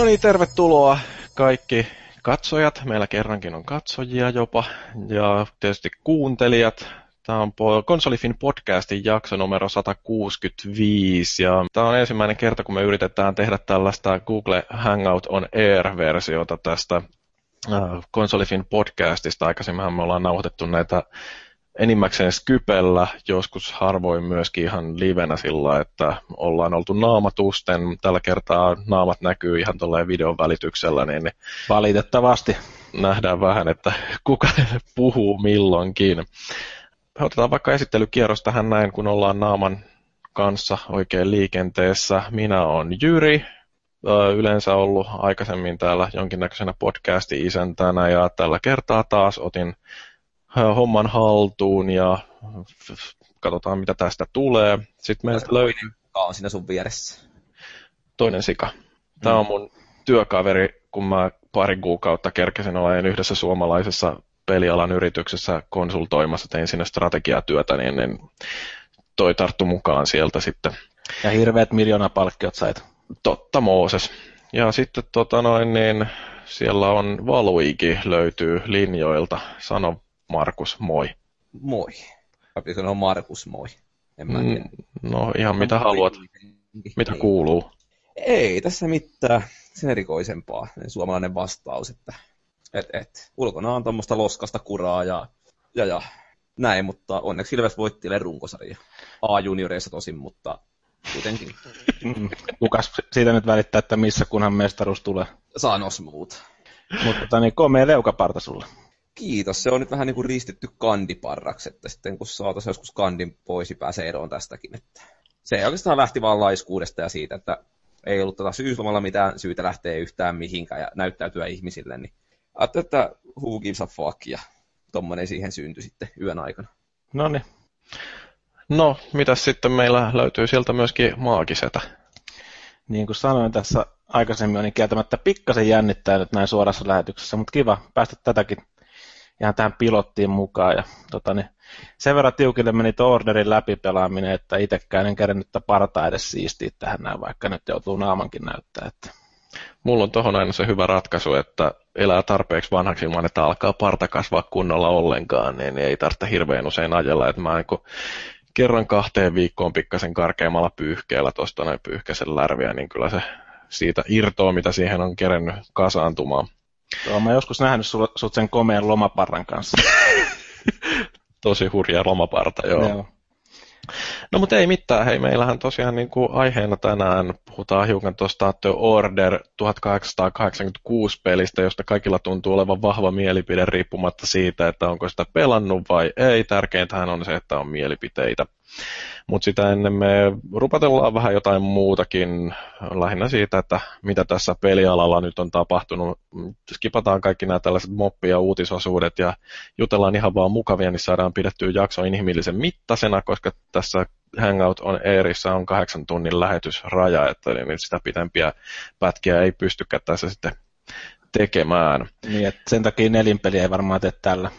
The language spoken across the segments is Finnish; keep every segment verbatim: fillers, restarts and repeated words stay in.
niin, tervetuloa kaikki katsojat. Meillä kerrankin on katsojia jopa ja tietysti kuuntelijat. Tämä on Konsolifin podcastin jakso numero sata kuusikymmentäviisi ja tämä on ensimmäinen kerta, kun me yritetään tehdä tällaista Google Hangout on Air-versiota tästä Konsolifin podcastista. Aikaisemminhan me ollaan nauhoitettu näitä enimmäkseen Skypellä, joskus harvoin myöskin ihan livenä sillä, että ollaan oltu naamatusten. Tällä kertaa naamat näkyy ihan tolleen videon välityksellä, niin valitettavasti nähdään vähän, että kuka puhuu milloinkin. Otetaan vaikka esittelykierros tähän näin, kun ollaan naaman kanssa oikein liikenteessä. Minä olen Jyri, yleensä ollut aikaisemmin täällä jonkinnäköisenä podcasti-isäntänä ja tällä kertaa taas otin homman haltuun ja katsotaan mitä tästä tulee. Sitten meiltä löytyy... Kuka on siinä sun vieressä? Toinen sika. Tämä on mun työkaveri, kun mä pari kuukautta kerkesin olen yhdessä suomalaisessa pelialan yrityksessä konsultoimassa, tein sinne strategiatyötä, niin, niin toi tarttu mukaan sieltä sitten. Ja hirveät miljoonapalkkiot sait. Totta Mooses. Ja sitten tota noin, niin siellä on Valuigi löytyy linjoilta. Sano Markus, moi. Moi. Vai pitäisikö sanoa Markus, moi? En mä tiedä. No ihan mitä no, haluat. Mitä niin kuuluu? Ei tässä mitään sen erikoisempaa. Suomalainen vastaus, että et, et. ulkona on tuommoista loskasta kuraa ja, ja, ja näin, mutta onneksi Ilves voitti runkosarja. A-junioreissa tosin, mutta kuitenkin. Kukas siitä nyt välittää, että missä kunhan mestaruus tulee? Sanos muuta. Mutta tota, niin komea leukaparta sulle. Kiitos, se on nyt vähän niin kuin ristitty kandiparraksi, että sitten kun saataisiin joskus kandin pois, niin pääsee eroon tästäkin. Että se oikeastaan lähti vaan laiskuudesta ja siitä, että ei ollut tota syyslomalla mitään syytä lähteä yhtään mihinkään ja näyttäytyä ihmisille, niin ajattelin, että who gives a fuck, ja tommonen siihen syntyi sitten yön aikana. Noniin. No, mitäs sitten meillä löytyy sieltä myöskin maagisetä? Niin kuin sanoin tässä aikaisemmin, niin kieltämättä pikkasen jännittää nyt näin suorassa lähetyksessä, mutta kiva päästä tätäkin ihan tähän pilottiin mukaan. Ja, tota, niin, sen verran tiukille meni tuo orderin läpipelaaminen, että itsekään en kerännyt partaa edes siistiä tähän näin, vaikka nyt joutuu naamankin näyttää. Että. Mulla on tohon aina se hyvä ratkaisu, että elää tarpeeksi vanhaksi ilman, että alkaa parta kasvaa kunnolla ollenkaan, niin ei tarvitse hirveän usein ajella. Että mä niin kun kerran kahteen viikkoon pikkasen karkeammalla pyyhkeellä tuosta noin pyyhkäisen lärviä, niin kyllä se siitä irtoaa, mitä siihen on kerennyt kasaantumaan. Joo, mä joskus nähnyt sut sen komean lomaparran kanssa. Tosi hurja lomaparta, joo. joo. No mutta ei mitään, hei, meillähän tosiaan niin kuin aiheena tänään puhutaan hiukan tuosta The Order tuhatkahdeksansataakahdeksankymmentäkuusi pelistä, josta kaikilla tuntuu olevan vahva mielipide riippumatta siitä, että onko sitä pelannut vai ei. Tärkeintähän on se, että on mielipiteitä. Mutta sitä ennen me rupatellaan vähän jotain muutakin, lähinnä siitä, että mitä tässä pelialalla nyt on tapahtunut. Skipataan kaikki nämä tällaiset moppi- ja uutisosuudet ja jutellaan ihan vaan mukavia, niin saadaan pidettyä jakso inhimillisen mittaisena, koska tässä Hangout on Airissa on kahdeksan tunnin lähetysraja, että niin sitä pitempiä pätkiä ei pystykään tässä sitten tekemään. Niin, että sen takia nelinpeliä ei varmaan tee tällä.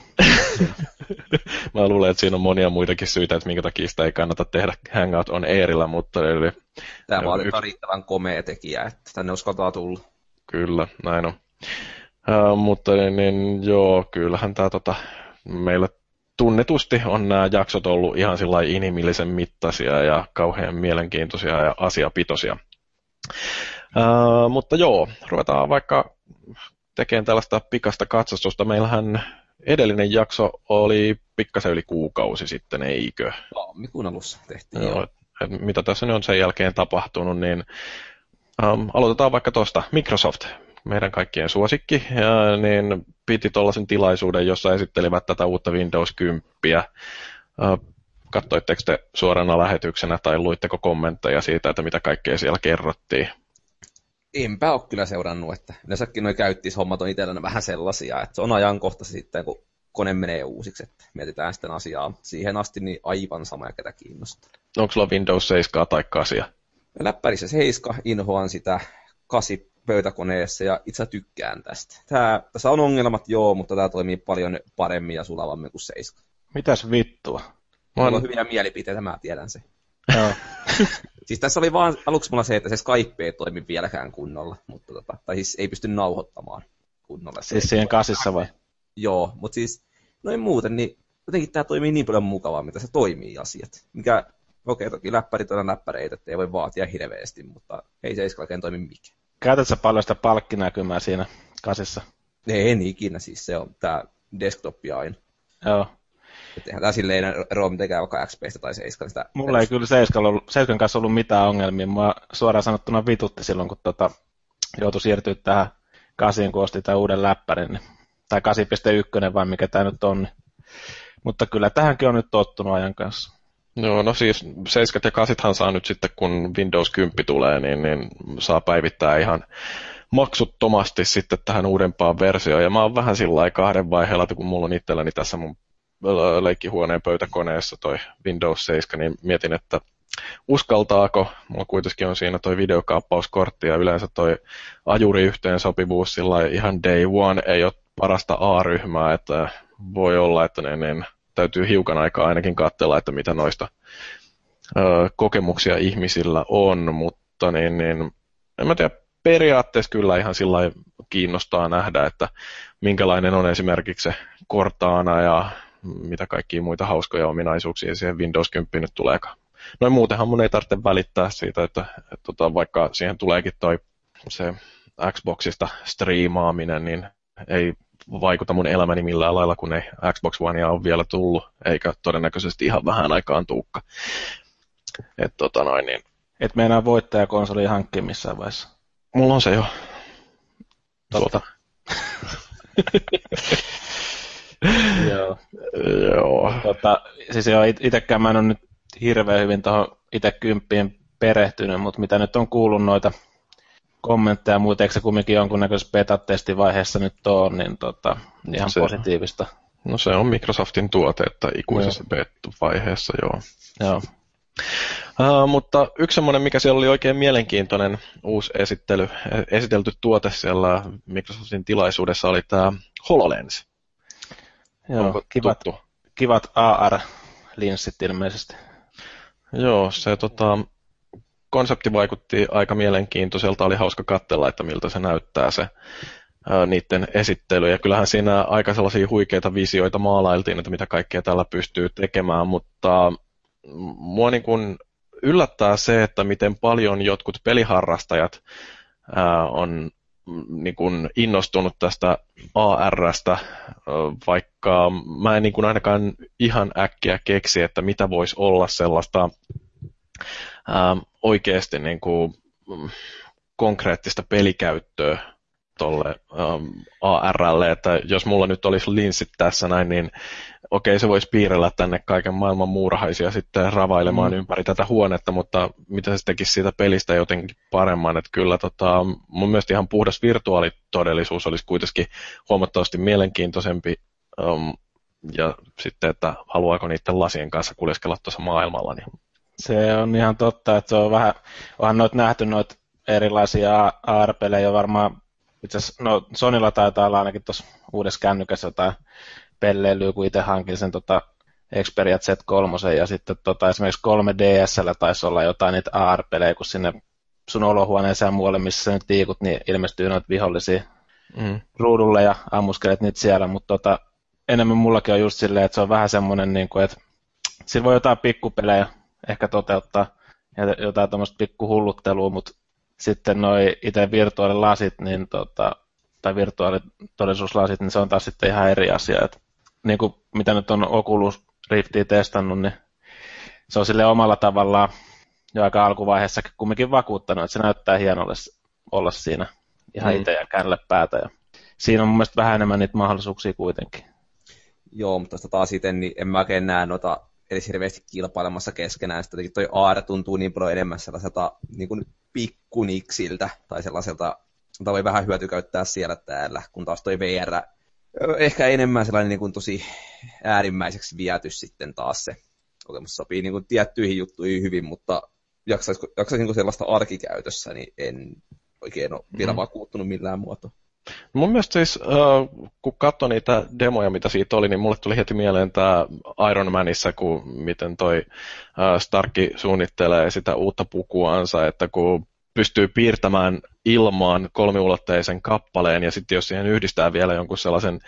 Mä luulen, että siinä on monia muitakin syitä, että minkä takia sitä ei kannata tehdä Hangout on Airillä, mutta... Eli, tämä vaaditaan riittävän komea tekijä, että tänne uskaltaa tulla. Kyllä, näin on. Uh, mutta niin, niin, joo, kyllähän tämä tota, meillä tunnetusti on nämä jaksot ollut ihan sillä inhimillisen mittaisia ja kauhean mielenkiintoisia ja asiapitoisia. Uh, mutta joo, ruvetaan vaikka tekemään tällaista pikasta katsastusta. Meillähän edellinen jakso oli pikkasen yli kuukausi sitten, eikö? Tammikuun alussa tehtiin. Joo, mitä tässä nyt on sen jälkeen tapahtunut, niin um, aloitetaan vaikka tuosta. Microsoft, meidän kaikkien suosikki, ja, niin piti tuollaisen tilaisuuden, jossa esittelivät tätä uutta Windows kymmenen. Uh, katsoitteko te suorana lähetyksenä tai luitteko kommentteja siitä, että mitä kaikkea siellä kerrottiin? Enpä ole kyllä seurannut, että yleensäkin nuo käyttishommat on itselleni vähän sellaisia, että se on ajankohta sitten, kun kone menee uusiksi, että mietitään sitten asiaa siihen asti, niin aivan sama ja ketä kiinnostaa. Onko sulla Windows seitsemän tai kahdeksan? Läppärissä seitsemän, inhoan sitä kahdeksan pöytäkoneessa ja itse tykkään tästä. Tää, tässä on ongelmat, joo, mutta tämä toimii paljon paremmin ja sulavammin kuin seitsemän. Mitäs vittua? Mulla on hyviä mielipiteitä, mä tiedän se. Joo. Siis tässä oli vaan aluksi mulla se, että se Skype ei toimi vieläkään kunnolla, mutta tota, tai siis ei pysty nauhoittamaan kunnolla. Siis siihen kasissa vai? Joo, mutta siis noin muuten, niin jotenkin tämä toimii niin paljon mukavaa, mitä se toimii asiat. Mikä, okei, okay, toki läppärit on läppäreitä, että ei voi vaatia hirveästi, mutta ei se oikein toimi mikään. Käytätkö paljon sitä palkkinäkymää siinä kasissa? Ei, en ikinä, siis se on tää desktopia aina. Joo. Että eihän tää silleen ero mitenkään vaikka X P:stä tai seiskan sitä. Mulla ei kyllä seiskan kanssa ollut mitään ongelmia. Mua suoraan sanottuna vitutti silloin, kun tota, joutui siirtyä tähän kasiin, kun osti tämän uuden läppärin. Niin, tai kahdeksan piste yksi vai mikä tämä nyt on. Niin. Mutta kyllä tähänkin on nyt tottunut ajan kanssa. Joo, no siis seiskat ja kasithan saa nyt sitten, kun Windows kymmenen tulee, niin, niin saa päivittää ihan maksuttomasti sitten tähän uudempaan versioon. Ja mä oon vähän sillä lailla kahden vaiheella, että kun mulla on itselläni tässä mun leikkihuoneen pöytäkoneessa toi Windows seitsemän, niin mietin, että uskaltaako. Mulla kuitenkin on siinä toi videokaappauskortti ja yleensä toi ajuri-yhteensopivuus sillä lailla ihan day one ei ole parasta A-ryhmää, että voi olla, että ne, ne täytyy hiukan aikaa ainakin katsella, että mitä noista ö, kokemuksia ihmisillä on, mutta niin, niin, en mä tiedä, periaatteessa kyllä ihan sillä kiinnostaa nähdä, että minkälainen on esimerkiksi se Cortana ja mitä kaikkia muita hauskoja ominaisuuksia siihen Windows kymmenen nyt tuleekaan. Noin muutenhan mun ei tarvitse välittää siitä, että, että, että vaikka siihen tuleekin toi se Xboxista striimaaminen, niin ei vaikuta mun elämäni millään lailla, kun ei Xbox Onea ole vielä tullut, eikä todennäköisesti ihan vähän aikaan tuukka. Et, tota noin, niin. Et meinaa voittajakonsoli hankkia missään vaiheessa. Mulla on se jo. Totta. Joo. Joo. Tota, siis joo, itekään mä en ole nyt hirveän hyvin tuohon itse kymppiin perehtynyt, mutta mitä nyt on kuullut noita kommentteja ja muuta, eikö se kumminkin jonkunnäköisessä beta-testivaiheessa nyt ole, niin tota, ihan se, positiivista. No se on Microsoftin tuote, että ikuisessa beta-vaiheessa, joo. Joo. Uh, mutta yksi semmoinen, mikä siellä oli oikein mielenkiintoinen uusi esittely, esitelty tuote siellä Microsoftin tilaisuudessa oli tämä HoloLens. Joo, kivat, kivat A R-linssit ilmeisesti. Joo, se tota, konsepti vaikutti aika mielenkiintoiselta, oli hauska katsella, että miltä se näyttää se ää, niiden esittely. Ja kyllähän siinä aika sellaisia huikeita visioita maalailtiin, että mitä kaikkea tällä pystyy tekemään, mutta mua niin kuin yllättää se, että miten paljon jotkut peliharrastajat ää, on niin kuin innostunut tästä A R:stä, vaikka mä en niin kuin ainakaan ihan äkkiä keksi, että mitä voisi olla sellaista ää, oikeasti niin kuin konkreettista pelikäyttöä tuolle A R:lle, että jos mulla nyt olisi linssit tässä näin, niin okei, se voisi piirrellä tänne kaiken maailman muurahaisia sitten ravailemaan mm. ympäri tätä huonetta, mutta mitä se tekisi siitä pelistä jotenkin paremman, että kyllä tota, mun mielestä ihan puhdas virtuaalitodellisuus olisi kuitenkin huomattavasti mielenkiintoisempi, um, ja sitten, että haluaako niiden lasien kanssa kuljeskella tuossa maailmalla. Niin. Se on ihan totta, että se on vähän, onhan noit nähty noita erilaisia A R-pelejä varmaan, itse asiassa, no Sonylla taitaa olla ainakin tuossa uudessa kännykässä jotain pelleilyä, kun itse hankin sen tota Xperia Z kolme, ja sitten tota, esimerkiksi kolme D S:llä taisi olla jotain niitä A R-pelejä, kun sinne sun olohuoneeseen ja muualle, missä sä nyt liikut, niin ilmestyy noita vihollisia mm. ruudulle ja ammuskelet niitä siellä, mutta tota, enemmän mullakin on just silleen, että se on vähän semmoinen, niin kuin, että sillä voi jotain pikkupelejä ehkä toteuttaa, ja jotain tämmöistä pikkuhulluttelua, mutta sitten noi itse virtuaalilasit, niin tota, tai virtuaalitodellisuuslasit, niin se on taas sitten ihan eri asia. Et, niin kuin mitä nyt on Oculus Riftia testannut, niin se on sille omalla tavallaan jo aika alkuvaiheessakin kumminkin vakuuttanut, että se näyttää hienolle olla siinä ihan mm. itse ja käännellä päätä. Ja siinä on mun mielestä vähän enemmän niitä mahdollisuuksia kuitenkin. Joo, mutta tästä taas itse, niin en mä oikein näe noita edes hirveästi kilpailemassa keskenään. Sitten toi A R tuntuu niin paljon enemmän sellaiselta niin kuin pikkuniksiltä tai sellaiselta, jota voi vähän hyötykäyttää siellä täällä, kun taas toi V R ehkä enemmän sellainen niin kuin tosi äärimmäiseksi viety sitten taas se kokemus. Sopii niin kuin tiettyihin juttuihin hyvin, mutta jaksaisinko, jaksaisinko sellaista arkikäytössä, niin en oikein ole vielä mm. vakuuttunut millään muotoa. Mun mielestä siis, äh, kun katsoin niitä demoja, mitä siitä oli, niin mulle tuli heti mieleen tämä Iron Manissa, kun miten toi äh, Starkki suunnittelee sitä uutta pukuansa, että kun pystyy piirtämään ilmaan kolmiulotteisen kappaleen, ja sitten jos siihen yhdistää vielä jonkun sellaisen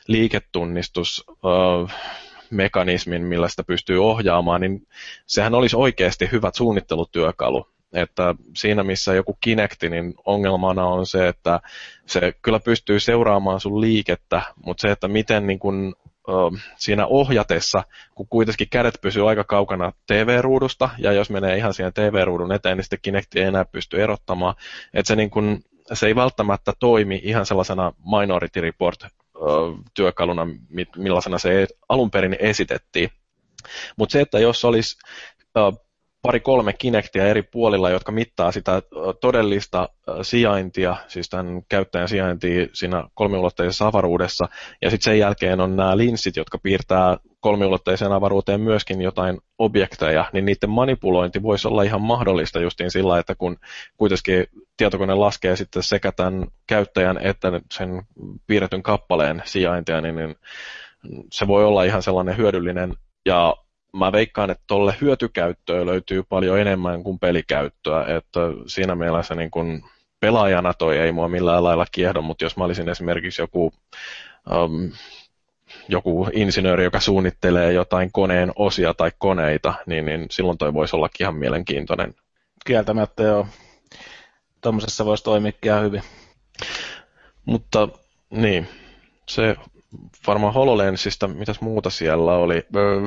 liiketunnistusmekanismin, äh, millä sitä pystyy ohjaamaan, niin sehän olisi oikeasti hyvät suunnittelutyökalu. Että siinä missä joku Kinecti, niin ongelmana on se, että se kyllä pystyy seuraamaan sun liikettä, mutta se, että miten niin kun, ö, siinä ohjatessa, kun kuitenkin kädet pysyy aika kaukana T V-ruudusta, ja jos menee ihan siihen T V-ruudun eteen, niin sitten Kinecti ei enää pysty erottamaan, että se, niin kun, se ei välttämättä toimi ihan sellaisena Minority Report-työkaluna, millaisena se alun perin esitettiin. Mutta se, että jos olisi pari-kolme Kinectia eri puolilla, jotka mittaa sitä todellista sijaintia, siis tämän käyttäjän sijaintia siinä kolmiulotteisessa avaruudessa, ja sitten sen jälkeen on nämä linssit, jotka piirtää kolmiulotteiseen avaruuteen myöskin jotain objekteja, niin niiden manipulointi voisi olla ihan mahdollista justiin sillä, että kun kuitenkin tietokone laskee sitten sekä tämän käyttäjän että sen piirretyn kappaleen sijaintia, niin se voi olla ihan sellainen hyödyllinen, ja mä veikkaan, että tuolle hyötykäyttöä löytyy paljon enemmän kuin pelikäyttöä, että siinä mielessä niin kun pelaajana toi ei mua millään lailla kiehdo, mutta jos mä olisin esimerkiksi joku, um, joku insinööri, joka suunnittelee jotain koneen osia tai koneita, niin, niin silloin toi voisi olla ihan mielenkiintoinen. Kieltämättä joo. Tuommoisessa voisi toimia ihan hyvin. Mutta niin, se varmaan HoloLensista, mitäs muuta siellä oli?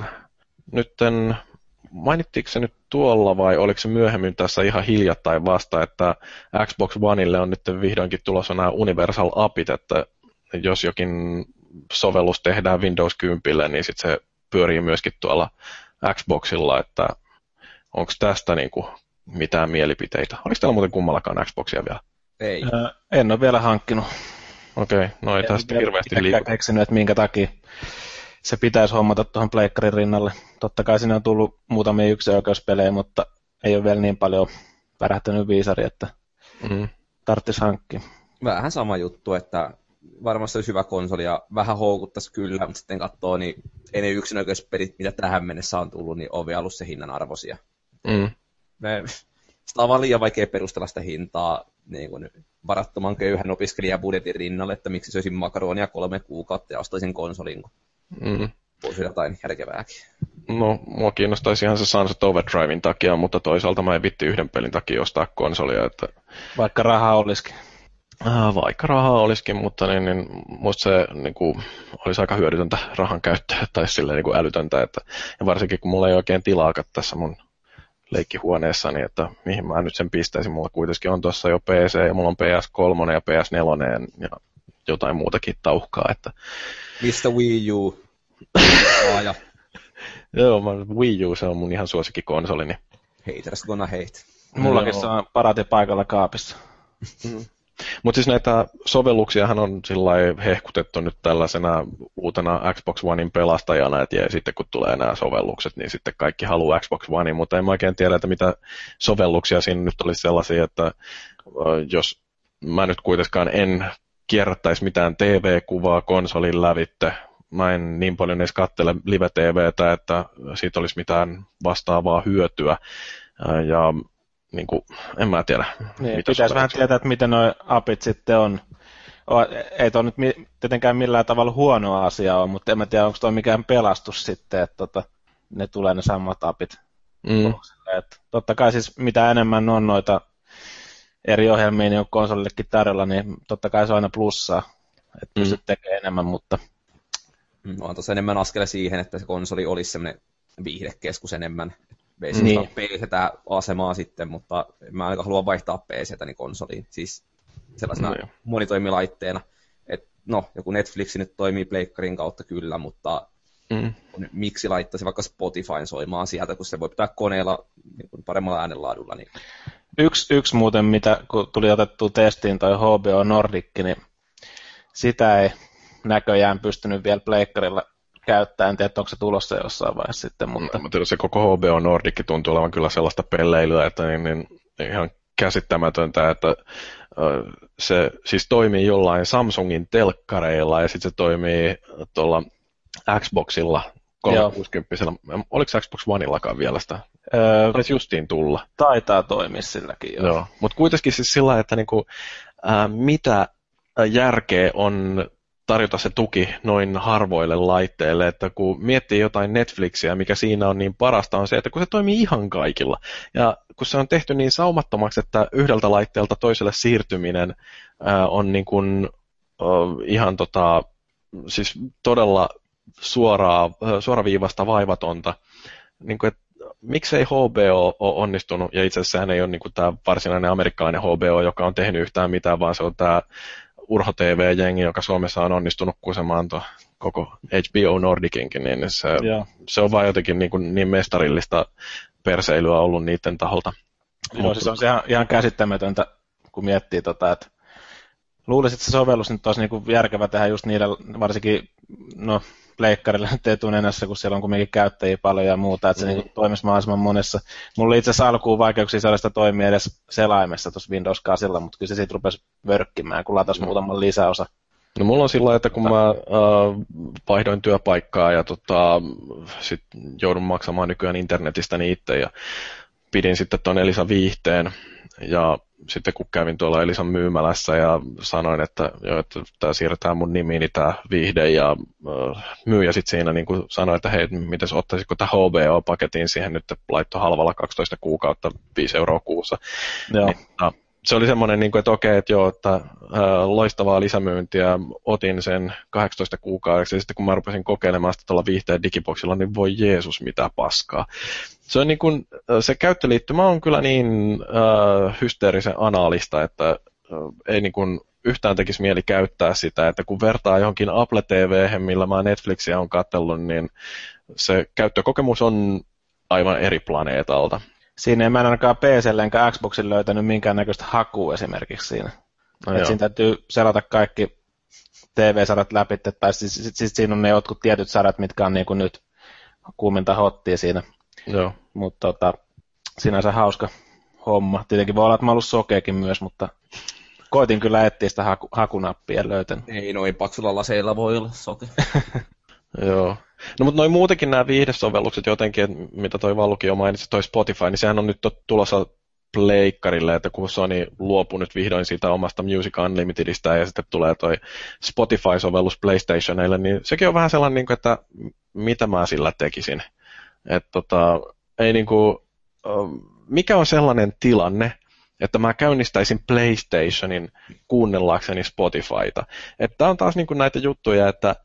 Nytten, mainittiinko se nyt tuolla vai oliko se myöhemmin tässä ihan hiljattain vasta, että Xbox Oneille on nyt vihdoinkin tulossa nämä Universal Appit, että jos jokin sovellus tehdään Windows kymmenen, niin sitten se pyörii myöskin tuolla Xboxilla, että onko tästä niinku mitään mielipiteitä? Oliko täällä muuten kummallakaan Xboxia vielä? Ei. Öö, en ole vielä hankkinut. Okei, okay, no ei en tästä hirveästi liiku. En keksinyt, että minkä takia se pitäisi hommata tuohon pleikkarin rinnalle. Totta kai siinä on tullut muutamia yksioikeuspelejä, mutta ei ole vielä niin paljon värähtänyt viisari, että mm. tarvitsisi hankkia. Vähän sama juttu, että varmasti olisi hyvä konsoli ja vähän houkuttaisi kyllä, mutta sitten katsoo, niin ei ne yksioikeuspelit, mitä tähän mennessä on tullut, niin on vielä ollut se hinnan arvoisia. Mm. Me, sitä on vaan liian vaikea perustella sitä hintaa niin kuin varattoman köyhän opiskelijabudjetin rinnalle, että miksi söisin makaronia kolme kuukautta ja ostaisin konsolin, kun mm. voisi jotain järkevääkin. No, mua kiinnostaisi ihan se Sunset Overdriven takia, mutta toisaalta mä en vitti yhden pelin takia ostaa konsolia. Että vaikka rahaa olisikin. Äh, vaikka rahaa olisikin, mutta niin, niin, musta se niin kuin, olisi aika hyödytöntä rahan käyttöä tai silleen niin kuin älytöntä. Että, ja varsinkin kun mulla ei oikein tilaakaan tässä mun leikkihuoneessani, että mihin mä nyt sen pistäisin. Mulla kuitenkin on tuossa jo P C ja mulla on P S kolme ja P S neljä ja jotain muutakin tauhkaa. Että mistä Wii U? ja... Joo, Wii U se on mun ihan suosikkikonsoli. Niin... Haters gonna hate. Mullakin se on parati paikalla kaapissa. Mm. Mutta siis näitä sovelluksiahan on sillai hehkutettu nyt tällaisena uutena Xbox Onein pelastajana, että ja sitten kun tulee nämä sovellukset, niin sitten kaikki haluaa Xbox Onein, mutta en mä oikein tiedä, että mitä sovelluksia siinä nyt olisi sellaisia, että jos mä nyt kuitenkaan en kierrättäisi mitään T V-kuvaa konsolin lävitte, mä en niin paljon edes katsele live-T V:tä, että siitä olisi mitään vastaavaa hyötyä, ja niin kuin, en mä tiedä. Niin, pitäisi vähän tietää, että miten nuo apit sitten on. Ei tuo nyt tietenkään millään tavalla huono asia ole, mutta en mä tiedä, onko tuo mikään pelastus sitten, että tota, ne tulee ne samat apit. Mm. Että totta kai siis mitä enemmän on noita eri ohjelmia, niin on konsolillekin tarjolla, niin totta kai se on aina plussaa, että mm. pystyt tekemään enemmän, mutta Mm, on tuossa enemmän askele siihen, että se konsoli olisi semmoinen viihdekeskus enemmän. Veisi niin. P C:tä asemaa sitten, mutta mä aika haluan vaihtaa P C:täni konsoliin. Siis sellaisena no, monitoimilaitteena. Et, no, joku Netflix nyt toimii pleikkarin kautta kyllä, mutta mm. miksi laittaisi vaikka Spotifyn soimaan sieltä, kun se voi pitää koneella niin paremmalla äänenlaadulla. Niin... Yksi, yksi muuten, mitä kun tuli otettua testiin toi H B O Nordic, niin sitä ei näköjään pystynyt vielä pleikkarilla käyttää. En tiedä, onko se tulossa jossain vaiheessa sitten. Mutta... No, se koko H B O Nordic tuntuu olevan kyllä sellaista pelleilyä, että niin, niin, ihan käsittämätöntä, että se siis toimii jollain Samsungin telkkareilla ja sitten se toimii tuolla Xboxilla kolmesataakuusikymmentä. Oliko Xbox Oneillakaan vielä sitä? Öö, Taisi justiin tulla. Taitaa toimia silläkin, joo. joo. Mutta kuitenkin siis sillä lailla, että niinku, ää, mitä järkeä on tarjota se tuki noin harvoille laitteille, että kun miettii jotain Netflixiä, mikä siinä on niin parasta, on se, että kun se toimii ihan kaikilla. Ja kun se on tehty niin saumattomaksi, että yhdeltä laitteelta toiselle siirtyminen ää, on niin kuin, ää, ihan tota, siis todella suoraa, suoraviivasta vaivatonta, niin kuin, että miksei H B O ole onnistunut, ja itse asiassa sehän ei ole niin kuin tämä varsinainen amerikkalainen H B O, joka on tehnyt yhtään mitään, vaan se on tämä Urho T V-jengi, joka Suomessa on onnistunut kusemaan tuo koko H B O Nordicinkin, niin se, se on vaan jotenkin niin, kuin niin mestarillista perseilyä ollut niiden taholta. Joo, Mut, siis on se ihan, ihan käsittämätöntä, kun miettii, tota, että luulisin, että se sovellus nyt olisi niin kuin järkevä tehdä just niillä, varsinkin no, pleikkarilla nyt etunenässä, kun siellä on kuitenkin käyttäjiä paljon ja muuta, että se mm-hmm. niin toimisi mahdollisimman monessa. Mulla oli itse asiassa alkuun vaikeuksia saada sitä toimia edes selaimessa tuossa Windows kahdella, mutta kyllä se siitä rupesi vörkkimään, kun latasi mm-hmm. muutaman lisäosa. No mulla on sillä, että kun mä äh, vaihdoin työpaikkaa ja tota, sit joudun maksamaan nykyään internetistä niin itse ja pidin sitten tuon Elisa viihteen ja sitten kun kävin tuolla Elisan myymälässä ja sanoin, että, jo, että tämä siirretään mun nimiini tämä viihde ja äh, myyjä sitten siinä niin kuin sanoi, että hei, mites ottaisitko tämä H B O-paketin siihen nyt laittoi halvalla kaksitoista kuukautta viisi euroa kuussa. Joo. Niin, no, se oli semmoinen, niin kuin, että okei, että joo, että äh, loistavaa lisämyyntiä, otin sen kahdeksantoista kuukaudeksi ja sitten kun mä rupesin kokeilemaan sitä tuolla viihteen digiboxilla, niin voi Jeesus, mitä paskaa. Se, on niin kuin, se käyttöliittymä on kyllä niin äh, hysteerisen anaalista, että äh, ei niin kuin yhtään tekisi mieli käyttää sitä, että kun vertaa johonkin Apple T V:hen, millä mä Netflixiä on katsellut, niin se käyttökokemus on aivan eri planeetalta. Siinä ei mä en ainakaan P C:lle enkä Xboxin löytänyt minkäännäköistä hakua esimerkiksi siinä. No siinä täytyy selata kaikki T V-sadat läpi, tai siis, siis, siis siinä on ne jotkut tietyt sadat, mitkä on niin kuin nyt kuuminta hottia siinä. Joo. Mutta tota, sinänsä hauska homma. Tietenkin voi olla, että mä ollut sokeakin myös, mutta koitin kyllä etsiä sitä haku, hakunappia ja löytänyt. Ei noin paksulla laseilla voi olla soke. Joo. No mutta noin muutenkin nämä viihdesovellukset jotenkin, että mitä toi Vallukin jo mainitsi, toi Spotify, niin sehän on nyt tulossa pleikkarille, että kun Sony luopui nyt vihdoin siitä omasta Music Unlimitedistä ja sitten tulee toi Spotify-sovellus PlayStationeille, niin sekin on vähän sellainen, että mitä mä sillä tekisin. Että tota, ei niinku, mikä on sellainen tilanne, että mä käynnistäisin PlayStationin kuunnellakseni Spotifyta. Että on taas niinku näitä juttuja, että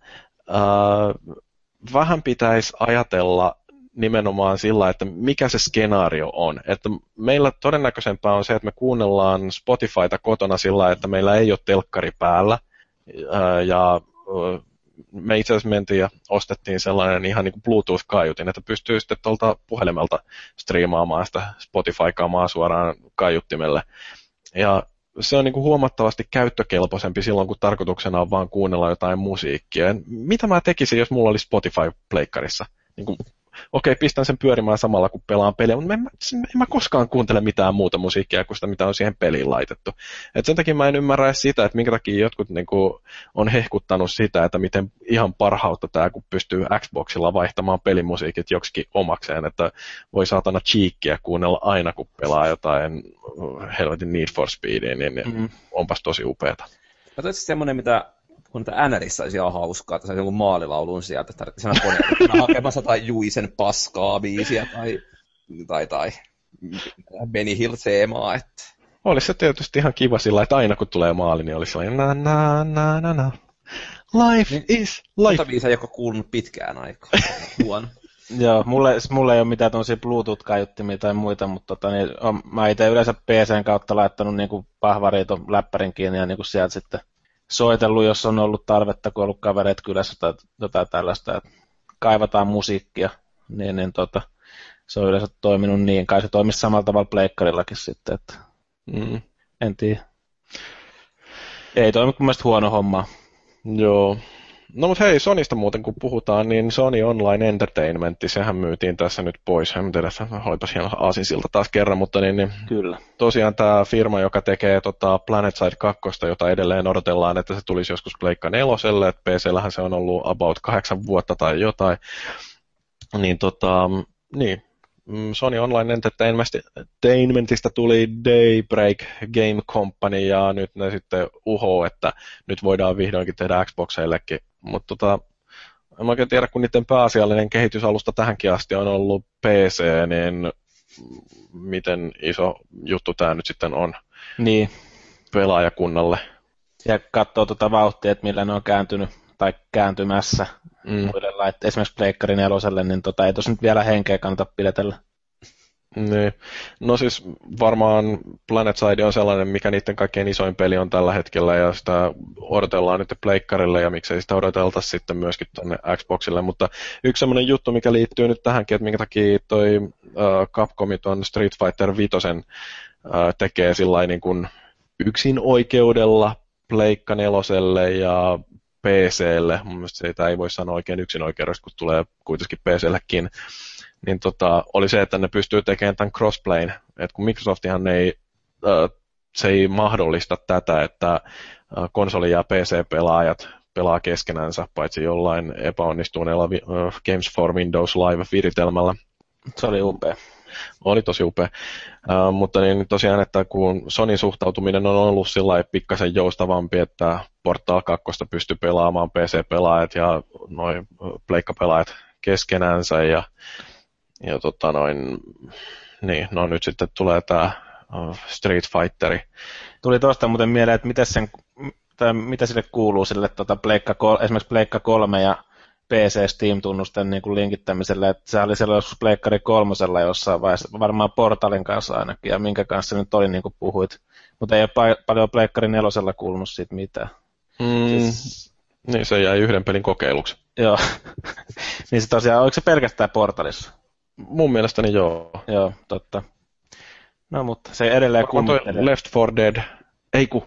Uh, vähän pitäisi ajatella nimenomaan sillä, että mikä se skenaario on. Että meillä todennäköisempää on se, että me kuunnellaan Spotifyta kotona sillä, että meillä ei ole telkkari päällä. Uh, ja uh, me itse asiassa mentiin ja ostettiin sellainen ihan niin kuin Bluetooth-kaiutin, että pystyy sitten tuolta puhelimelta striimaamaan sitä Spotify-kamaa suoraan kaiuttimelle. Ja se on niin kuin huomattavasti käyttökelpoisempi silloin, kun tarkoituksena on vaan kuunnella jotain musiikkia. Mitä mä tekisin, jos mulla olisi Spotify-pleikkarissa? Niin kuin, okei, pistän sen pyörimään samalla, kun pelaan peliä, mutta en, en mä koskaan kuuntele mitään muuta musiikkia kuin sitä, mitä on siihen peliin laitettu. Et sen takia mä en ymmärrä edes sitä, että minkä takia jotkut niin kuin, on hehkuttanut sitä, että miten ihan parhautta tämä, kun pystyy Xboxilla vaihtamaan pelimusiikit joksikin omakseen, että voi saatana cheekkiä kuunnella aina, kun pelaa jotain helvetin Need for Speedia, niin mm-hmm. onpas tosi upeata. Ja toivottavasti semmoinen, mitä kun tätä N R:ssä olisi ihan hauskaa, että saisi jonkun maalilaulun sieltä, että tarvitsisi aina koneella hakemassa tai Juisen paskaa biisiä tai, tai, tai Benny Hill-teemaa. Että. Olisi se tietysti ihan kiva sillä, että aina kun tulee maali, niin olisi sellainen na na na na na. Life niin, is life. Tota biisiä ei ole kuulunut pitkään aikaa. Huono. Joo, mulle, mulle ei ole mitään tuollaisia Bluetooth-kaiuttimia tai muita, mutta tota, niin, on, mä itse yleensä P C:n kautta laittanut niin pahvariin ton läppärin kiinni ja niin sieltä sitten soitellut, jos on ollut tarvetta, kun on ollut kavereet kylässä tai jotain tällaista, että kaivataan musiikkia, niin, niin tota, se on yleensä toiminut niin. Kai se toimisi samalla tavalla pleikkarillakin sitten, että mm. en tiedä. Ei toimi kun mielestäni huono homma. Joo, No mutta hei, Sonysta muuten kun puhutaan, niin Sony Online Entertainment, sehän myytiin tässä nyt pois. En tiedä, olipas hieno aasinsilta taas kerran, mutta niin, niin Kyllä. Tosiaan tämä firma, joka tekee tota PlanetSide kaksi, jota edelleen odotellaan, että se tulisi joskus Pleikka neloselle, että P C:llähän se on ollut about kahdeksan vuotta tai jotain, niin tota, niin. Sony Online Entertainmentista tuli Daybreak Game Company ja nyt ne sitten uhoo, että nyt voidaan vihdoinkin tehdä Xboxeillekin, mutta tota, en oikein tiedä, kun niiden pääasiallinen kehitysalusta tähänkin asti on ollut P C, niin miten iso juttu tämä nyt sitten on niin. pelaajakunnalle. Ja katsoo tuota vauhtia, että millä ne on kääntynyt tai kääntymässä mm. muille laitteille, esimerkiksi Pleikkari neloselle, niin tota, ei tuossa nyt vielä henkeä kannata pidetellä. Niin. No siis varmaan PlanetSide on sellainen, mikä niiden kaikkein isoin peli on tällä hetkellä, ja sitä odotellaan nyt Pleikkarille, ja miksei sitä odoteltaisi sitten myöskin tuonne Xboxille, mutta yksi sellainen juttu, mikä liittyy nyt tähänkin, että minkä takia toi uh, Capcom on Street Fighter viisi uh, tekee sillain niin kuin yksin oikeudella Pleikka neloselle ja P C:lle, mun mielestä sitä ei voi sanoa oikein yksin oikeudesta, kun tulee kuitenkin P C:llekin, niin tota, oli se, että ne pystyy tekemään tämän crossplayn, että kun Microsoftihan ei, äh, se ei mahdollista tätä, että äh, konsoli- ja P C-pelaajat pelaa keskenänsä, paitsi jollain epäonnistuneella äh, Games for Windows Live-viritelmällä. Se oli upea. Oli tosi upea, uh, mutta niin tosiaan, että kun Sonyn suhtautuminen on ollut sillä pikkasen joustavampi, että Portal kaksi pystyy pelaamaan P C-pelaajat ja noin pleikkapelaajat keskenänsä ja, ja tota noin, niin, no nyt sitten tulee tämä uh, Street Fighteri. Tuli tuosta muuten mieleen, että mitä, sen, tai mitä sille kuuluu sille tota Pleikka, esimerkiksi Pleikka kolme ja P C Steam-tunnusten niin kuin linkittämiselle, että se oli siellä joskus Pleikkari kolmosella jossain vaiheessa, varmaan Portalin kanssa ainakin, ja minkä kanssa nyt oli, niin kuin puhuit. Mutta ei ole pa- paljon Pleikkari nelosella kuulunut siitä mitään. Mm, siis... Niin, se jäi yhden pelin kokeiluksi. Joo. Niin se tosiaan, oliko se pelkästään Portalissa? Mun mielestäni joo. Joo, totta. No, mutta se edelleen kummittelee. Left four Dead, ei ku.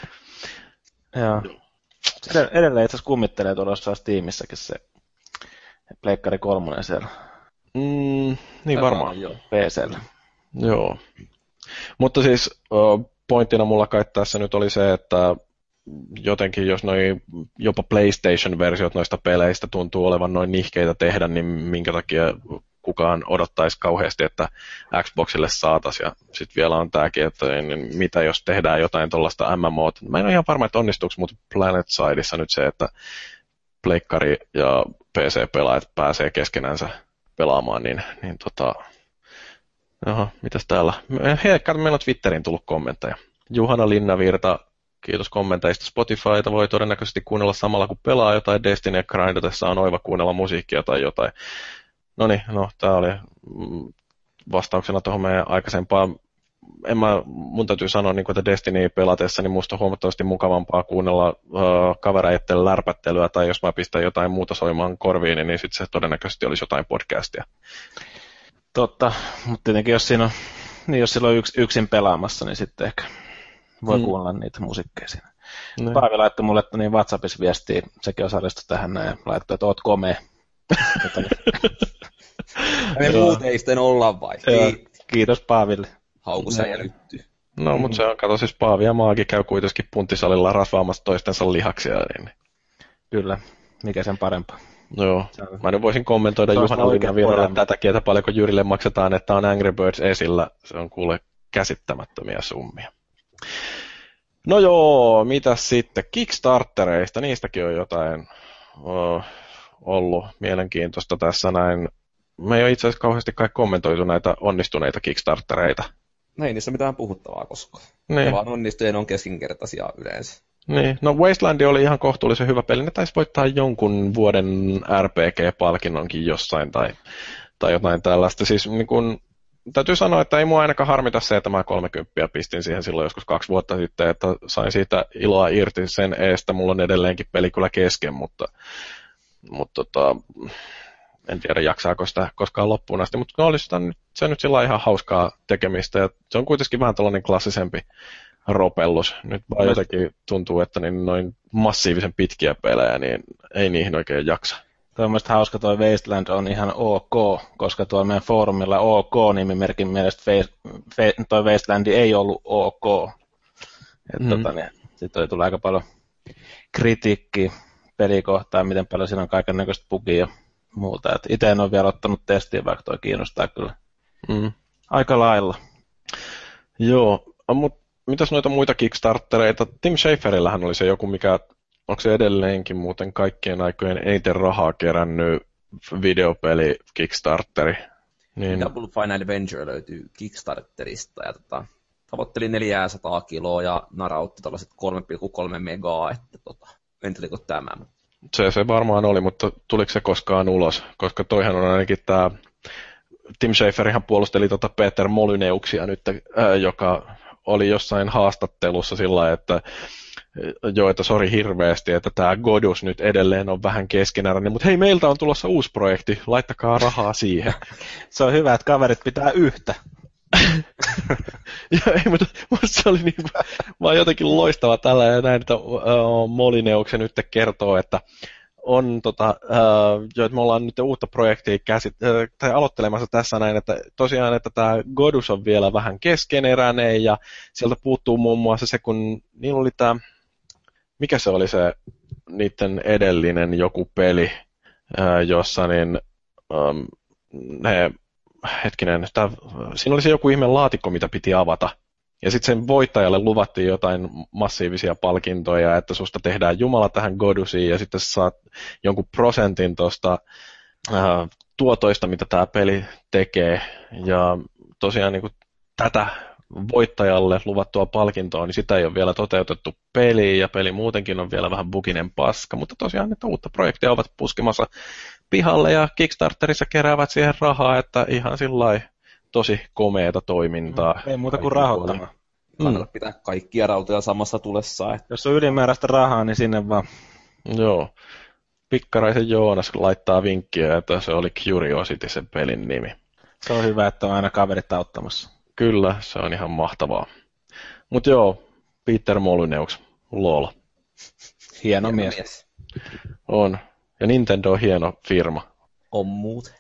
Joo. Se edelleen itse asiassa kummittelee tuolla Steamissäkin se Pleikkari kolmonen siellä. Mm, niin varmaan. Joo. P C:llä. Joo. Mutta siis pointtina mulla kai tässä nyt oli se, että jotenkin jos noi jopa PlayStation-versiot noista peleistä tuntuu olevan noin nihkeitä tehdä, niin minkä takia kukaan odottaisi kauheasti, että Xboxille saataisiin. Ja sitten vielä on tämäkin, että niin mitä jos tehdään jotain tuollaista M M O. Mä en ole ihan varma, että onnistuuko, mutta PlanetSideissa nyt se, että pleikkari ja P C-pelaajat pääsee keskenänsä pelaamaan, niin, niin tota... Jaha, mitäs täällä? Hei, meillä on Twitteriin tullut kommentteja. Juhana Linnavirta, kiitos kommenteista. Spotifyta voi todennäköisesti kuunnella samalla, kun pelaa jotain Destinyä grindatessa, on oiva kuunnella musiikkia tai jotain. No niin, no tää oli vastauksena tuohon meidän aikaisempaan. En mä, mun täytyy sanoa, niin että Destiny pelatessa, niin musta on huomattavasti mukavampaa kuunnella uh, kavereiden lärpättelyä, tai jos mä pistän jotain muuta soimaan korviin, niin sitten se todennäköisesti olisi jotain podcastia. Totta, mutta tietenkin jos siinä on, niin jos silloin yks, yksin pelaamassa, niin sitten ehkä voi hmm. kuunnella niitä musiikkeja siinä. No. Paavi laittoi mulle niin WhatsAppissa viestiä, sekin osallistui tähän näin, ja laittoi, että oot komea. Me muut ei sitten olla vai? Kiitos Paaville. Haukussa ja lytty. No, mutta se on, kato siis Paavi ja Maagi käy kuitenkin punttisalilla rasvaamassa toistensa lihaksia. Niin. Kyllä, mikä sen parempaa. Joo, mä nyt voisin kommentoida Juhana Linnavirralle tätäkin, että paljonko Jyrille maksetaan, että on Angry Birds esillä. Se on kuule käsittämättömiä summia. No joo, mitäs sitten? Kickstartereista, niistäkin on jotain oh, ollut mielenkiintoista tässä näin. Me ei ole itse asiassa kauheasti kai kommentoitu näitä onnistuneita Kickstartereita. No ei niissä mitään puhuttavaa koskaan. Niin. Ja vaan onnistujien on keskinkertaisia yleensä. Niin, no Wasteland oli ihan kohtuullisen hyvä peli. Ne taisi voittaa jonkun vuoden R P G-palkinnonkin jossain tai, tai jotain tällaista. Siis niin kun, täytyy sanoa, että ei mua ainakaan harmita se, että mä kolmekymppiä pistin siihen silloin joskus kaksi vuotta sitten, että sain siitä iloa irti sen eestä. Mulla on edelleenkin peli kyllä kesken, mutta, mutta tota, en tiedä jaksaako sitä koskaan loppuun asti, mutta olisi sitä nyt, se nyt sillä ihan hauskaa tekemistä ja se on kuitenkin vähän tällainen klassisempi ropellus. Nyt vaan jotenkin tuntuu, että niin noin massiivisen pitkiä pelejä, niin ei niihin oikein jaksa. Tuo on mielestäni hauska, tuo Wasteland on ihan ok, koska tuolla meidän foorumilla OK-nimimerkin mielestä tuo Wasteland ei ollut ok. Mm. Tota, niin, sitten tulee aika paljon kritiikkiä pelikohtaan, miten paljon siinä on kaikennäköistä bugia ja muuta. Itse en ole vielä ottanut testiin, vaikka tuo kiinnostaa kyllä mm. aika lailla. Joo, mutta mitäs noita muita Kickstartereita? Tim Schaferillähän oli se joku, mikä, onko se edelleenkin muuten kaikkien aikojen eniten rahaa kerännyt videopeli Kickstarteri? Niin... Double Fine Adventure löytyy Kickstarterista ja tota, tavoitteli neljäsataa kiloa ja narautti tällaiset kolme pilkku kolme megaa, että tota, en tuliko tämä. Se, se varmaan oli, mutta tuliko se koskaan ulos? Koska toihan on ainakin tämä, Tim Schafer ihan puolusteli tota Peter Molyneuksia nyt, äh, joka oli jossain haastattelussa sillä lailla, että joo, että sori hirveästi, että tämä Godus nyt edelleen on vähän keskeneräinen, mutta hei, meiltä on tulossa uusi projekti, laittakaa rahaa siihen. Se on hyvä, että kaverit pitää yhtä. ja, ei, mutta, mutta se oli niin, vaan jotenkin loistava tällä ja näin, että uh, Molyneuksen nyt kertoo, että on tota, uh, jo, että me ollaan nyt uutta projektia käsit, uh, tai aloittelemassa tässä näin, että tosiaan, että tämä Godus on vielä vähän keskeneräinen ja sieltä puuttuu muun muassa se, kun niillä oli tämä, mikä se oli se niiden edellinen joku peli, uh, jossa niin um, ne hetkinen, tää, siinä oli se joku ihme laatikko, mitä piti avata. Ja sitten sen voittajalle luvattiin jotain massiivisia palkintoja, että susta tehdään Jumala tähän Godusiin, ja sitten saat jonkun prosentin tuosta äh, tuotoista, mitä tämä peli tekee. Ja tosiaan niin kuin tätä voittajalle luvattua palkintoa, niin sitä ei ole vielä toteutettu peliin, ja peli muutenkin on vielä vähän buginen paska, mutta tosiaan, että uutta projektia ovat puskemassa pihalle ja Kickstarterissa keräävät siihen rahaa, että ihan sillai tosi komeata toimintaa. Ei muuta kuin rahoittamaan. Kannattaa mm. pitää kaikkia rautoja samassa tulessa. Että... Jos on ylimääräistä rahaa, niin sinne vaan. Joo. Pikkaraisen Joonas laittaa vinkkiä, että se oli Curiosity sen pelin nimi. Se on hyvä, että on aina kaverit auttamassa. Kyllä, se on ihan mahtavaa. Mutta joo, Peter Molyneux, lol. Hieno, hieno mies. mies. On. Ja Nintendo on hieno firma. On muuten.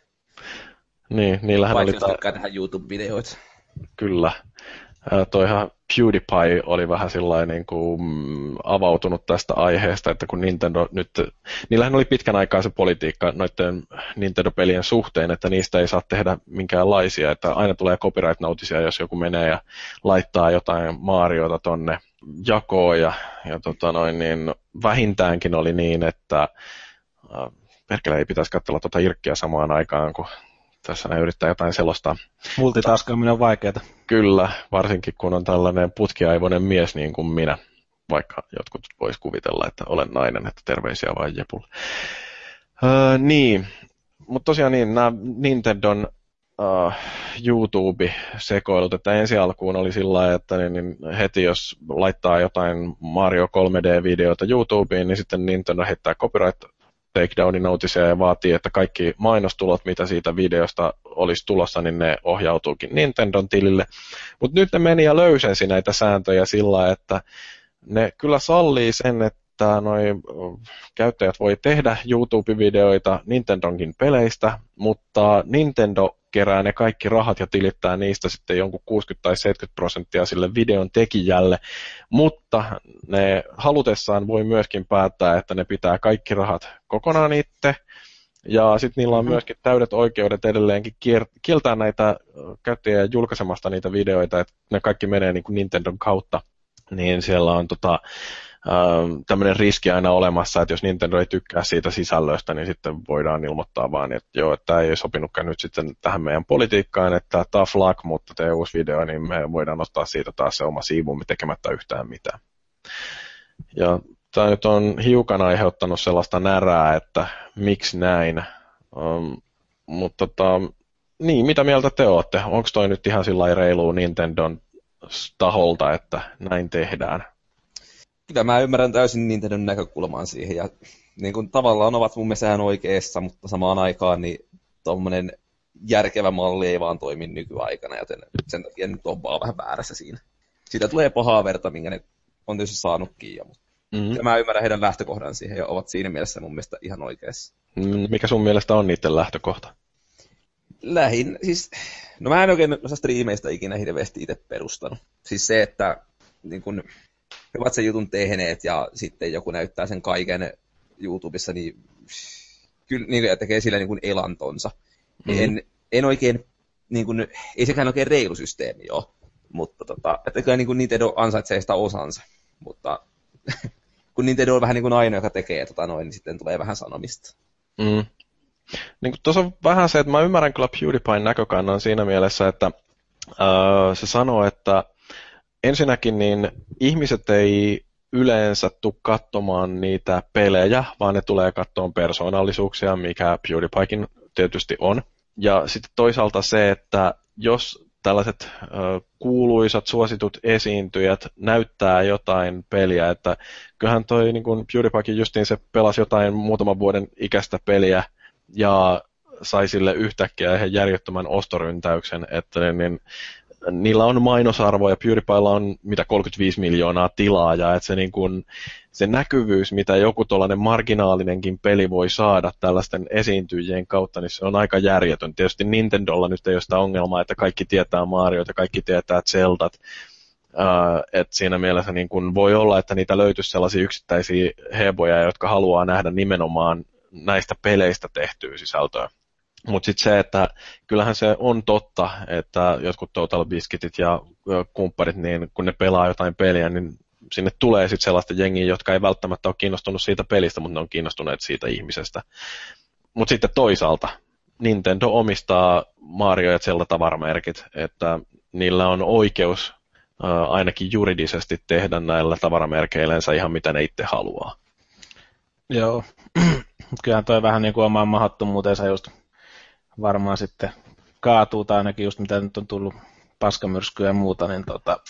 Niin, niillähän Vaikka oli... Vaikka jos tykkää tehdä YouTube-videoita. Kyllä. Toihan PewDiePie oli vähän sillain niin kuin avautunut tästä aiheesta, että kun Nintendo nyt, niillähän oli pitkän aikaa se politiikka noiden Nintendo-pelien suhteen, että niistä ei saa tehdä minkäänlaisia, että aina tulee copyright-noutisia, jos joku menee ja laittaa jotain Mariota tonne jakoon ja, ja tota noin, niin vähintäänkin oli niin, että äh, perkele ei pitäisi katsella tuota Irkkiä samaan aikaan, kun tässä ne yrittää jotain selostaa. Multitaskaaminen on vaikeaa. Kyllä, varsinkin kun on tällainen putkiaivoinen mies niin kuin minä, vaikka jotkut vois kuvitella, että olen nainen, että terveisiä vain Jepulle. Öö, niin, mutta tosiaan niin, nämä Nintendon uh, YouTube-sekoilut, että ensi alkuun oli sillä lailla, että niin, niin heti jos laittaa jotain Mario kolme D-videota YouTubeen, niin sitten Nintendo heittää copyright takedownin noutisia ja vaatii, että kaikki mainostulot, mitä siitä videosta olisi tulossa, niin ne ohjautuukin Nintendon tilille. Mutta nyt ne meni ja löysensi näitä sääntöjä sillä, että ne kyllä sallii sen, että noi käyttäjät voi tehdä YouTube-videoita Nintendonkin peleistä, mutta Nintendo kerää ne kaikki rahat ja tilittää niistä sitten jonkun kuusikymmentä tai seitsemänkymmentä prosenttia sille videon tekijälle, mutta ne halutessaan voi myöskin päättää, että ne pitää kaikki rahat kokonaan itse, ja sitten niillä on myöskin täydet oikeudet edelleenkin kieltää näitä käyttäjiä julkaisemasta niitä videoita, että ne kaikki menee niin kuin Nintendon kautta, niin siellä on tota, tämmöinen riski aina olemassa, että jos Nintendo ei tykkää siitä sisällöstä, niin sitten voidaan ilmoittaa vaan, että joo, että tämä ei sopinutkaan nyt sitten tähän meidän politiikkaan, että tough luck, mutta tee uusi video, niin me voidaan ottaa siitä taas se oma siivumme tekemättä yhtään mitään. Ja tämä nyt on hiukan aiheuttanut sellaista närää, että miksi näin, um, mutta tota, niin, mitä mieltä te olette? Onko toi nyt ihan sillä reilu Nintendon taholta, että näin tehdään? Kyllä mä ymmärrän täysin Nintendon näkökulmaan siihen, ja niin kuin tavallaan ovat mun mielestä ihan oikeassa, mutta samaan aikaan niin tommonen järkevä malli ei vaan toimi nykyaikana, joten sen takia nyt on vaan vähän väärässä siinä. siitä tulee pahaa verta, minkä ne on tietysti saanutkin. Ja, mutta mm-hmm. mä ymmärrän heidän lähtökohdan siihen ja ovat siinä mielessä mun mielestä ihan oikeassa. Mikä sun mielestä on niiden lähtökohta? Lähin, siis, no mä en oikein noista striimeistä ikinä hirveästi itse perustanut. Siis se, että niin kun, he ovat sen jutun tehneet ja sitten joku näyttää sen kaiken YouTubessa, niin kyllä niin, ja tekee sillä niin kuin elantonsa. Mm-hmm. En, en oikein, niin kuin, ei sekään oikein reilu systeemi ole, mutta tota, että kyllä niin kuin Nintendo ansaitsee sitä osansa, mutta kun Nintendo on vähän niin kuin ainoa, joka tekee tota noin, niin sitten tulee vähän sanomista. Mm. Niin tuossa on vähän se, että mä ymmärrän kyllä PewDiePien näkökannan siinä mielessä, että äh, se sanoo, että ensinnäkin niin ihmiset ei yleensä tule katsomaan niitä pelejä, vaan ne tulee katsomaan persoonallisuuksia, mikä PewDiePiekin tietysti on. Ja sitten toisaalta se, että jos tällaiset ö, kuuluisat, suositut esiintyjät näyttää jotain peliä, että kyllähän toi niin kuin PewDiePiekin justiin se pelasi jotain muutaman vuoden ikäistä peliä ja sai sille yhtäkkiä ihan järjettömän ostoryntäyksen, että niin, niillä on mainosarvo ja PewDiePiella on mitä kolmekymmentäviisi miljoonaa tilaajaa, että se, niin kuin, se näkyvyys, mitä joku tuollainen marginaalinenkin peli voi saada tällaisten esiintyjien kautta, niin se on aika järjetön. Tietysti Nintendolla nyt ei ole sitä ongelmaa, että kaikki tietää Mariot ja kaikki tietää Zeldat, uh, että siinä mielessä niin kuin voi olla, että niitä löytyisi sellaisia yksittäisiä heboja, jotka haluaa nähdä nimenomaan näistä peleistä tehtyä sisältöä. Mutta sitten se, että kyllähän se on totta, että jotkut Total Biscuitit ja kumpparit, niin kun ne pelaa jotain peliä, niin sinne tulee sitten sellaista jengiä, jotka ei välttämättä ole kiinnostunut siitä pelistä, mutta ne on kiinnostuneet siitä ihmisestä. Mutta sitten toisaalta Nintendo omistaa Mario ja Zelda-tavaramerkit, että niillä on oikeus äh, ainakin juridisesti tehdä näillä tavaramerkeillensä ihan mitä ne itse haluaa. Joo, kyllähän toi vähän niin kuin omaan mahdottomuutensa just varmaan sitten kaatuu, tai ainakin just mitä nyt on tullut paskamyrskyä ja muuta, niin tota,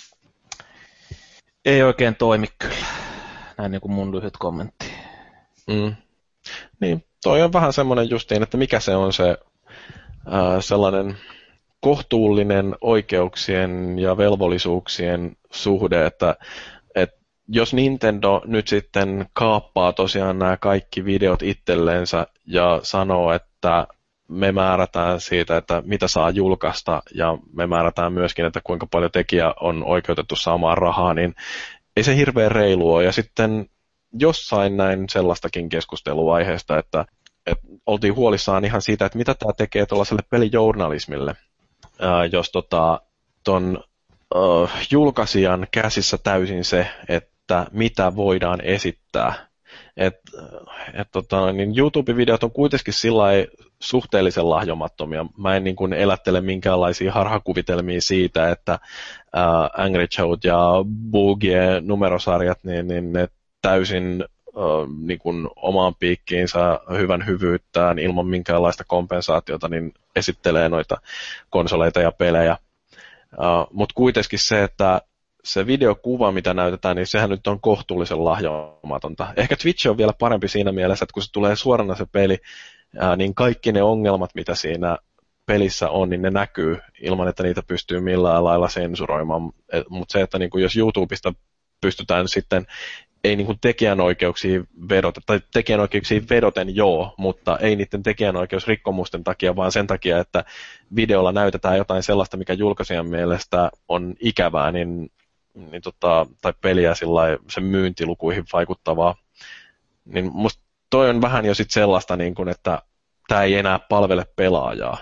ei oikein toimi kyllä. Näin niin kuin mun lyhyt kommentti. Mm. Niin, toi on vähän semmoinen justiin, että mikä se on se ää, sellainen kohtuullinen oikeuksien ja velvollisuuksien suhde, että et jos Nintendo nyt sitten kaappaa tosiaan nämä kaikki videot itselleensä ja sanoo, että me määrätään siitä, että mitä saa julkaista, ja me määrätään myöskin, että kuinka paljon tekijä on oikeutettu saamaan rahaa, niin ei se hirveän reilu ole. Ja sitten jossain näin sellaistakin keskusteluaiheesta, että, että oltiin huolissaan ihan siitä, että mitä tämä tekee tuollaiselle pelijournalismille, ää, jos tota, ton äh, julkaisijan käsissä täysin se, että mitä voidaan esittää. Et, et, tota, niin YouTube-videot on kuitenkin sillai suhteellisen lahjomattomia. Mä en niin kuin elättele minkäänlaisia harhakuvitelmia siitä, että ää, Angry Joe ja Boogie numerosarjat, niin, niin ne täysin ää, niin kuin omaan piikkiinsä hyvän hyvyyttään ilman minkäänlaista kompensaatiota niin esittelee noita konsoleita ja pelejä. Mutta kuitenkin se, että se videokuva, mitä näytetään, niin sehän nyt on kohtuullisen lahjomatonta. Ehkä Twitch on vielä parempi siinä mielessä, että kun se tulee suorana se peli, ää, niin kaikki ne ongelmat, mitä siinä pelissä on, niin ne näkyy ilman, että niitä pystyy millään lailla sensuroimaan. Mutta se, että niin kuin jos YouTubesta pystytään sitten, ei niin kuin tekijänoikeuksiin vedota, tai tekijänoikeuksiin vedoten joo, mutta ei niiden tekijänoikeusrikkomusten takia, vaan sen takia, että videolla näytetään jotain sellaista, mikä julkaisijan mielestä on ikävää, niin niin tota, tai peliä sillai, sen myyntilukuihin vaikuttavaa, niin musta toi on vähän jo sit sellaista, niin kun, että tämä ei enää palvele pelaajaa.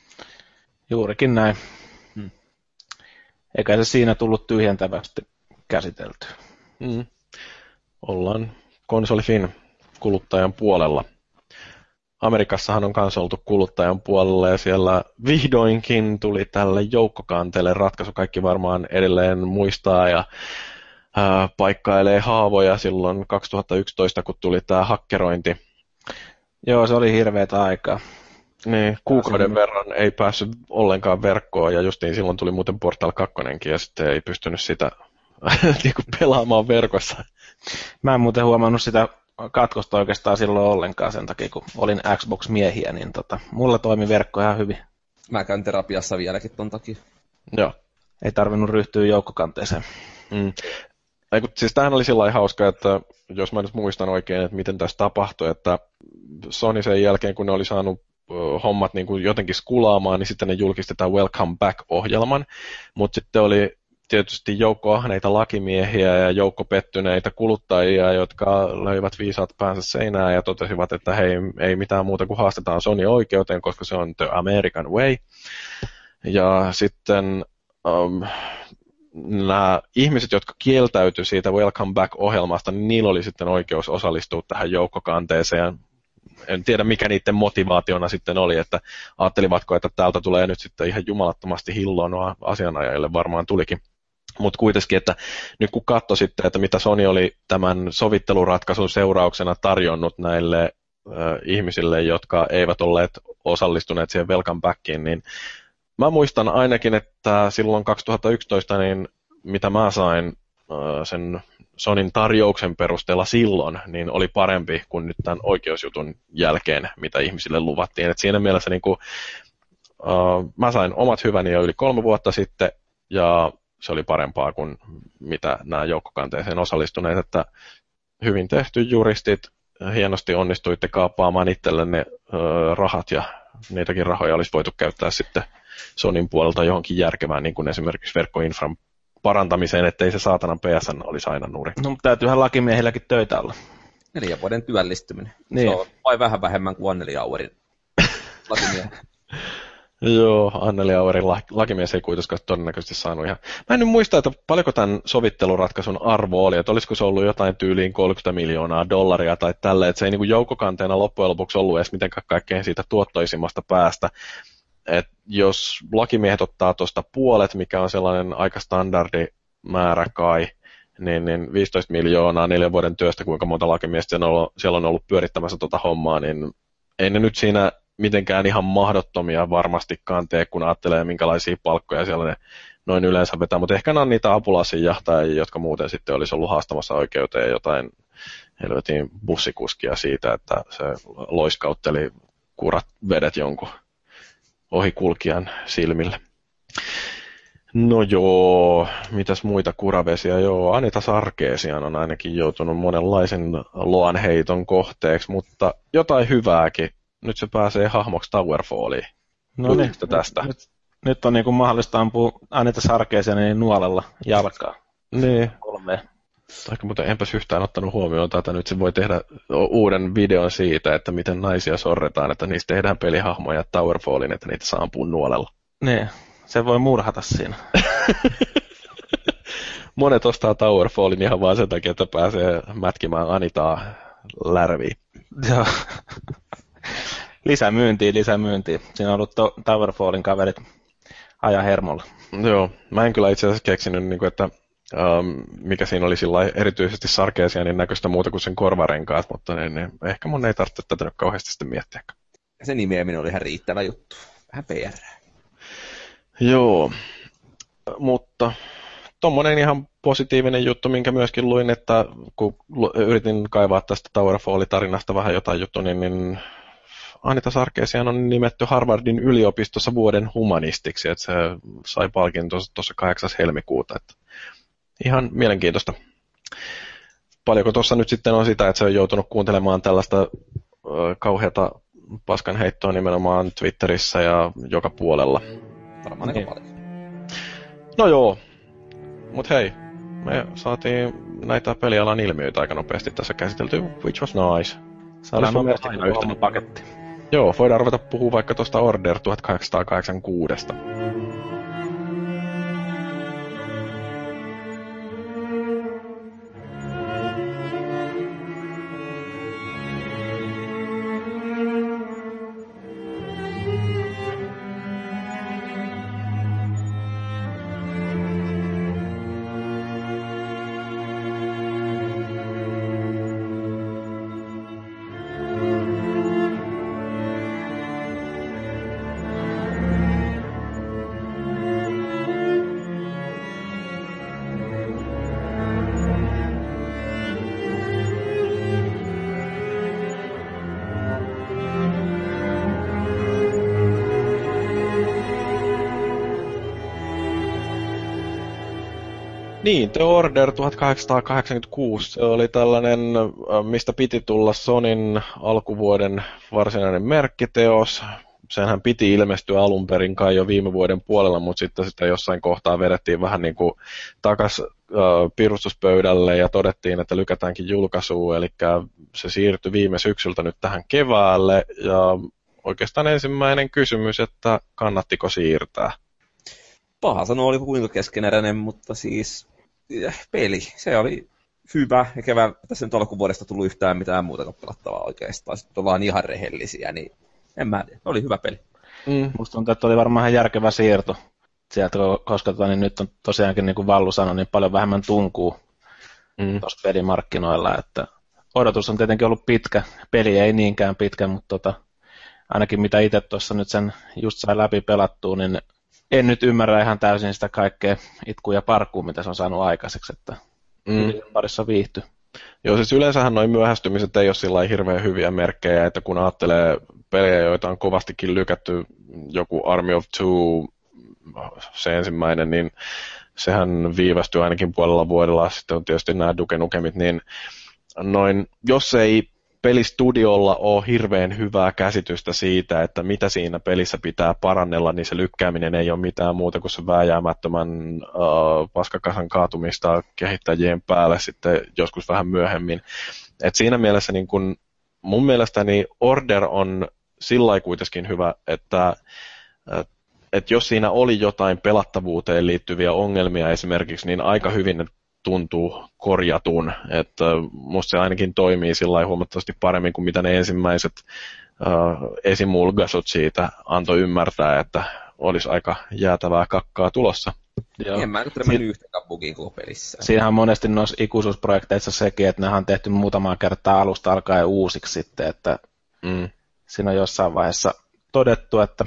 Juurikin näin. Hmm. Eikä se siinä tullut tyhjentävästi käsitelty. Hmm. Ollaan konsolifin kuluttajan puolella. Amerikassahan on kanssa oltu kuluttajan puolella ja siellä vihdoinkin tuli tälle joukkokanteelle ratkaisu. Kaikki varmaan edelleen muistaa ja ää, paikkailee haavoja silloin kaksituhattayksitoista, kun tuli tämä hakkerointi. Joo, se oli hirveätä aikaa. Niin, kuukauden verran ei päässyt ollenkaan verkkoon ja justiin silloin tuli muuten Portal kaksi ja sitten ei pystynyt sitä niinku pelaamaan verkossa. Mä en muuten huomannut sitä katkosta oikeastaan silloin ollenkaan sen takia, kun olin Xbox-miehiä, niin tota, mulla toimi verkko ihan hyvin. Mä käyn terapiassa vieläkin ton takia. Joo. Ei tarvinnut ryhtyä joukkokanteeseen. Mm. Eiku, siis tämähän oli sillä lailla hauska, että jos mä nyt muistan oikein, että miten tässä tapahtui, että Sony sen jälkeen, kun ne oli saanut hommat niin kuin jotenkin skulaamaan, niin sitten ne julkisti tämän Welcome Back-ohjelman, mutta sitten oli tietysti joukko ahneita lakimiehiä ja joukko pettyneitä kuluttajia, jotka löivät viisaat päänsä seinään ja totesivat, että hei, ei mitään muuta kuin haastetaan Sony oikeuteen, koska se on the American way. Ja sitten um, nämä ihmiset, jotka kieltäytyi siitä Welcome Back-ohjelmasta, niin niillä oli sitten oikeus osallistua tähän joukkokanteeseen. En tiedä, mikä niiden motivaationa sitten oli, että ajattelivatko, että täältä tulee nyt sitten ihan jumalattomasti hilloa asianajajille, varmaan tulikin. Mutta kuitenkin, että nyt kun katsoi sitten, että mitä Sony oli tämän sovitteluratkaisun seurauksena tarjonnut näille äh, ihmisille, jotka eivät olleet osallistuneet siihen Welcome Backiin, niin mä muistan ainakin, että silloin kaksituhattayksitoista, niin mitä mä sain äh, sen Sonyn tarjouksen perusteella silloin, niin oli parempi kuin nyt tämän oikeusjutun jälkeen, mitä ihmisille luvattiin. Et siinä mielessä niin kuin, uh, mä sain omat hyväni jo yli kolme vuotta sitten, ja se oli parempaa kuin mitä nämä joukkokanteeseen osallistuneet. Että hyvin tehty juristit, hienosti onnistuitte kaappaamaan itsellenne uh, rahat, ja niitäkin rahoja olisi voitu käyttää sitten Sonyn puolelta johonkin järkevään, niin kuin esimerkiksi verkkoinfran parantamiseen, ettei se saatanan P S N olisi aina nuuri. No, mutta täytyyhän lakimiehilläkin töitä olla. Neljän vuoden työllistyminen. Niin. Se on vai vähän vähemmän kuin Anneli Auerin lakimiehen. Joo, Anneli Auerin lakimies ei kuitenkaan todennäköisesti saanut ihan. Mä en nyt muista, että paljonko tämän sovitteluratkaisun arvo oli, että olisiko se ollut jotain tyyliin kolmekymmentä miljoonaa dollaria tai tälleen, että se ei niin kuin joukkokanteena loppujen lopuksi ollut edes mitenkään kaikkein siitä tuottoisimmasta päästä. että jos lakimiehet ottaa tuosta puolet, mikä on sellainen aika standardi määrä kai, niin, niin viisitoista miljoonaa neljän vuoden työstä, kuinka monta lakimiestä siellä on ollut, siellä on ollut pyörittämässä tuota hommaa, niin ei ne nyt siinä mitenkään ihan mahdottomia varmastikaan tee, kun ajattelee, minkälaisia palkkoja siellä ne noin yleensä vetää, mutta ehkä ne on niitä apulaisia tai jotka muuten sitten olisi ollut haastamassa oikeuteen jotain helvetin bussikuskia siitä, että se loiskautteli kurat vedet jonkun ohikulkijan silmille. No joo, mitäs muita kuravesiä? Joo, Anita Sarkeesian on ainakin joutunut monenlaisen loanheiton kohteeksi, mutta jotain hyvääkin. Nyt se pääsee hahmoksi Towerfalliin. No niin, tästä? Nyt, nyt on niin kuin mahdollista ampua Anita Sarkeesianin nuolella jalkaa. Niin. Kolmeen. Taikka muuten enpäs yhtään ottanut huomioon tätä. Nyt se voi tehdä uuden videon siitä, että miten naisia sorretaan, että niistä tehdään pelihahmoja Towerfallin, että niitä saa ampua nuolella. Niin, se voi murhata siinä. Monet ostaa Towerfallin ihan vaan sen takia, että pääsee mätkimään Anitaa lärviin. Joo. Lisämyyntiin, lisämyyntiin. Siinä on ollut to- Towerfallin kaverit ajan hermolla. Joo, mä en kyllä itse asiassa keksinyt, että Um, mikä siinä oli sillä erityisesti Sarkeesianin näköistä muuta kuin sen korvarenkaat, mutta niin, niin, ehkä mun ei tarvitse tätä nyt kauheasti sitten miettiä. Se nimeäminen oli ihan riittävä juttu. Vähän P R. Joo, mutta tommonen ihan positiivinen juttu, minkä myöskin luin, että kun yritin kaivaa tästä Towerfall-tarinasta vähän jotain juttua, niin, niin Anita Sarkeesian on nimetty Harvardin yliopistossa vuoden humanistiksi, että se sai palkinnon tuossa kahdeksas helmikuuta, että ihan mielenkiintoista. Paljonko tuossa nyt sitten on sitä, että se on joutunut kuuntelemaan tällaista ö, kauheata paskanheittoa nimenomaan Twitterissä ja joka puolella. Varmaan aika paljon. No joo, mut hei, me saatiin näitä pelialan ilmiöitä aika nopeasti tässä käsitelty, which was nice. Saadaan nopeasti aina paketti. Joo, voidaan ruveta puhua vaikka tuosta Order tuhatkahdeksansataakahdeksankymmentäkuusi. Niin, The Order tuhatkahdeksansataakahdeksankymmentäkuusi, se oli tällainen, mistä piti tulla Sonyn alkuvuoden varsinainen merkkiteos. Senhän piti ilmestyä alun perin kai jo viime vuoden puolella, mutta sitten sitä jossain kohtaa vedettiin vähän niin kuin takas äh, pirustuspöydälle ja todettiin, että lykätäänkin julkaisuun, eli se siirtyi viime syksyltä nyt tähän keväälle, ja oikeastaan ensimmäinen kysymys, että kannattiko siirtää? Paha sanoa, oli kuinka keskeneräinen, mutta siis peli, se oli hyvä, ja kevään tässä nyt alkuvuodesta tullut yhtään mitään muuta pelattavaa oikeastaan, sitten ollaan ihan rehellisiä, niin en mä tiedä, oli hyvä peli. Mm. Musta tuntuu, että oli varmaan ihan järkevä siirto sieltä, koska tota, niin nyt on tosiaankin, niin kuin Vallu sanoi, niin paljon vähemmän tunkuu mm. tuossa pelimarkkinoilla, että odotus on tietenkin ollut pitkä, peli ei niinkään pitkä, mutta tota, ainakin mitä itse tuossa nyt sen just sai läpi pelattua, niin en nyt ymmärrä ihan täysin sitä kaikkea itkua ja parkkua, mitä se on saanut aikaiseksi, että mm. parissa viihtyy. Joo, siis yleensähän noin myöhästymiset ei ole sillä hirveän hyviä merkkejä, että kun ajattelee pelejä, joita on kovastikin lykätty, joku Army of Two, se ensimmäinen, niin sehän viivästyy ainakin puolella vuodella, sitten on tietysti nämä Duke Nukemit, niin noin, jos ei pelistudiolla ole hirveän hyvää käsitystä siitä, että mitä siinä pelissä pitää parannella, niin se lykkääminen ei ole mitään muuta kuin se vääjäämättömän uh, paskakasan kaatumista kehittäjien päälle sitten joskus vähän myöhemmin. Et siinä mielessä niin kun, mun mielestäni Order on sillä kuitenkin hyvä, että et, et jos siinä oli jotain pelattavuuteen liittyviä ongelmia esimerkiksi, niin aika hyvin ne tuntuu korjatun, että musta se ainakin toimii sillä huomattavasti paremmin kuin mitä ne ensimmäiset uh, esimulgasut siitä antoi ymmärtää, että olisi aika jäätävää kakkaa tulossa. Joo. En mä nyt mennyt yhtäkään bugiin koko pelissä. Siinähän on monesti noissa ikuisuusprojekteissa sekin, että nehän on tehty muutamaa kertaa alusta alkaen uusiksi sitten, että mm. siinä on jossain vaiheessa todettu, että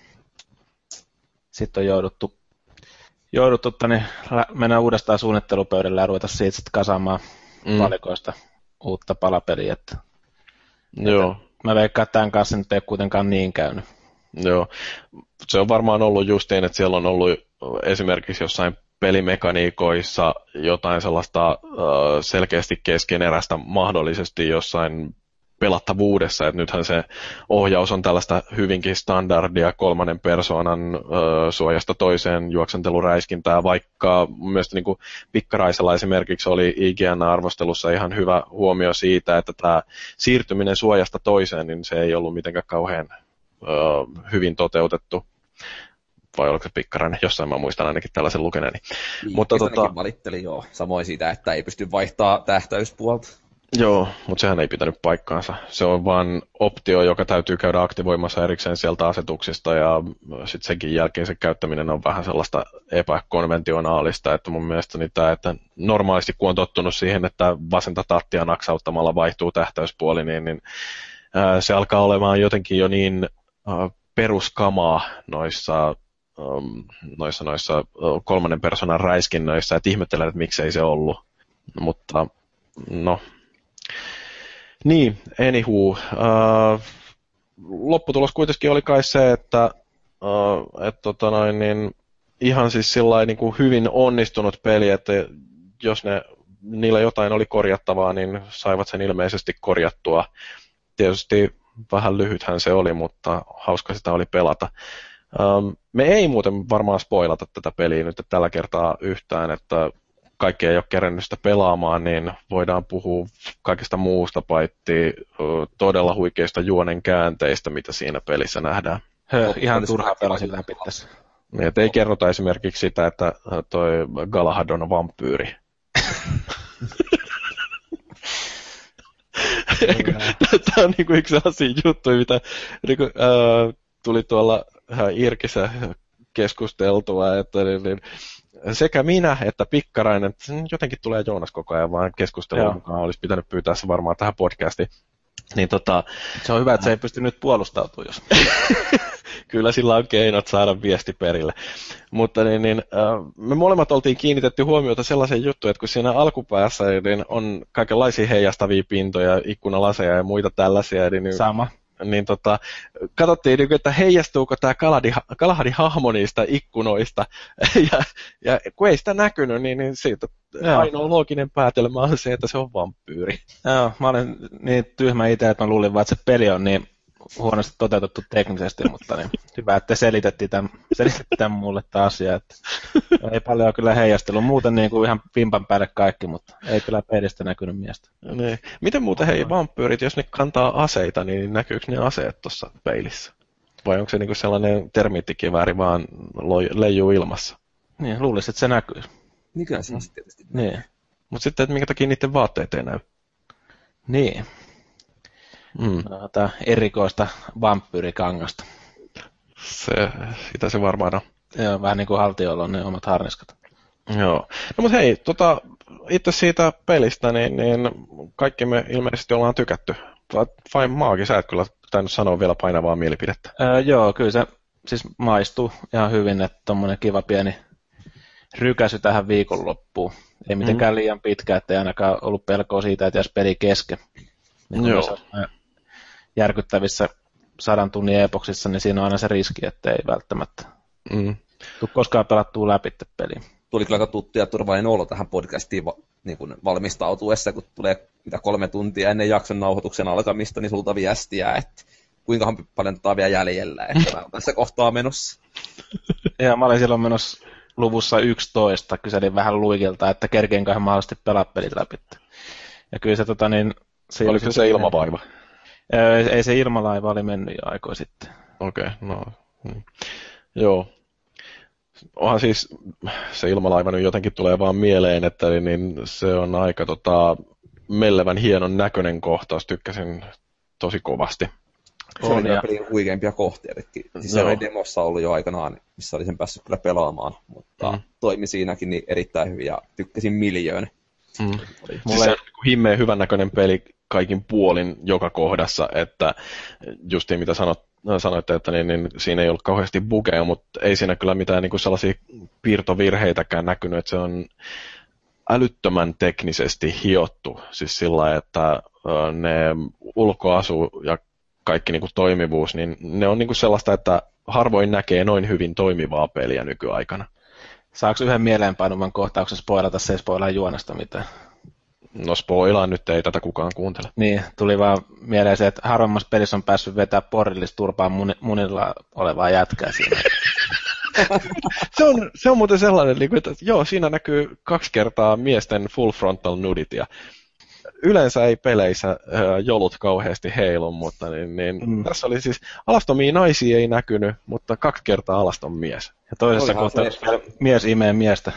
sitten on jouduttu jouduttu tänne mennä uudestaan suunnittelupöydälle ja ruveta siitä sitten kasaamaan mm. valikoista uutta palapeliä. Että, Joo. Että mä veikkaan, että tämän kanssa nyt ei kuitenkaan niin käynyt. Joo, se on varmaan ollut justiin, että siellä on ollut esimerkiksi jossain pelimekaniikoissa jotain sellaista uh, selkeästi keskeneräistä mahdollisesti jossain pelattavuudessa, että nythän se ohjaus on tällaista hyvinkin standardia kolmannen persoonan ö, suojasta toiseen juoksenteluräiskintää, vaikka mielestäni niin Pikkaraisella esimerkiksi oli I G N-arvostelussa ihan hyvä huomio siitä, että tämä siirtyminen suojasta toiseen, niin se ei ollut mitenkään kauhean ö, hyvin toteutettu. Vai oliko se Pikkarainen? Jossain mä muistan ainakin tällaisen lukeneeni. Niin, mutta tota... valitteli joo, samoin siitä, että ei pysty vaihtaa tähtäyspuolta. Joo, mutta sehän ei pitänyt paikkaansa. Se on vain optio, joka täytyy käydä aktivoimassa erikseen sieltä asetuksista, ja sitten senkin jälkeen se käyttäminen on vähän sellaista epäkonventionaalista, että mun mielestäni tämä, että normaalisti kun on tottunut siihen, että vasenta tattia naksauttamalla vaihtuu tähtäyspuoli, niin, niin ää, se alkaa olemaan jotenkin jo niin ää, peruskamaa noissa, äm, noissa, noissa kolmannen persoonan räiskinnöissä, että ihmettelen, että miksei se ollut. Mutta no... Niin, anywho. Uh, lopputulos kuitenkin oli kai se, että uh, et, tota noin, niin, ihan siis sillain, niin kuin hyvin onnistunut peli, että jos ne, niillä jotain oli korjattavaa, niin saivat sen ilmeisesti korjattua. Tietysti vähän lyhythän se oli, mutta hauska sitä oli pelata. Um, me ei muuten varmaan spoilata tätä peliä nyt tällä kertaa yhtään, että kaikki ei ole kerännyt sitä pelaamaan, niin voidaan puhua kaikesta muusta paitsi todella huikeista juonen käänteistä, mitä siinä pelissä nähdään. Höh, ihan turhaa pelasin läpi tässä. Niin, ei kerrota esimerkiksi sitä, että toi Galahad on vampyyri. Tämä on niinku yksi sellaisia juttuja, mitä niinku, äh, tuli tuolla Irkissä keskusteltua, että niin, niin, sekä minä että Pikkarainen, jotenkin tulee Joonas koko ajan vaan keskustelua mukaan, olisi pitänyt pyytää se varmaan tähän podcastiin. Niin tota, se on hyvä, että se ei pysty nyt puolustautumaan, jos... Kyllä sillä on keinot saada viesti perille. Mutta niin, niin, me molemmat oltiin kiinnitetty huomiota sellaiseen juttuun, että kun siinä alkupäässä niin on kaikenlaisia heijastavia pintoja, ikkunalaseja ja muita tällaisia. Niin Sama. niin tota, katsottiin, että heijastuuko tämä Galahadin hahmo niistä ikkunoista, ja, ja kun ei sitä näkynyt, niin, niin siitä Joo. ainoa looginen päätelmä on se, että se on vampyyri. Joo, mä olin niin tyhmä itse, että mä luulin vaan, että se peli on niin huonosti toteutettu teknisesti, mutta niin, hyvä, että selitettiin tämän, selitettiin tämän mulle tämä asia. Että ei paljon kyllä heijastelua. Muuten niin kuin ihan vimpan päälle kaikki, mutta ei kyllä pelistä näkynyt miestä. Niin. Miten muuten hei vampyyrit, jos ne kantaa aseita, niin näkyykö ne aseet tuossa peilissä? Vai onko se niin kuin sellainen termiittikivääri vaan leijuu ilmassa? Niin, luulisin, että se näkyy. Niin kyllä se on tietysti. Niin. Mutta sitten, että minkä takia niiden vaatteet ei näy? Niin. Mm. No, tämä erikoista vampyyrikangasta. Se, sitä se varmaan on. Joo, vähän niin kuin haltijoilla on ne omat harniskat. Joo. No mutta hei, tota, itse siitä pelistä, niin, niin kaikki me ilmeisesti ollaan tykätty. Vai Maagi, sä et kyllä tainnut sanoa vielä painavaa mielipidettä. Öö, joo, kyllä se siis maistuu ihan hyvin, että tommonen kiva pieni rykäsy tähän viikonloppuun. Ei mitenkään mm. liian pitkä, ettei ainakaan ollut pelkoa siitä, että jäisi peli kesken. Niin joo. Järkyttävissä sadan tunnin epoksissa, niin siinä on aina se riski, että ei välttämättä mm. tule koskaan pelattua läpi peliä. Tuli kyllä aika tuttu ja turvallinen olo tähän podcastiin va- niin kuin valmistautuessa, kun tulee mitä kolme tuntia ennen jakson nauhoituksen alkamista, niin sulta viestiä, että kuinka paljon tätä on vielä jäljellä, että mä olen tässä kohtaa menossa. Ja mä olin silloin menossa luvussa yksitoista, kyselin vähän luikilta, että kerkeenköhän mahdollisesti pelaa pelit läpi. Ja kyllä se tota niin... Se Oliko se, se ilmavaiva? Ei, ei se ilmalaiva oli mennyt jo aikoja sitten. Okei, okay, no. Hmm. Joo. Onhan siis se ilmalaiva nyt jotenkin tulee vaan mieleen, että niin se on aika tota, mellevän hienon näköinen kohtaus. Tykkäsin tosi kovasti. Se oli ja... pelin huikeimpia kohtia. Siis se oli demossa ollut jo aikanaan, missä oli sen päässyt kyllä pelaamaan. Mutta mm. toimi siinäkin niin erittäin hyvin ja tykkäsin miljöön. Mm. Mulle... Siis se on himmeen hyvännäköinen peli kaikin puolin joka kohdassa, että justiin mitä sanot, sanoitte, että niin, niin siinä ei ollut kauheasti bugeja, mutta ei siinä kyllä mitään niin kuin sellaisia piirtovirheitäkään näkynyt, että se on älyttömän teknisesti hiottu, siis sillä lailla, että ne ulkoasu ja kaikki niin kuin toimivuus, niin ne on niin kuin sellaista, että harvoin näkee noin hyvin toimivaa peliä nykyaikana. Saako yhden mieleenpainuvan kohtauksen spoilata, se ei spoilaa juonesta mitään? No spoilaan, nyt ei tätä kukaan kuuntele. Niin, tuli vaan mieleen se, että harvemmassa pelissä on päässyt vetää porrillisturpaan munilla olevaa jätkää siinä. se, on, se on muuten sellainen, että joo, siinä näkyy kaksi kertaa miesten full frontal nuditia. Yleensä ei peleissä äh, jolut kauheasti heilu, mutta niin, niin mm. tässä oli siis alastomia naisia ei näkynyt, mutta kaksi kertaa alaston mies. Ja toisessa kohtaa mies imee miestä.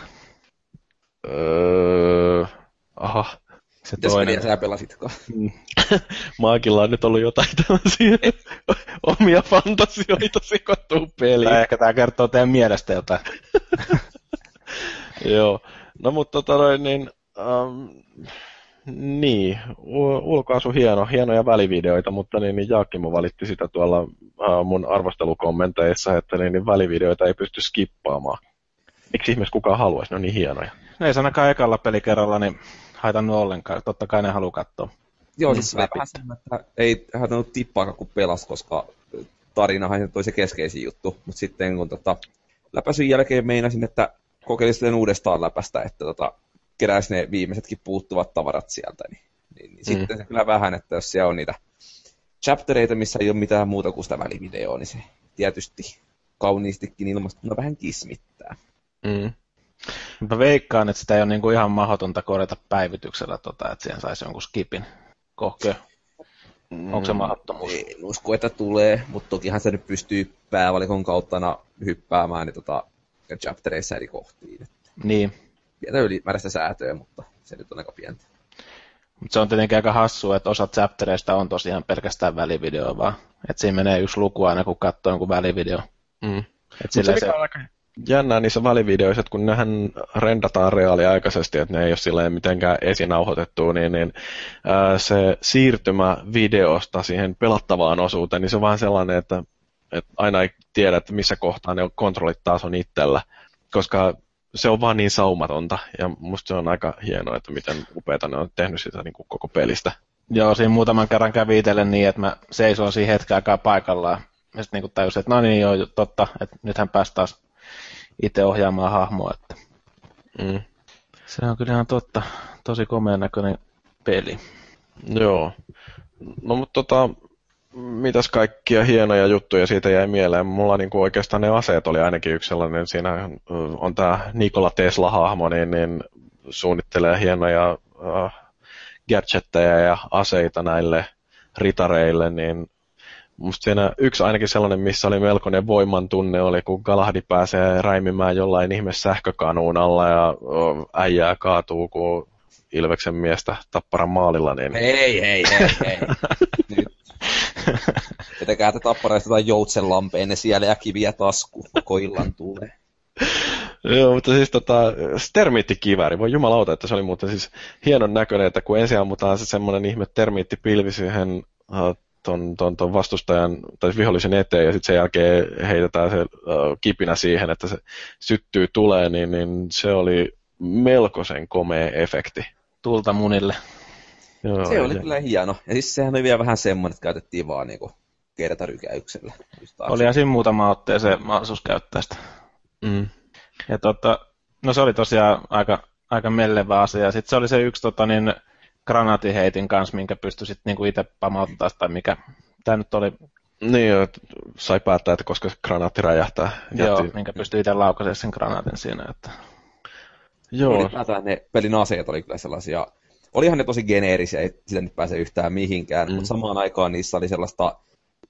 Öö, aha. Se toinen. Jos sä pelasitkaan. Maakilla on nyt ollut jotain tällaisia omia fantasioita sekoittuu peliin. Tai ehkä tää kertoo teidän mielestä jotain. Joo. No mutta tota niin... Um, Niin, ulkoasu hieno, hienoja välivideoita, mutta niin, niin Jaakkimo valitti sitä tuolla uh, mun arvostelukommenteissa, että niin, niin välivideoita ei pysty skippaamaan. Miksi ihmeessä kukaan haluaisi, ne on niin hienoja? No ei se ainakaan ekalla pelikerralla niin haitannut ollenkaan, totta kai ne haluaa katsoa. Joo, siis vähän sen, että ei haitannut tippaakaan kun pelas, koska tarinahan toi se keskeisin juttu, mutta sitten kun tota, läpäisyn jälkeen meinasin, että kokeilisin uudestaan läpästä, että tota, keräisi ne viimeisetkin puuttuvat tavarat sieltä, niin, niin, niin mm. sitten se kyllä vähän, että jos siellä on niitä chaptereita, missä ei ole mitään muuta kuin sitä välivideoa, niin se tietysti kauniistikin ilmastuna vähän kismittää. Mm. Mä veikkaan, että sitä ei ole niinku ihan mahdotonta korjata päivityksellä, tota, että siihen saisi jonkun skipin. Kohkö? Mm. Onko se mahdottomuus? En usko, että tulee, mutta tokihan se nyt pystyy päävalikon kauttana hyppäämään niin tota, chaptereissa eri kohtiin. Niin. Pientä ylimääräistä säätöä, mutta se nyt on aika pientä. Mutta se on tietenkin aika hassua, että osa chaptereista on tosiaan pelkästään välivideo vaan. Että siinä menee yksi luku aina, kun katsoo jonkun välivideo. Mm. Et se, se on aika jännää niissä välivideoissa, että kun nehän rendataan reaaliaikaisesti, että ne ei ole silleen mitenkään esinauhoitettu, niin, niin ää, se siirtymä videosta siihen pelattavaan osuuteen, niin se on vaan sellainen, että, että aina ei tiedä, että missä kohtaa ne kontrollit taas on itsellä, koska se on vaan niin saumatonta, ja musta se on aika hienoa, että miten upeata ne on tehnyt sitä niin kuin koko pelistä. Joo, siinä muutaman kerran kävi itselle niin, että mä seisoin siinä hetken aikaa paikallaan. Ja sitten niin tajusin, että no niin joo, totta, että nythän pääsi taas itse ohjaamaan hahmoa. Että mm. Se on kyllä ihan totta, tosi komean näköinen peli. Joo. No mutta tota, mitäs kaikkia hienoja juttuja siitä jäi mieleen? Mulla niinku oikeastaan ne aseet oli ainakin yksi sellainen. Siinä on tää Nikola Tesla-hahmo, niin, niin suunnittelee hienoja uh, gadgetteja ja aseita näille ritareille, niin musta siinä yksi ainakin sellainen, missä oli melkoinen voimantunne, oli kun Galahdi pääsee räimimään jollain ihme sähkökanuun alla ja äijää kaatuu, kun Ilveksen miestä Tapparan maalilla. Niin... Hei, hei, hei, hei. Nyt. Etäkää te Tappareista tai Joutsenlampeen, ne siellä ja kiviä taskuun, koko illan tulee. Joo, mutta siis tota, termiittikivääri, voi jumalauta, että se oli muuten siis hienon näköinen, että kun ensin ammutaan se semmoinen ihme termiittipilvi siihen uh, ton, ton, ton vastustajan tai vihollisen eteen ja sitten sen jälkeen heitetään se uh, kipinä siihen, että se syttyy tulee, niin, niin se oli melkoisen komea efekti. Tulta munille. Joo, se oli ja... kyllä hieno. Ja siis sehän oli vielä vähän semmoinen, että käytettiin vaan niinku kertarykäyksellä. Oli siinä muutama otteeseen mahdollisuus käyttää sitä. Mm. Ja tota, no se oli tosiaan aika, aika mellevä asia. Sitten se oli se yksi tota, niin, granaatiheitin kanssa, minkä pystyi sitten niinku itse pamauttaa, tai mikä tämä nyt oli. Niin, sai päättää, että koska se granaatti räjähtää. Joo, jätti... minkä pystyi itse laukaisemaan sen granaatin siinä. Että... Joo. Ylipäätään ne pelin aseet oli kyllä sellaisia, olihan ne tosi geneerisiä, ei sitä nyt pääse yhtään mihinkään, mm. mutta samaan aikaan niissä oli sellaista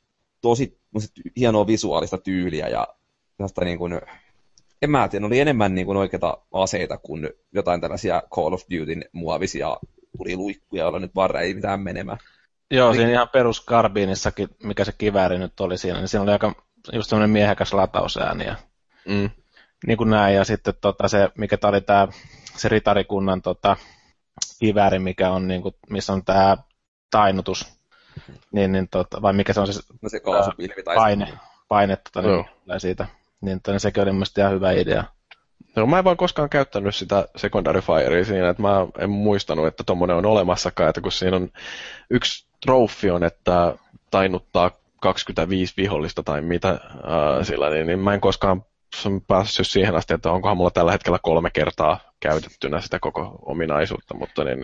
tosi hienoa visuaalista tyyliä ja sellaista niin kuin, en mä tiedä, oli enemmän niin kuin oikeita aseita kuin jotain tällaisia Call of Dutyn muovisia turiluikkuja, joilla nyt vaan ei mitään menemään. Joo, siinä ihan peruskarbiinissakin, mikä se kivääri nyt oli siinä, niin siinä oli aika just semmoinen miehekäs latausääni ja mm. niin kuin näin, ja sitten tota, se, mikä tämä oli tämä, se ritarikunnan tota, kivääri, mikä on, niin kuin, missä on tämä tainnutus, niin, niin, tota, vai mikä se on se, no se kaasupilvi tai paine, paine tota, niin, siitä, niin tota, sekin oli mielestäni ihan hyvä idea. No, mä en vaan koskaan käyttänyt sitä secondary firea siinä, että mä en muistanut, että tommonen on olemassakaan, että kun siinä on yksi trofi on, että tainnuttaa kaksikymmentäviisi vihollista tai mitä äh, sillä, niin, niin mä en koskaan päässyt siihen asti, että onkohan mulla tällä hetkellä kolme kertaa käytettynä sitä koko ominaisuutta, mutta niin,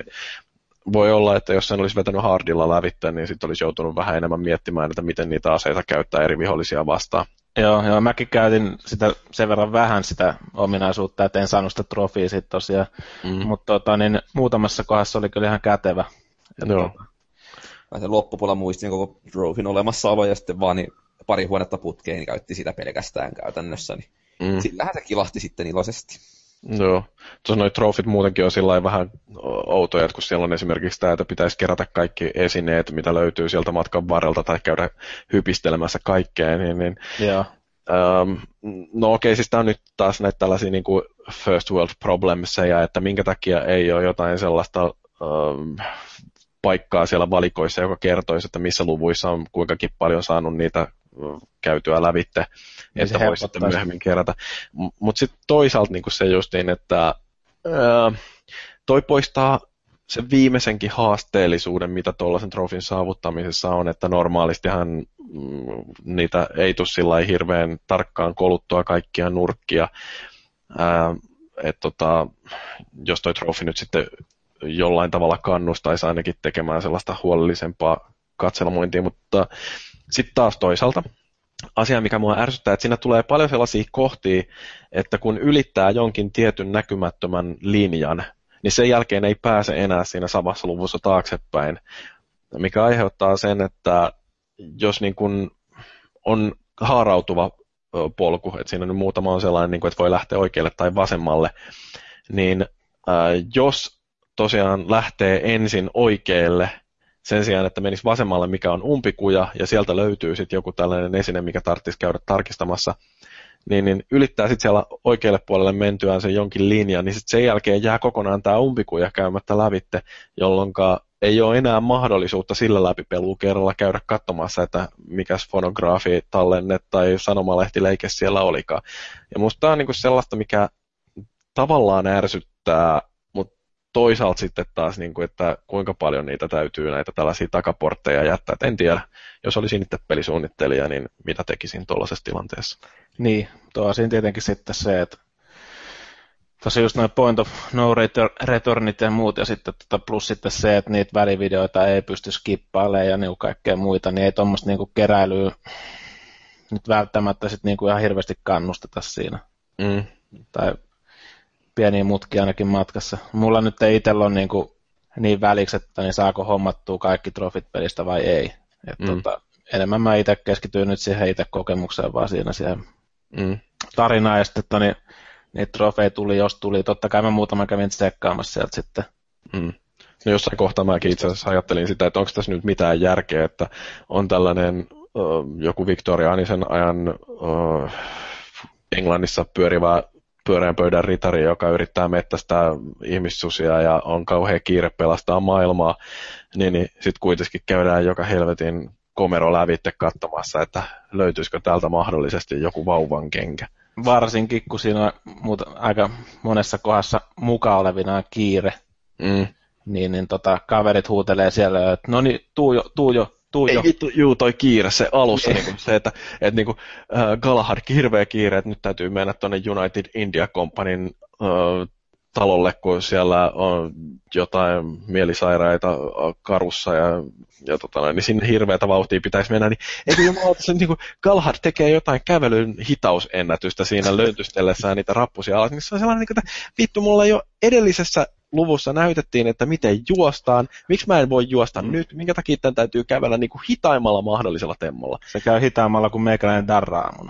voi olla, että jos sen olisi vetänyt hardilla lävittä, niin sitten olisi joutunut vähän enemmän miettimään, että miten niitä aseita käyttää eri vihollisia vastaan. Joo, joo, mäkin käytin sitä sen verran vähän sitä ominaisuutta, että en saanut sitä trofia sitten tosiaan, mm. mutta tota, niin, muutamassa kohdassa oli kyllä ihan kätevä. Joo. Mä sen loppupuolella muistin koko trofin olemassaolo ja sitten vaan niin pari huonetta putkeen niin käytti sitä pelkästään käytännössä, niin mm. sillähän se kilahti sitten iloisesti. Joo, tuossa noi trofit muutenkin on sillä vähän outoja, että kun siellä on esimerkiksi tämä, että pitäisi kerätä kaikki esineet, mitä löytyy sieltä matkan varrelta tai käydä hypistelemässä kaikkea, niin, niin Joo. Um, no okei, okay, siis tämä on nyt taas näitä tällaisia niin kuin first world problemseja, että minkä takia ei ole jotain sellaista um, paikkaa siellä valikoissa, joka kertoisi, että missä luvuissa on kuinkakin paljon saanut niitä käytyä lävitte, ja että voi sitten myöhemmin kerätä. Mutta sitten toisaalta niin se justiin, että ää, toi poistaa sen viimeisenkin haasteellisuuden, mitä tuollaisen trofin saavuttamisessa on, että normaalistihan mm, niitä ei tule sillä hirveän tarkkaan koluttua kaikkia nurkkia. Ää, et tota, jos toi trofi nyt sitten jollain tavalla kannustaisi ainakin tekemään sellaista huolellisempaa katselmointia, mutta sitten taas toisaalta asia, mikä mua ärsyttää, että siinä tulee paljon sellaisia kohtia, että kun ylittää jonkin tietyn näkymättömän linjan, niin sen jälkeen ei pääse enää siinä samassa luvussa taaksepäin, mikä aiheuttaa sen, että jos niin kun on haarautuva polku, että siinä nyt muutama on sellainen, että voi lähteä oikealle tai vasemmalle, niin jos tosiaan lähtee ensin oikealle, sen sijaan, että menisi vasemmalle, mikä on umpikuja, ja sieltä löytyy sitten joku tällainen esine, mikä tarvitsisi käydä tarkistamassa, niin, niin ylittää sitten siellä oikealle puolelle mentyään sen jonkin linjan, niin sitten sen jälkeen jää kokonaan tämä umpikuja käymättä lävitte, jolloin ei ole enää mahdollisuutta sillä läpipelua kerralla käydä katsomassa, että mikäs fonograafi, tallenne tai sanomalehtileike siellä olikaan. Ja musta tämä on niinku sellaista, mikä tavallaan ärsyttää, mutta toisaalta sitten taas, niin kuin, että kuinka paljon niitä täytyy näitä tällaisia takaportteja jättää. Et en tiedä, jos olisin itse pelisuunnittelija, niin mitä tekisin tuollaisessa tilanteessa. Niin, tuo siinä tietenkin sitten se, että tosiaan just noin point of no returnit ja muut, ja sitten tota, plus sitten se, että niitä välivideoita ei pysty skippailemaan ja niinku kaikkea muita, niin ei tuommoista niinku keräilyä nyt välttämättä sit niinku ihan hirveästi kannusteta siinä. Mm. Tai pieniä mutkia ainakin matkassa. Mulla nyt ei itsellä ole niinku niin väliksi, että niin saako hommattua kaikki trofit pelistä vai ei. Et mm. tota, enemmän mä itse keskityin nyt siihen itse kokemukseen, vaan siinä siihen mm. tarinaan, ja sitten että niin, niitä trofeja tuli, jos tuli. Totta kai mä muutaman kävin tsekkaamassa sieltä sitten. Mm. No jossain kohtaa mäkin itse asiassa ajattelin sitä, että onko tässä nyt mitään järkeä, että on tällainen uh, joku viktoriaanisen ajan uh, Englannissa pyörivä pyöreän pöydän ritari, joka yrittää mettästää ihmissusia ja on kauhean kiire pelastaa maailmaa, niin, niin sitten kuitenkin käydään joka helvetin komero lävitte katsomassa, että löytyisikö täältä mahdollisesti joku vauvan kenkä. Varsinkin, kun siinä on muuta, aika monessa kohdassa mukaan olevinaan kiire, mm. niin, niin tota, kaverit huutelee siellä, että no niin, tuu jo, tuu jo, tuu jo. Ei vittu, juu, toi kiire, se alussa niin kuin se, että, että niin kuin, äh, Galahad, hirveä kiire, että nyt täytyy mennä tuonne United India Companyn äh, talolle, kun siellä on jotain mielisairaita karussa ja, ja tota, niin sinne hirveätä vauhtia pitäisi mennä, niin eikö jumalauta se niin kuin Galahad tekee jotain kävelyn hitausennätystä siinä löytystellessään niitä rappusia alas, niin se on sellainen, niin kuin, että vittu, mulla jo edellisessä luvussa näytettiin, että miten juostaan, miksi mä en voi juosta mm. nyt, minkä takia tämän täytyy kävellä niin kuin hitaimmalla mahdollisella temmolla. Se käy hitaimmalla kuin meikäläinen darraamuna.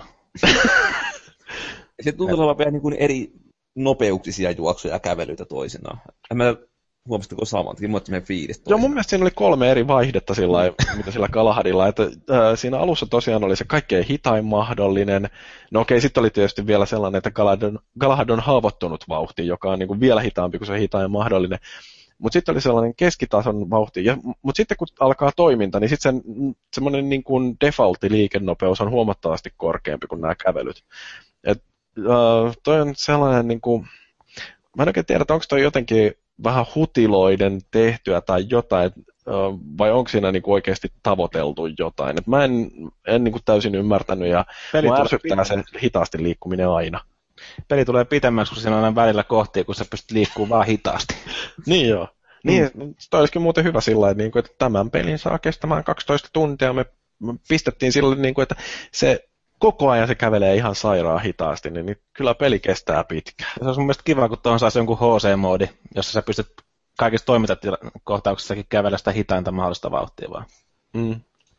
Se tuntuu olevan vielä niin kuin eri nopeuksisia juoksuja ja kävelyitä toisinaan. En mä huomasitko samantakin, mutta meidän fiilis toisinaan. Joo, mun mielestä siinä oli kolme eri vaihdetta sillä mitä sillä Galahadilla, että äh, siinä alussa tosiaan oli se kaikkein hitain mahdollinen. No okei, sitten oli tietysti vielä sellainen, että Galahad on, Galahad on haavoittunut vauhti, joka on niin kuin vielä hitaampi kuin se hitain mahdollinen. Mutta sitten oli sellainen keskitason vauhti, mutta sitten kun alkaa toiminta, niin sitten se, semmoinen niin kuin defaultti liikennopeus on huomattavasti korkeampi kuin nämä kävelyt. Et, äh, toi on sellainen, niin kuin, mä en oikein tiedä, onko toi jotenkin vähän hutiloiden tehtyä tai jotain, vai onko siinä niinku oikeasti tavoiteltu jotain. Et mä en, en niinku täysin ymmärtänyt, ja peli mua ärsyttää se hitaasti liikkuminen aina. Peli tulee pitemmäksi, kun siinä on välillä kohtia, kun sä pystyt liikkumaan vaan hitaasti. Niin joo. Niin, mm. Toi olisikin muuten hyvä sillä tavalla, että tämän pelin saa kestämään kaksitoista tuntia. Me pistettiin sille, että se koko ajan se kävelee ihan sairaan hitaasti, niin kyllä peli kestää pitkään. Se olisi mun mielestä kiva, kun tuohon saisi jonkun H C-moodi, jossa sä pystyt kaikissa toimintakohtauksissakin kävellä sitä hitainta mahdollista vauhtia vaan. Mm.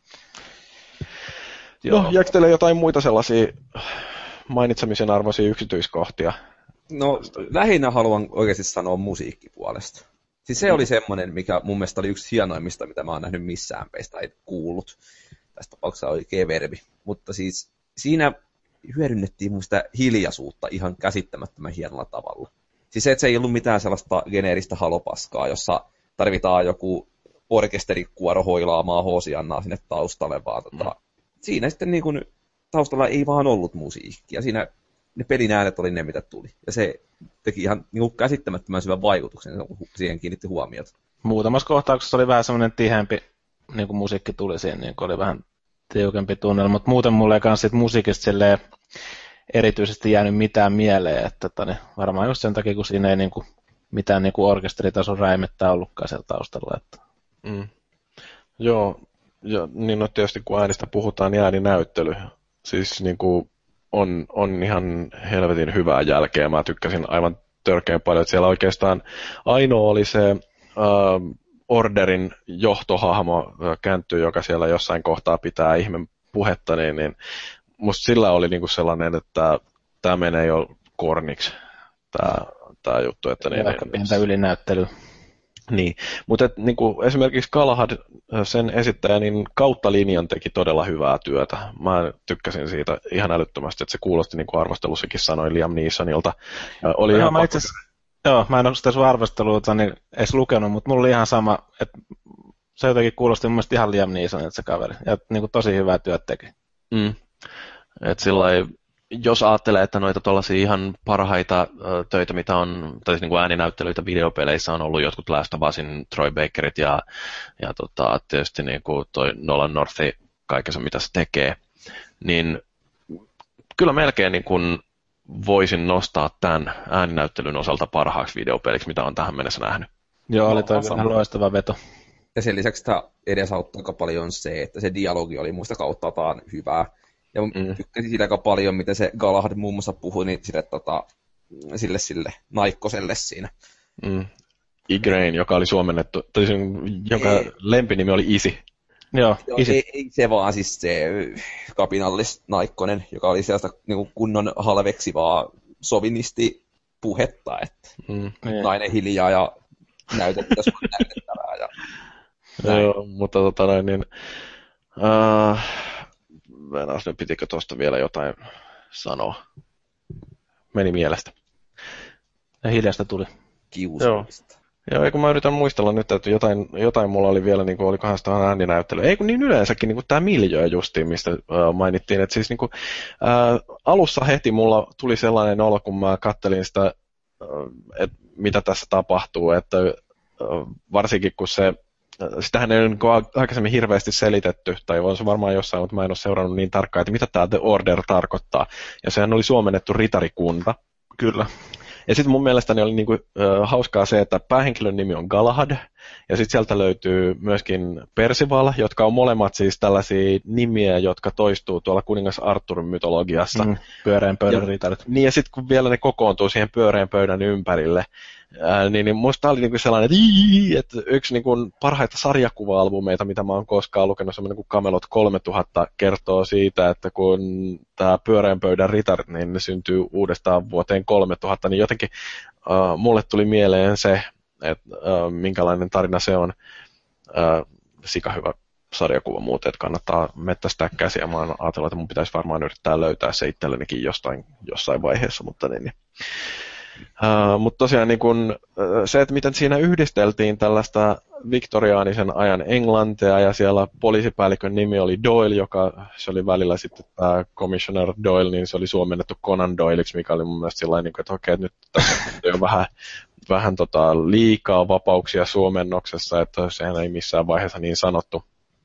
No, jääkö teille jotain muita sellaisia mainitsemisen arvoisia yksityiskohtia? No, lähinnä haluan oikeasti sanoa musiikkipuolesta. Siis se oli semmoinen, mikä mun mielestä oli yksi hienoimmista, mitä mä oon nähnyt missään peistä, ei kuullut. Tässä tapauksessa oli G-verbi. Mutta siis siinä hyödynnettiin mun sitä hiljaisuutta ihan käsittämättömän hienolla tavalla. Siis se, että se ei ollut mitään sellaista geneeristä halopaskaa, jossa tarvitaan joku orkesterikuoro hoilaamaan hoosiannaa sinne taustalle, vaan tota, mm. siinä sitten niin kun taustalla ei vaan ollut musiikkia. Siinä ne pelin äänet oli ne, mitä tuli. Ja se teki ihan niin kuin käsittämättömän syvän vaikutuksen, siihen kiinnitti huomiota. Muutamassa kohtauksessa oli vähän semmoinen tiheämpi niin kuin musiikki tuli siihen, niin oli vähän tiukempi tunnelma, mutta muuten mulle ei kanssa musiikista erityisesti jäänyt mitään mieleen, että tani, varmaan just sen takia, kun siinä ei niin kuin, mitään niin kuin orkesteritason räimettä ollutkaan siellä taustalla. Että. Mm. Joo, ja niin no tietysti kun äänestä puhutaan, niin ääninäyttely. Siis niin kuin on, on ihan helvetin hyvää jälkeä. Mä tykkäsin aivan törkeän paljon, että siellä oikeastaan ainoa oli se uh, Orderin johtohahmo Käntty, joka siellä jossain kohtaa pitää ihmen puhetta, niin, niin musta sillä oli niinku sellainen, että tämä menee jo korniksi, tämä juttu. Että niin, aika pientä ylinäyttelyä. Niin, mutta niinku, esimerkiksi Galahad, sen esittäjä, niin kautta linjan teki todella hyvää työtä. Mä tykkäsin siitä ihan älyttömästi, että se kuulosti, niin kuin arvostelussakin sanoi, Liam Neesonilta. Oli no, ihan mä itse Joo, mä en ole sitä sun arvosteluita niin edes lukenut, mutta mulla oli ihan sama, että se jotenkin kuulosti mun mielestä ihan Liam Neesonilta se kaveri. Ja niin kuin tosi hyvää työt teki. Mm. Että sillä ei, jos ajattelee, että noita tuollaisia ihan parhaita ö, töitä, mitä on, tai siis niin kuin ääninäyttelyitä videopeleissä on ollut jotkut Last of Usin Troy Bakerit ja, ja tota, tietysti niin kuin toi Nolan Northi kaikessa, mitä se tekee, niin kyllä melkein niin kuin voisin nostaa tämän ääninäyttelyn osalta parhaaksi videopeliksi, mitä on tähän mennessä nähnyt. Joo, oli toi ihan loistava veto. Ja sen lisäksi sitä edesauttaa aika paljon se, että se dialogi oli muista kauttaaltaan hyvää. Ja mm. tykkäsin siitä aika paljon, miten se Galahad muun muassa puhui niin sille, tota, sille, sille Naikkoselle siinä. Mm. Igraine, joka oli suomennettu, tai jonka ei. lempinimi oli Isi. Joo, Joo ei, ei se vaan siis se kapinallis Naikkonen, joka oli sellaista niin kunnon halveksivaa sovinistipuhetta, että mm. nainen hiljaa ja näytet pitäisi olla näytettävää. Ja joo, mutta tota noin, niin uh, venäs nyt pitikö tuosta vielä jotain sanoa. Meni mielestä. Ja hiljasta tuli. Kiusallista. Joo, ei kun mä yritän muistella nyt, että jotain, jotain mulla oli vielä, niin kuin olikohan sitä ääninäyttely. Ei kun niin yleensäkin niin kuin tämä miljöö justiin, mistä uh, mainittiin. Että siis niin kuin, uh, alussa heti mulla tuli sellainen olo, kun mä kattelin sitä, uh, että mitä tässä tapahtuu, että uh, varsinkin kun se sitähän ei ole niin aikaisemmin hirveästi selitetty, tai on se varmaan jossain, mutta mä en ole seurannut niin tarkkaan, että mitä tämä The Order tarkoittaa. Ja sehän oli suomennettu ritarikunta. Kyllä. Ja sitten mun mielestäni oli niinku, äh, hauskaa se, että päähenkilön nimi on Galahad, ja sitten sieltä löytyy myöskin Percival, jotka on molemmat siis tällaisia nimiä, jotka toistuu tuolla kuningas Arthurin mytologiassa. Mm, pyöreän pöydän ritarit. Niin, ja sitten kun vielä ne kokoontuu siihen pyöreän pöydän ympärille, ää, niin, niin musta oli niinku sellainen, että, ii, että yksi niinku parhaita sarjakuva-albumeita, mitä mä oon koskaan lukenut, semmoinen kuin Camelot kolmetuhatta, kertoo siitä, että kun tämä pyöreän pöydän ritarit, niin ne syntyy uudestaan vuoteen kolmetuhatta, niin jotenkin äh, mulle tuli mieleen se, että äh, minkälainen tarina se on. Äh, sika hyvä sarjakuva muuten, että kannattaa mettästää käsiä. Mä oon ajatellut, että mun pitäisi varmaan yrittää löytää se itsellenikin jostain, jossain vaiheessa, mutta niin. niin. Uh, mutta tosiaan niin kun, uh, se, että miten siinä yhdisteltiin tällaista viktoriaanisen ajan englantia, ja siellä poliisipäällikön nimi oli Doyle, joka se oli välillä sitten tämä Commissioner Doyle, niin se oli suomennettu Conan Doyleiksi, mikä oli mun mielestä sellainen, että okei, että nyt tässä on vähän, vähän tota liikaa vapauksia suomennoksessa, että sehän ei missään vaiheessa niin sanottu.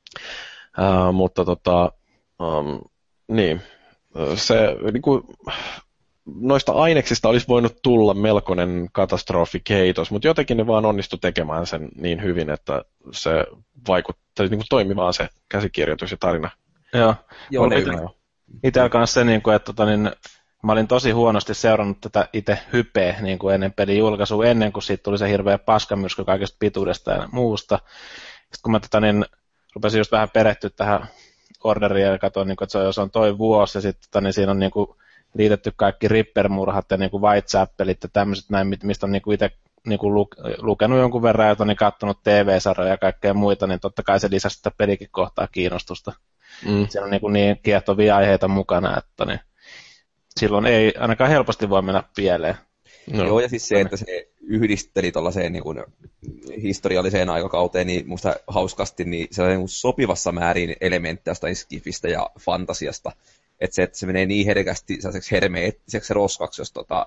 Uh, mutta tota, um, niin, se niin kuin, noista aineksista olisi voinut tulla melkoinen katastrofikeitos, mutta jotenkin ne vaan onnistu tekemään sen niin hyvin, että se vaikutti, niin kuin toimi vaan se käsikirjoitus ja tarina. Joo, Joo itse kanssa se, niin kuin, että tota, niin, mä olin tosi huonosti seurannut tätä itse hypeä niin kuin ennen pelin julkaisua, ennen kuin siitä tuli se hirveä paskamyrsky kaikesta pituudesta ja muusta. Sitten kun mä tota, niin, rupesin just vähän perehtyä tähän orderiin ja katsoin, niin kuin, että se on, se on toi vuosi, ja sitten tota, niin siinä on niin kuin, liitetty kaikki Ripper-murhat ja niinku Whitechappelit ja tämmöiset näin, mistä on niinku itse niinku lukenut jonkun verran ja niin katsonut T V-sarjoja ja kaikkea muita, niin totta kai se lisäsi sitä pelikin kohtaa kiinnostusta. Mm. Siellä on niinku niin kiehtovia aiheita mukana, että niin silloin ei ainakaan helposti voi mennä pieleen. No. Joo, ja siis se, että se yhdisteli tuollaiseen niin kuin historialliseen aikakauteen, niin musta hauskasti, niin se on niin sopivassa määrin elementtejä jostain skifistä ja fantasiasta. Että se, että se menee niin herkästi sellaiseksi hermeettiseksi roskaksi, jos tota,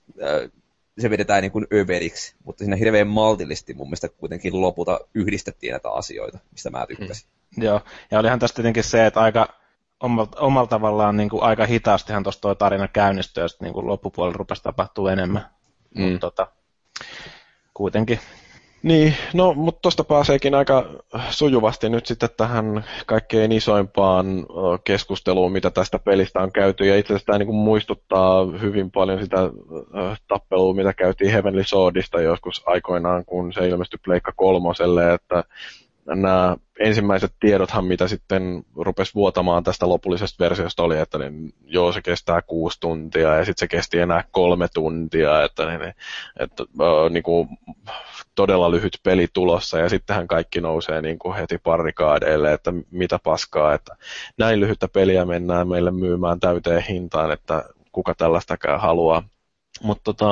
se vedetään niin kuin överiksi, mutta siinä hirveän maltillisesti mun mielestä kuitenkin lopulta yhdistettiin näitä asioita, mistä mä tykkäsin. Mm. Joo, ja olihan tästä tietenkin se, että aika omalla, omalla tavallaan niin kuin aika hitaastihan tuossa tuo tarina käynnistyi, ja sitten niin kuin loppupuolella rupesi tapahtua enemmän, mm. mutta tota, kuitenkin. Niin, no, mutta tuosta pääseekin aika sujuvasti nyt sitten tähän kaikkein isoimpaan keskusteluun, mitä tästä pelistä on käyty, ja itse asiassa tämä niin kuin muistuttaa hyvin paljon sitä tappelua, mitä käytiin Heavenly Swordista joskus aikoinaan, kun se ilmestyi Pleikka kolmoselle, että nämä ensimmäiset tiedothan, mitä sitten rupesi vuotamaan tästä lopullisesta versiosta oli, että niin, joo, se kestää kuusi tuntia, ja sitten se kesti enää kolme tuntia, että, niin, että äh, niin kuin, todella lyhyt peli tulossa, ja sittenhän kaikki nousee niin kuin heti barrikaadeille, että mitä paskaa, että näin lyhyttä peliä mennään meille myymään täyteen hintaan, että kuka tällaistakään haluaa. Mutta tota,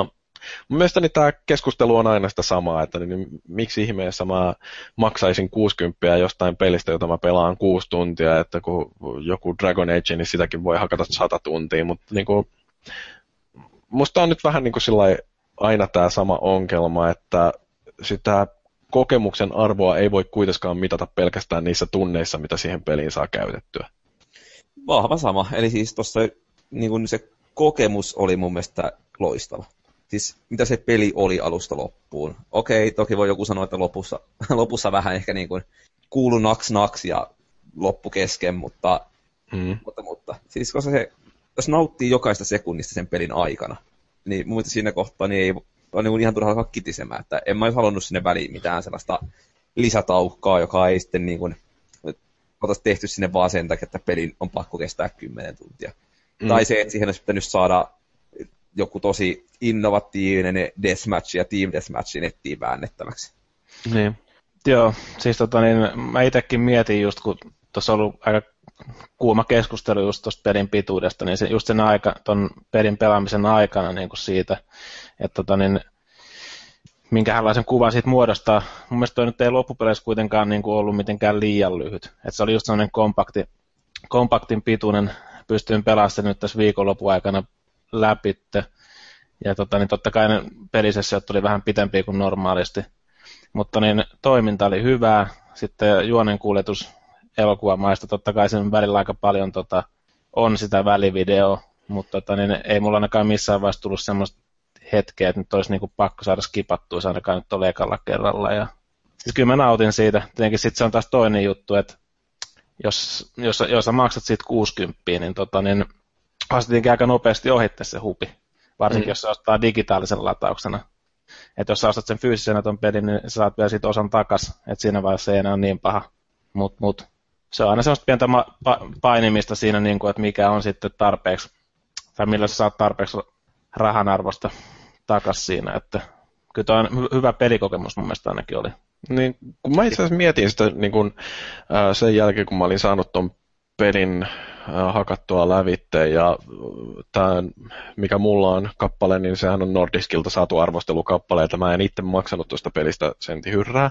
mun mielestäni tämä keskustelu on aina sitä samaa, että niin, miksi ihmeessä mä maksaisin kuusikymmentä jostain pelistä, jota mä pelaan kuusi tuntia, että kun joku Dragon Age, niin sitäkin voi hakata sata tuntia, mutta niin kuin, musta on nyt vähän niin kuin sillai aina tämä sama ongelma, että sitä kokemuksen arvoa ei voi kuitenkaan mitata pelkästään niissä tunneissa, mitä siihen peliin saa käytettyä. Vahva sama. Eli siis tuossa niin se kokemus oli mun mielestä loistava. Siis mitä se peli oli alusta loppuun. Okei, toki voi joku sanoa, että lopussa, lopussa vähän ehkä niin kuin kuulu naks naks ja loppu kesken, mutta, mm. mutta, mutta siis koska se, jos nauttii jokaista sekunnista sen pelin aikana, niin mun mielestä siinä kohtaa niin ei on niin ihan turha alkaa kitisemään, että en mä olisi halunnut sinne väliin mitään sellaista lisätauhkaa, joka ei sitten niin kuin oltaisi tehty sinne vaan sen takia, että pelin on pakko kestää kymmenen tuntia. Mm. Tai se, että siihen olisi pitänyt saada joku tosi innovatiivinen deathmatch ja team deathmatch nettiin väännettäväksi. Niin. Joo, siis tota niin, mä itsekin mietin just, kun tuossa on ollut aika kuuma keskustelu just tuosta pelin pituudesta, niin se, just sen aika, ton pelin pelaamisen aikana niin kuin siitä, että tota niin, minkälaisen kuvan siitä muodostaa. Mun mielestä toi nyt ei loppupeleissä kuitenkaan niin kuin ollut mitenkään liian lyhyt. Että se oli just sellainen kompakti, kompaktin pituinen, pystyin pelaamaan sen nyt tässä viikonlopun aikana läpi. Ja tota, niin totta kai ne pelisessiot tuli vähän pitempiä kuin normaalisti. Mutta niin, toiminta oli hyvää. Sitten juonenkuljetus elokuvamaista. Totta kai sen välillä aika paljon tota, on sitä välivideoa, mutta tota, niin, ei mulla ainakaan missään vaiheessa tullut semmoista hetkeä, että nyt olisi niinku pakko saada skipattua, se ainakaan nyt ole ekalla kerralla. Ja siis kyllä mä nautin siitä. Tietenkin sitten se on taas toinen juttu, että jos, jos, jos sä maksat siitä kuusikymmentä, niin, tota, niin vastatinkin aika nopeasti ohittaa se hupi. Varsinkin mm. jos se ostaa digitaalisen latauksena. Että jos sä ostat sen fyysisenä ton pelin, niin sä saat vielä siitä osan takas. Että siinä vaiheessa ei enää ole niin paha. Mut, mut. Se on aina semmoista pientä ma- pa- painimista siinä, niin kuin, että mikä on sitten tarpeeksi, tai millä sä saat tarpeeksi rahan arvosta takas siinä. Että kyllä toi on hy- hyvä pelikokemus mun mielestä ainakin oli. Niin, kun mä itse asiassa mietin sitä niin kun, äh, sen jälkeen, kun mä olin saanut ton pelin äh, hakattua lävitte, ja tämä, mikä mulla on kappale, niin sehän on Nordiskilta saatu arvostelukappale, että mä en itse maksanut tuosta pelistä sentin hyrrää.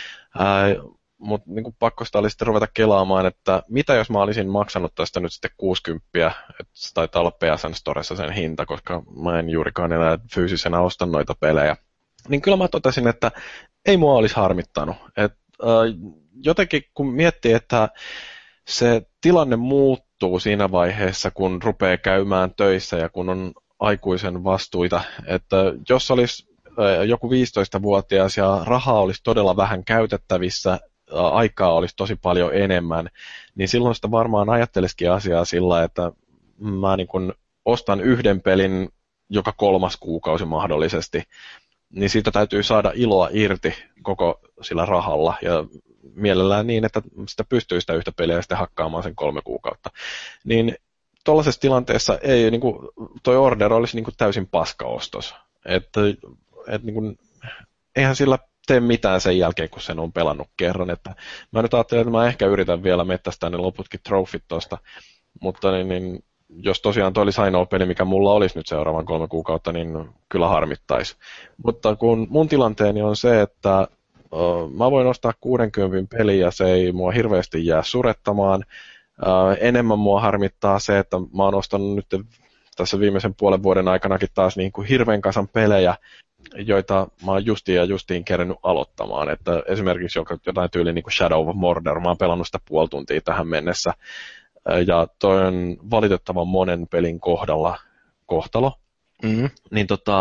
Äh, Mutta niin pakko sitä oli sitten ruveta kelaamaan, että mitä jos mä olisin maksanut tästä nyt sitten kuusikymmentä, että se taitaa olla P S N Storessa sen hinta, koska mä en juurikaan enää fyysisenä osta noita pelejä. Niin kyllä mä totesin, että ei mua olisi harmittanut. Et, äh, jotenkin kun miettii, että se tilanne muuttuu siinä vaiheessa, kun rupeaa käymään töissä ja kun on aikuisen vastuita, että jos olisi äh, joku viisitoistavuotias ja rahaa olisi todella vähän käytettävissä, aikaa olisi tosi paljon enemmän, niin silloin sitä varmaan ajattelisikin asiaa sillä, että mä niin kun ostan yhden pelin joka kolmas kuukausi mahdollisesti, niin siitä täytyy saada iloa irti koko sillä rahalla, ja mielellään niin, että sitä pystyy sitä yhtä peliä sitten hakkaamaan sen kolme kuukautta. Niin tuollaisessa tilanteessa ei, niin kuin, toi Order olisi niin kuin täysin paskaostos. Että, et, niin kuin, eihän sillä tee mitään sen jälkeen, kun sen on pelannut kerran. Että mä nyt ajattelin, että mä ehkä yritän vielä mettästää ne loputkin trofit tuosta, mutta niin, niin, jos tosiaan toi olisi ainoa peli, mikä mulla olisi nyt seuraavan kolme kuukautta, niin kyllä harmittaisi. Mutta kun mun tilanteeni on se, että uh, mä voin ostaa kuudenkymmenen peliä ja se ei mua hirveästi jää surettamaan. Uh, enemmän mua harmittaa se, että mä oon ostanut nyt tässä viimeisen puolen vuoden aikanakin taas niin kuin hirveän kasan pelejä, joita mä oon justiin ja justiin kerennyt aloittamaan. Että esimerkiksi jotain tyyli niin kuin Shadow of Mordor, mä oon pelannut sitä puoli tuntia tähän mennessä. Ja toi on valitettavan monen pelin kohdalla kohtalo. Mm-hmm. Niin tota,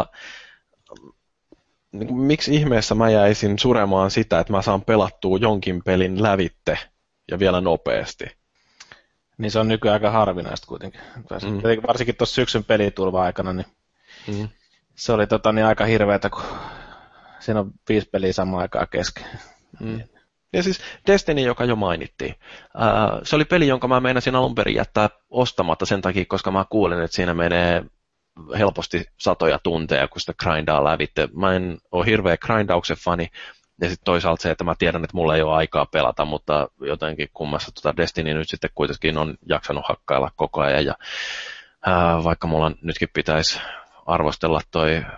niin miksi ihmeessä mä jäisin suremaan sitä, että mä saan pelattua jonkin pelin lävitte ja vielä nopeasti? Niin se on nykyään aika harvinaista kuitenkin. Mm. Varsinkin tuossa syksyn pelitulva-aikana, niin mm. se oli tota, niin aika hirveätä, kun siinä on viisi peliä samaan aikaan kesken. Mm. Ja siis Destiny, joka jo mainittiin. Ää, se oli peli, jonka mä meinasin alun perin jättää ostamatta sen takia, koska mä kuulin, että siinä menee helposti satoja tunteja, kun sitä grindaa lävitte. Mä en ole hirveä grindauksen fani, ja sitten toisaalta se, että mä tiedän, että mulla ei ole aikaa pelata, mutta jotenkin kummassa tota Destiny nyt sitten kuitenkin on jaksanut hakkailla koko ajan, ja ää, vaikka mulla nytkin pitäisi arvostella toi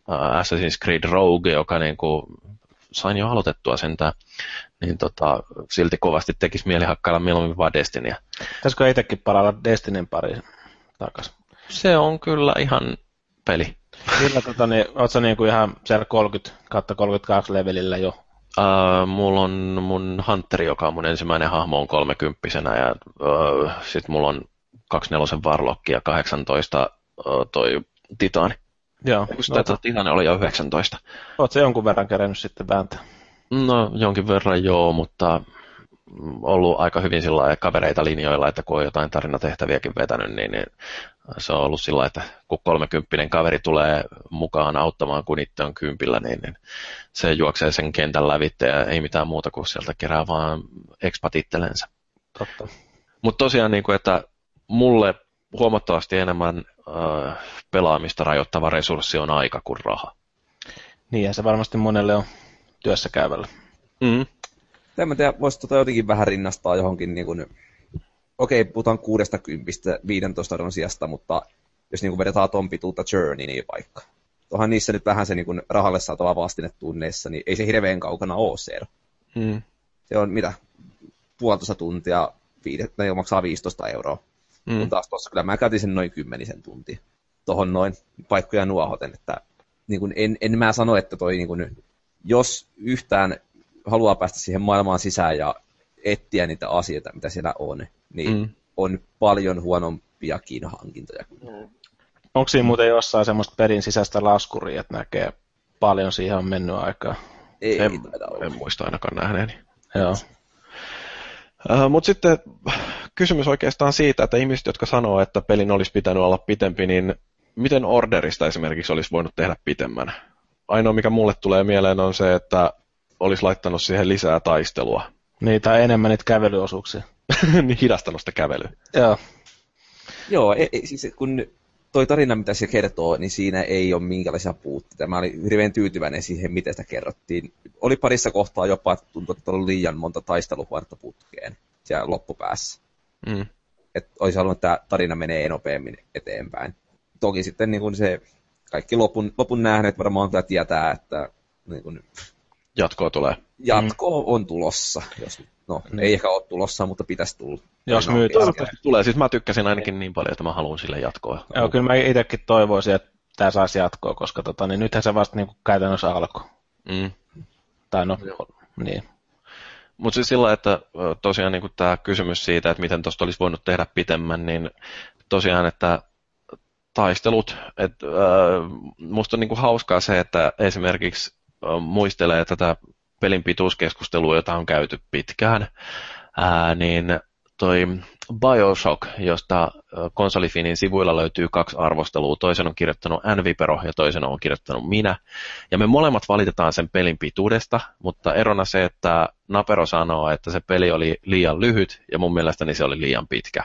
Assassin's Creed Rogue, joka niin kuin, sain jo aloitettua sentään, niin tota, silti kovasti tekisi mieli hakkailla mieluummin vaan Destinyä. Pitäisikö itsekin palata Destinyn pariin takaisin? Se on kyllä ihan peli. Millä tota, niin, oot sä niinku ihan siellä kolmekymmentä kautta kolmekymmentäkaksi levelillä jo? Uh, mulla on mun Hunteri, joka on mun ensimmäinen hahmo, on kolmekymppisenä, ja uh, sit mulla on kaksikymmentäneljä Warlock ja kahdeksantoista uh, toi Titaani. Joo. No, no, Titaani oli jo yhdeksäntoista. Oot sä jonkun verran kerennyt sitten vääntää? No jonkin verran joo, mutta ollut aika hyvin sillä lailla kavereita linjoilla, että kun on jotain tarinatehtäviäkin vetänyt, niin, niin se on ollut sillä että kun kolmekymppinen kaveri tulee mukaan auttamaan, kun itse on kympillä, niin, niin se juoksee sen kentän lävitse ja ei mitään muuta kuin sieltä kerää vaan expat itsellensä. Totta. Mutta tosiaan, niin kuin, että mulle huomattavasti enemmän äh, pelaamista rajoittava resurssi on aika kuin raha. Niin, ja se varmasti monelle on työssä käyvällä. Mm. En mä tiedä, voisi tota jotenkin vähän rinnastaa johonkin, niin kuin, okei, puhutaan kuudesta kympistä, viidentoista euron sijasta, mutta jos niin kuin vedetään ton pituutta Journey, niin vaikka. Onhan niissä nyt vähän se niin kuin rahalle saatava vastine tunneissa, niin ei se hirveän kaukana ole se ero. Mm. Se on mitä, puolitoista tuntia, viide, ne maksaa viisitoista euroa. Mm. Kun taas tuossa kyllä mä käytin sen noin kymmenisen tuntia. Tohon noin paikkoja nuohoten, että niin kuin en, en mä sano, että toi niin kuin, jos yhtään haluaa päästä siihen maailmaan sisään ja etsiä niitä asioita, mitä siellä on, niin mm. on paljon huonompiakin hankintoja. Mm. Onko siinä muuten jossain semmoista perin sisäistä laskuria, että näkee paljon siihen on mennyt aikaa? Ei, en, ei en muista ainakaan nähneeni. Joo. Uh, Mutta sitten kysymys oikeastaan siitä, että ihmiset, jotka sanoo, että pelin olisi pitänyt olla pitempi, niin miten Orderista esimerkiksi olisi voinut tehdä pitemmän? Ainoa, mikä mulle tulee mieleen, on se, että olisi laittanut siihen lisää taistelua. Niin, tai enemmän niitä kävelyosuuksia. Niin hidastanut sitä kävelyä. Joo. Joo, ei, ei, siis kun toi tarina, mitä se kertoo, niin siinä ei ole minkälaisia puutteita. Mä olin hirveän tyytyväinen siihen, miten sitä kerrottiin. Oli parissa kohtaa jopa, että tuntui, että oli liian monta taisteluhuonetta putkeen siellä loppupäässä. Mm. Että olisi halunnut, että tämä tarina menee nopeammin eteenpäin. Toki sitten niin kun se kaikki lopun, lopun nähneet varmaan tietää, että niin kun, jatkoa tulee. Jatko on tulossa. Jos, no, mm. ei ehkä ole tulossa, mutta pitäisi tulla. Jos myyt, tulee. Siis mä tykkäsin ainakin niin paljon, että mä haluan sille jatkoa. Joo, kyllä mä itsekin toivoisin, että tämä saisi jatkoa, koska tota, niin nythän se vasta niin kuin käytännössä alkoi. Mm. Tai no, Joo. niin. Mutta siis sillä, että tosiaan niin tämä kysymys siitä, että miten tuosta olisi voinut tehdä pitemmän, niin tosiaan, että taistelut, että äh, musta on niin kuin hauskaa se, että esimerkiksi äh, muistelee tätä pelin pituuskeskustelua, jota on käyty pitkään, ää, niin toi BioShock, josta Konsolifinin sivuilla löytyy kaksi arvostelua, toisen on kirjoittanut N-Vipero ja toisen on kirjoittanut minä, ja me molemmat valitetaan sen pelin pituudesta, mutta erona se, että Napero sanoo, että se peli oli liian lyhyt, ja mun mielestäni se oli liian pitkä.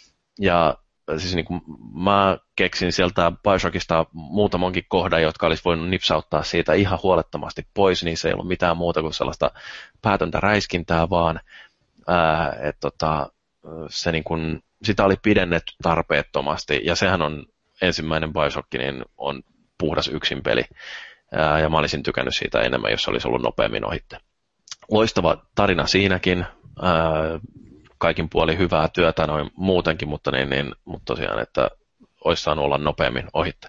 Ja siis niin kuin mä keksin sieltä BioShockista muutamankin kohdan, jotka olisi voinut nipsauttaa siitä ihan huolettomasti pois, niin se ei ollut mitään muuta kuin sellaista päätöntä räiskintää, vaan ää, et, tota, se niin kuin, sitä oli pidennetty tarpeettomasti, ja sehän on ensimmäinen BioShock, niin on puhdas yksin peli, ää, ja mä olisin tykännyt siitä enemmän, jos se olisi ollut nopeammin ohitte. Loistava tarina siinäkin, ää, kaikin puoli hyvää työtä noin muutenkin, mutta, niin, niin, mutta tosiaan, että olisi saanut olla nopeammin ohitte.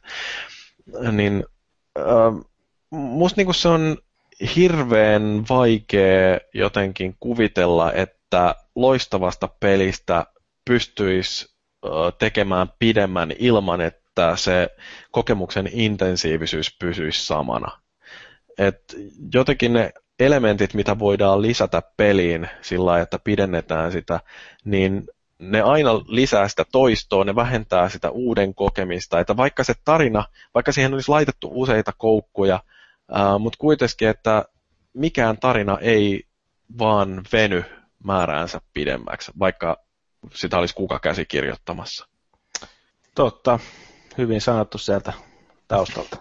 Niin, äh, musta niin se on hirveän vaikea jotenkin kuvitella, että loistavasta pelistä pystyisi äh, tekemään pidemmän ilman, että se kokemuksen intensiivisyys pysyisi samana. Et jotenkin ne elementit, mitä voidaan lisätä peliin sillä lailla, että pidennetään sitä, niin ne aina lisää sitä toistoa, ne vähentää sitä uuden kokemista, että vaikka se tarina, vaikka siihen olisi laitettu useita koukkuja, ää, mutta kuitenkin, että mikään tarina ei vaan veny määräänsä pidemmäksi, vaikka sitä olisi kuka käsikirjoittamassa. Totta, hyvin sanottu sieltä taustalta.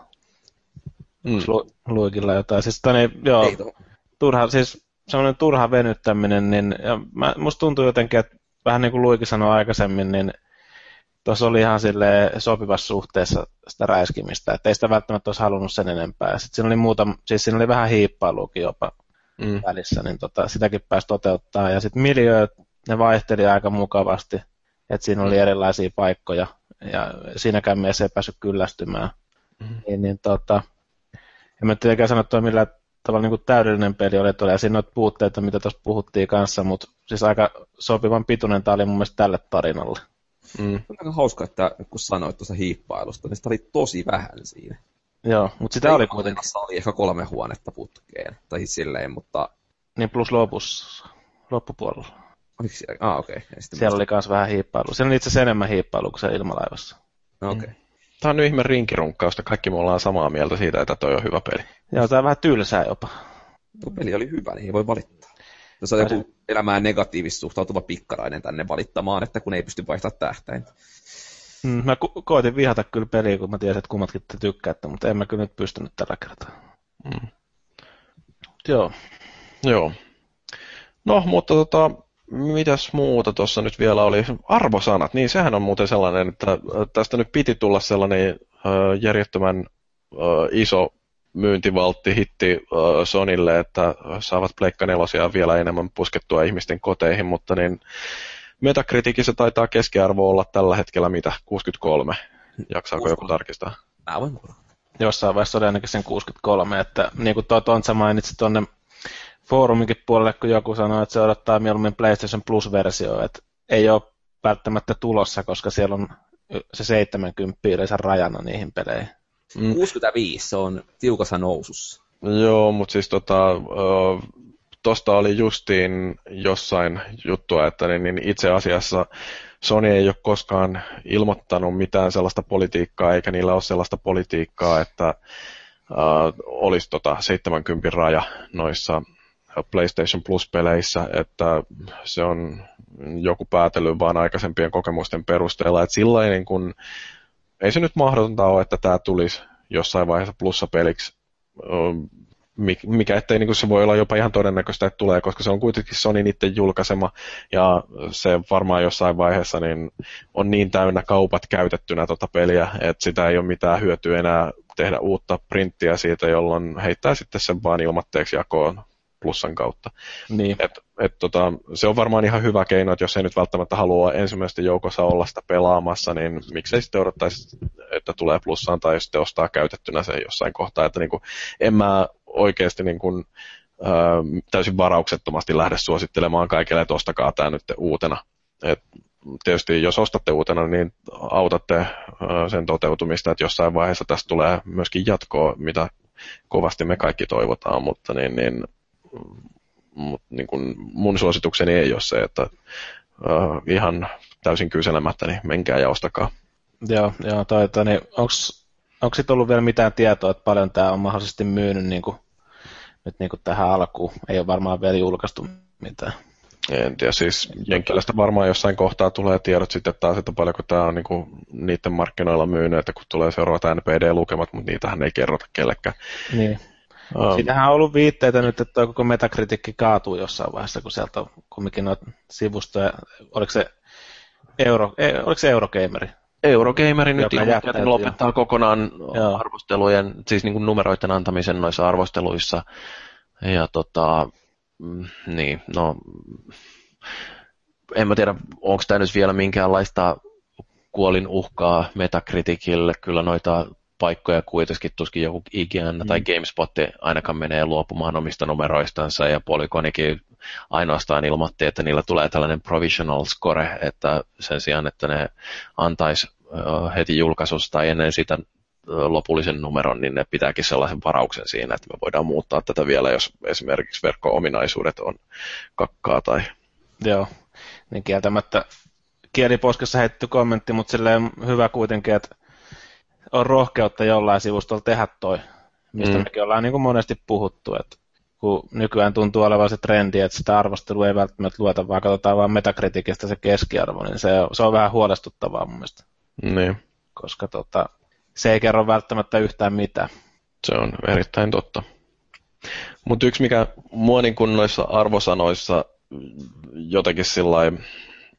Mm. Luikilla jotain. Siis, tani, joo, turha, siis semmoinen turha venyttäminen, niin ja mä, musta tuntuu jotenkin, että vähän niin kuin Luikin sanoi aikaisemmin, niin tuossa oli ihan silleen sopivassa suhteessa sitä räiskimistä, että ei sitä välttämättä olisi halunnut sen enempää. Sitten siinä oli muuta, siis siinä oli vähän hiippailuakin jopa mm. välissä, niin tota, sitäkin pääsi toteuttaa. Ja sitten miljööt, ne vaihteli aika mukavasti, että siinä oli erilaisia paikkoja, ja siinäkään mies ei päässyt kyllästymään. Mm. Niin, niin tota, en mä tietenkään sano, että millään tavalla niin kuin täydellinen peli oli, että oli, ja siinä noita puutteita, mitä tuossa puhuttiin kanssa, mutta siis aika sopivan pituinen tämä oli mun mielestä tälle tarinalle. Mm. On aika hauska, että kun sanoit tuossa hiippailusta, niin sitä oli tosi vähän siinä. Joo, mutta sitä oli kuitenkin. Oli ehkä kolme huonetta putkeen, tai siis silleen, mutta... Niin plus lopussa, loppupuolella. Oliko siellä? Ah, okei. Okay. Siellä oli myös vähän hiippailua. Siellä on itse asiassa enemmän hiippailua kuin siellä ilmalaivassa. Okei. Okay. Mm. Tämä on nyt ihme rinkirunkkausta. Kaikki me ollaan samaa mieltä siitä, että toi on hyvä peli. Joo, tämä on vähän tylsää jopa. Tuo peli oli hyvä, niin ei voi valittaa. Jos on joku elämään negatiivisesti suhtautuva pikkarainen tänne valittamaan, että kun ei pysty vaihtamaan tähtäintä. Mm, mä ko- koitin vihata kyllä peliä, kun mä tiesin, että kummatkin te tykkäätte, mutta en mä kyllä nyt pystynyt tällä kertaa. Mm. Joo. Joo. No, mutta tota, mitäs muuta tuossa nyt vielä oli? Arvosanat, niin sehän on muuten sellainen, että tästä nyt piti tulla sellainen äh, järjettömän äh, iso myyntivaltti hitti äh, Sonylle, että saavat Pleikka nelosia vielä enemmän puskettua ihmisten koteihin, mutta niin Metacriticissa taitaa keskiarvo olla tällä hetkellä mitä? kuusikymmentäkolme. Jaksaako joku tarkistaa? Mä voin murra. Jossain vaiheessa oli ainakin sen kuusikymmentäkolme, että niin kuin tuo Tontsa mainitsi tuonne fooruminkin puolelle, kun joku sanoi, että se odottaa mieluummin PlayStation Plus-versio, että ei ole välttämättä tulossa, koska siellä on se seitsemänkymmentä yleensä rajana niihin peleihin. Mm. kuusikymmentäviisi, se on tiukassa nousussa. Joo, mutta siis tota, tosta oli justiin jossain juttua, että niin, niin itse asiassa Sony ei ole koskaan ilmoittanut mitään sellaista politiikkaa, eikä niillä ole sellaista politiikkaa, että äh, olisi tota seitsemänkymmentä raja noissa PlayStation Plus-peleissä, että se on joku päätellyt vaan aikaisempien kokemusten perusteella, että sillä niin kun, ei se nyt mahdotonta ole, että tämä tulisi jossain vaiheessa plussapeliksi, mikä ettei niin se voi olla jopa ihan todennäköistä, että tulee, koska se on kuitenkin Sonyn itse julkaisema, ja se varmaan jossain vaiheessa niin on niin täynnä kaupat käytettynä tota peliä, että sitä ei ole mitään hyötyä enää tehdä uutta printtiä siitä, jolloin heittää sitten sen vaan ilmatteeksi jakoon plussan kautta. Niin. Et, et tota, se on varmaan ihan hyvä keino, että jos ei nyt välttämättä halua ensimmäistä joukossa olla sitä pelaamassa, niin miksei sitten odottaisi, että tulee plussaan tai sitten ostaa käytettynä sen jossain kohtaa. Että niin kuin, en mä oikeasti niin kuin, ää, täysin varauksettomasti lähde suosittelemaan kaikille, että ostakaa tämä nyt uutena. Et tietysti jos ostatte uutena, niin autatte ää, sen toteutumista, että jossain vaiheessa tästä tulee myöskin jatkoa, mitä kovasti me kaikki toivotaan, mutta niin, niin Mut niin kun mun suositukseni ei ole se, että uh, ihan täysin kyselemättä, niin menkää ja ostakaa. Joo, joo toi, toi, niin onko sitten ollut vielä mitään tietoa, että paljon tämä on mahdollisesti myynyt niin kuin, nyt niin kuin tähän alkuun? Ei ole varmaan vielä julkaistu mitään. En tiedä, siis Jenkkilästä varmaan jossain kohtaa tulee tiedot sitten taas, että paljonko tämä on niin kuin niiden markkinoilla myynyt, että kun tulee seuraavat N P D-lukemat, mutta niitähän ei kerrota kellekään. Niin. Um, Siitähän on ollut viitteitä nyt, että tuo koko Metacritic kaatuu jossain vaiheessa, kun sieltä on kumminkin noita sivustoja. Oliko se, Euro, oliko se Eurogameri? Eurogameri nyt ilmoitti, että lopettaa jo kokonaan Joo. arvostelujen, siis niin kuin numeroiden antamisen noissa arvosteluissa. Ja tota, niin, no, en mä tiedä, onko tämä nyt vielä minkäänlaista kuolin uhkaa Metacriticille, kyllä noita paikkoja kuitenkin tuskin joku I G N mm. tai GameSpot ainakaan menee luopumaan omista numeroistansa, ja Polygonikin ainoastaan ilmoitti, että niillä tulee tällainen provisional score, että sen sijaan, että ne antaisi heti julkaisusta tai ennen sitä lopullisen numeron, niin ne pitääkin sellaisen varauksen siinä, että me voidaan muuttaa tätä vielä, jos esimerkiksi verkko-ominaisuudet on kakkaa tai... Joo, niin kieltämättä kieliposkessa heitetty kommentti, mutta silleen hyvä kuitenkin, että on rohkeutta jollain sivustolla tehdä toi, mistä mm. mekin ollaan niin kuin monesti puhuttu, että kun nykyään tuntuu olevan se trendi, että sitä arvostelua ei välttämättä lueta, vaan katsotaan vaan Metacriticistä se keskiarvo, niin se on, se on vähän huolestuttavaa mun mielestä. Niin. Koska tota, se ei kerro välttämättä yhtään mitään. Se on erittäin totta. Mutta yksi mikä mua niin kuin noissa arvosanoissa jotenkin sillain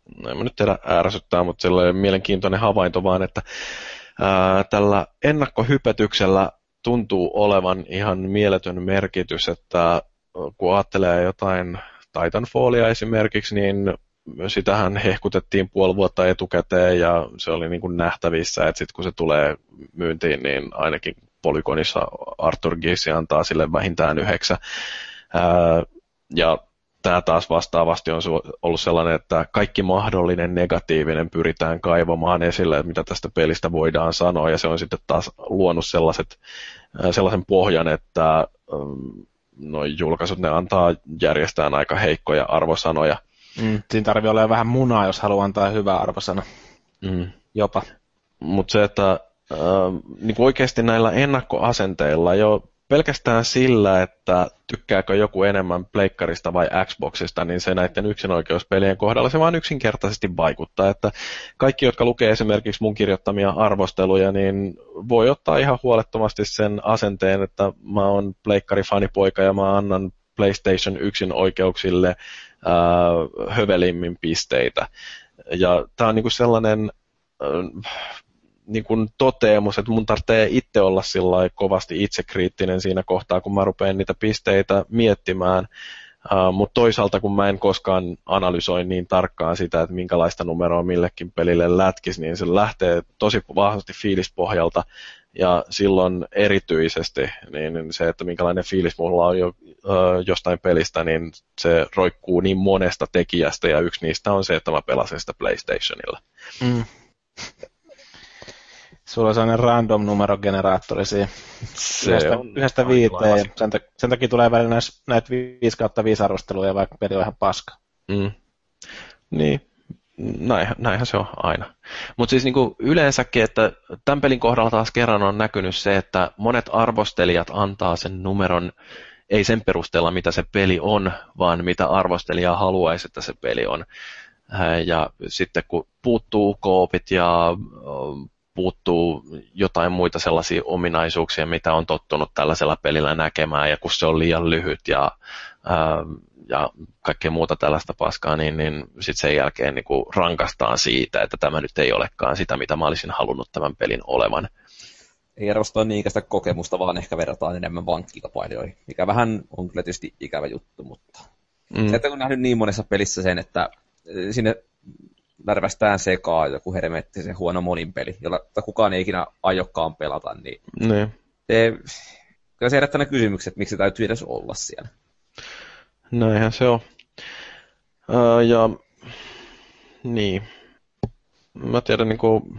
no en mä nyt tiedä ärsyttää, mutta sellainen mielenkiintoinen havainto vaan, että ää, tällä ennakkohypetyksellä tuntuu olevan ihan mieletön merkitys, että kun ajattelee jotain Titanfallia esimerkiksi, niin sitähän hehkutettiin puoli vuotta etukäteen ja se oli niin kuin nähtävissä, että sitten kun se tulee myyntiin, niin ainakin Polygonissa Arthur Gies antaa sille vähintään yhdeksän. Ää, ja tämä taas vastaavasti on ollut sellainen, että kaikki mahdollinen negatiivinen pyritään kaivamaan esille, että mitä tästä pelistä voidaan sanoa, ja se on sitten taas luonut sellaiset, sellaisen pohjan, että nuo julkaisut, ne antaa järjestään aika heikkoja arvosanoja. Mm, siinä tarvii olla vähän munaa, jos haluaa antaa hyvä arvosana. Mm. Jopa. Mutta se, että äh, niin oikeasti näillä ennakkoasenteilla jo pelkästään sillä, että tykkääkö joku enemmän pleikkarista vai Xboxista, niin se näiden yksinoikeuspelien kohdalla se vaan yksinkertaisesti vaikuttaa. Että kaikki, jotka lukee esimerkiksi mun kirjoittamia arvosteluja, niin voi ottaa ihan huolettomasti sen asenteen, että mä oon pleikkarifanipoika ja mä annan PlayStation yksinoikeuksille äh, hövelimmin pisteitä. Ja tää on niinku sellainen äh, niin kuin toteamus, että mun tarvitsee itse olla sillai kovasti itsekriittinen siinä kohtaa, kun mä rupean niitä pisteitä miettimään, uh, mutta toisaalta kun mä en koskaan analysoi niin tarkkaan sitä, että minkälaista numeroa millekin pelille lätkisi, niin se lähtee tosi vahvasti fiilispohjalta, ja silloin erityisesti niin se, että minkälainen fiilis mulla on jo, uh, jostain pelistä, niin se roikkuu niin monesta tekijästä, ja yksi niistä on se, että mä pelasin sitä PlayStationilla. Mm. Sulla on sellainen random-numerogeneraattori siinä. Se yhdestä, yhdestä viiteen. Sen, sen takia tulee välillä näitä viisi kautta viisi arvosteluja, vaikka peli on ihan paska. Mm. Niin, näinhän, näinhän se on aina. Mutta siis niinku yleensäkin, että tämän pelin kohdalla taas kerran on näkynyt se, että monet arvostelijat antaa sen numeron ei sen perusteella, mitä se peli on, vaan mitä arvostelija haluaisi, että se peli on. Ja sitten kun puuttuu koopit ja puuttuu jotain muita sellaisia ominaisuuksia, mitä on tottunut tällaisella pelillä näkemään, ja kun se on liian lyhyt ja, ää, ja kaikkea muuta tällaista paskaa, niin, niin sitten sen jälkeen niin kuin rankastaan siitä, että tämä nyt ei olekaan sitä, mitä mä olisin halunnut tämän pelin olevan. Ei arvostaa niinkään sitä kokemusta, vaan ehkä verrataan enemmän vankkikilpailijoihin, mikä vähän on kyllä tietysti ikävä juttu, mutta mm. se, että on nähnyt niin monessa pelissä sen, että sinne lärvästään sekaan joku hermettisen huono moninpeli, jolla kukaan ei ikinä aiokkaan pelata, niin ne. Se, kyllä se herättää ne kysymykset, että miksi se täytyy edes olla siellä. Näinhän se on. Uh, ja niin, mä tiedän niin kuin,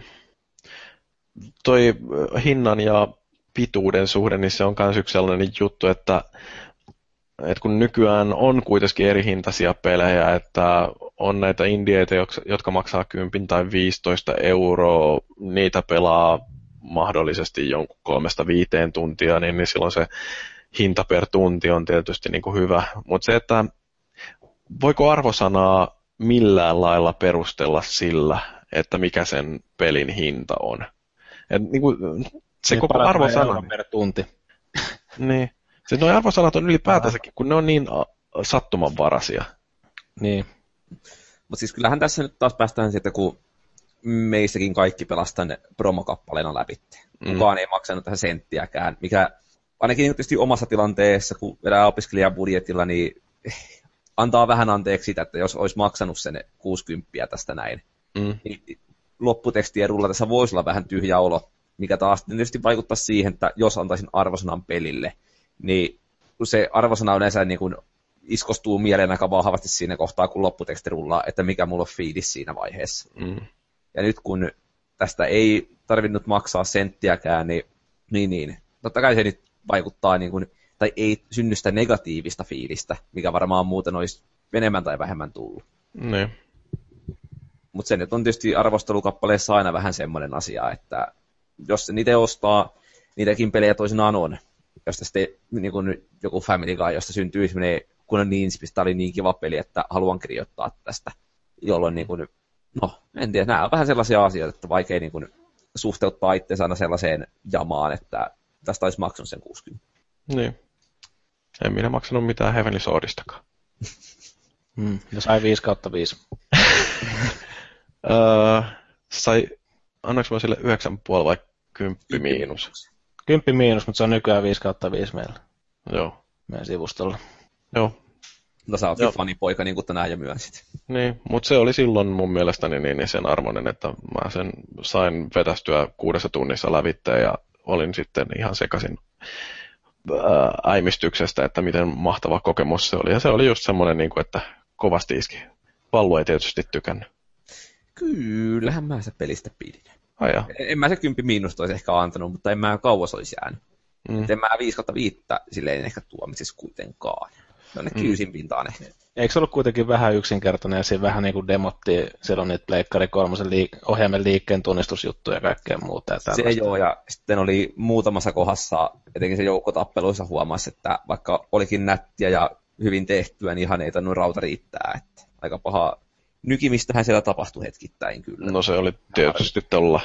toi hinnan ja pituuden suhde, niin se on myös yksi sellainen juttu, että et kun nykyään on kuitenkin eri hintaisia pelejä, että on näitä indieitä, jotka maksaa kymmenen tai viisitoista euroa, niitä pelaa mahdollisesti jonkun kolmesta viiteen tuntia, niin, niin silloin se hinta per tunti on tietysti niin kuin hyvä. Mutta se, että voiko arvosanaa millään lailla perustella sillä, että mikä sen pelin hinta on? Et niin kuin, se niin koko arvosana per tunti. Niin. Siis nuo arvosanat on ylipäätänsäkin, kun ne on niin sattumanvaraisia. Niin. Mutta siis kyllähän tässä nyt taas päästään siitä, kun meistäkin kaikki pelastaan promokappaleena läpi. Mm. Kukaan ei maksanut tähän senttiäkään, mikä ainakin tietysti omassa tilanteessa, kun vedään opiskelijabudjetilla, niin antaa vähän anteeksi sitä, että jos olisi maksanut sen kuusikymmentä tästä näin, mm. niin lopputekstien rullatessa voisi olla vähän tyhjä olo, mikä taas tietysti vaikuttaa siihen, että jos antaisin arvosanan pelille, niin se arvosana yleensä niin kuin iskostuu mieleen aika vahvasti siinä kohtaa, kun lopputeksti rullaa, että mikä mulla on fiilis siinä vaiheessa. Mm. Ja nyt kun tästä ei tarvinnut maksaa senttiäkään, niin, niin, niin totta kai se nyt vaikuttaa, niin kuin, tai ei synny sitä negatiivista fiilistä, mikä varmaan muuten olisi enemmän tai vähemmän tullut. Mm. Mutta se nyt on tietysti arvostelukappaleessa aina vähän semmoinen asia, että jos se niitä ostaa, niitäkin pelejä toisinaan on, josta sitten niin kuin joku Family Guy, josta syntyy semmoinen, kun on niin, tämä oli niin kiva peli, että haluan kirjoittaa tästä, jolloin niin kuin, no, en tiedä, nämä on vähän sellaisia asioita, että vaikea niin kuin suhteuttaa itseänsä aina sellaiseen jamaan, että tästä olisi maksanut sen kuusikymmentä. Niin. En minä maksanut mitään Heavenly Swordistakaan. Mm, ja sai viisi kautta viisi. uh, sai, annoinko mä sille yhdeksän pilkku viisi vai kymmenen miinus? kymmenen miinus, mutta se on nykyään viisi kautta viisi meillä. Joo. Meidän sivustolla. Joo. No sä ootkin fanipoika, niin kuin tänään jo myönsit. Niin, mutta se oli silloin mun mielestäni niin, niin sen arvoinen, että mä sen sain vetästyä kuudessa tunnissa lävitteen ja olin sitten ihan sekaisin ää, äimistyksestä, että miten mahtava kokemus se oli. Ja se oli just semmoinen, niin kuin, että kovasti iski. Pallu ei tietysti tykännyt. Kyllähän mä se pelistä pidin. Ai ja. En mä se kympi miinusta olisi ehkä antanut, mutta en mä kauas olisi jäänyt. Mm. En mä viisi kautta viisi silleen ehkä tuomitsisi kuitenkaan. Jonnekin mm. ysin pintaan ehkä. Eikö se ollut kuitenkin vähän yksinkertainen ja siinä vähän niin kuin demottiin silloin niitä Pleikkari kolmosen liik- ohjaimen liikkeen tunnistusjuttuja ja kaikkea muuta. Ja se joo, ja sitten oli muutamassa kohdassa, etenkin se joukkotappeluissa huomasi, että vaikka olikin nättiä ja hyvin tehtyä, niin ihan ei tainnut rauta riittää. Että aika paha nykimistähän siellä tapahtui hetkittäin kyllä. No se oli tietysti tuolla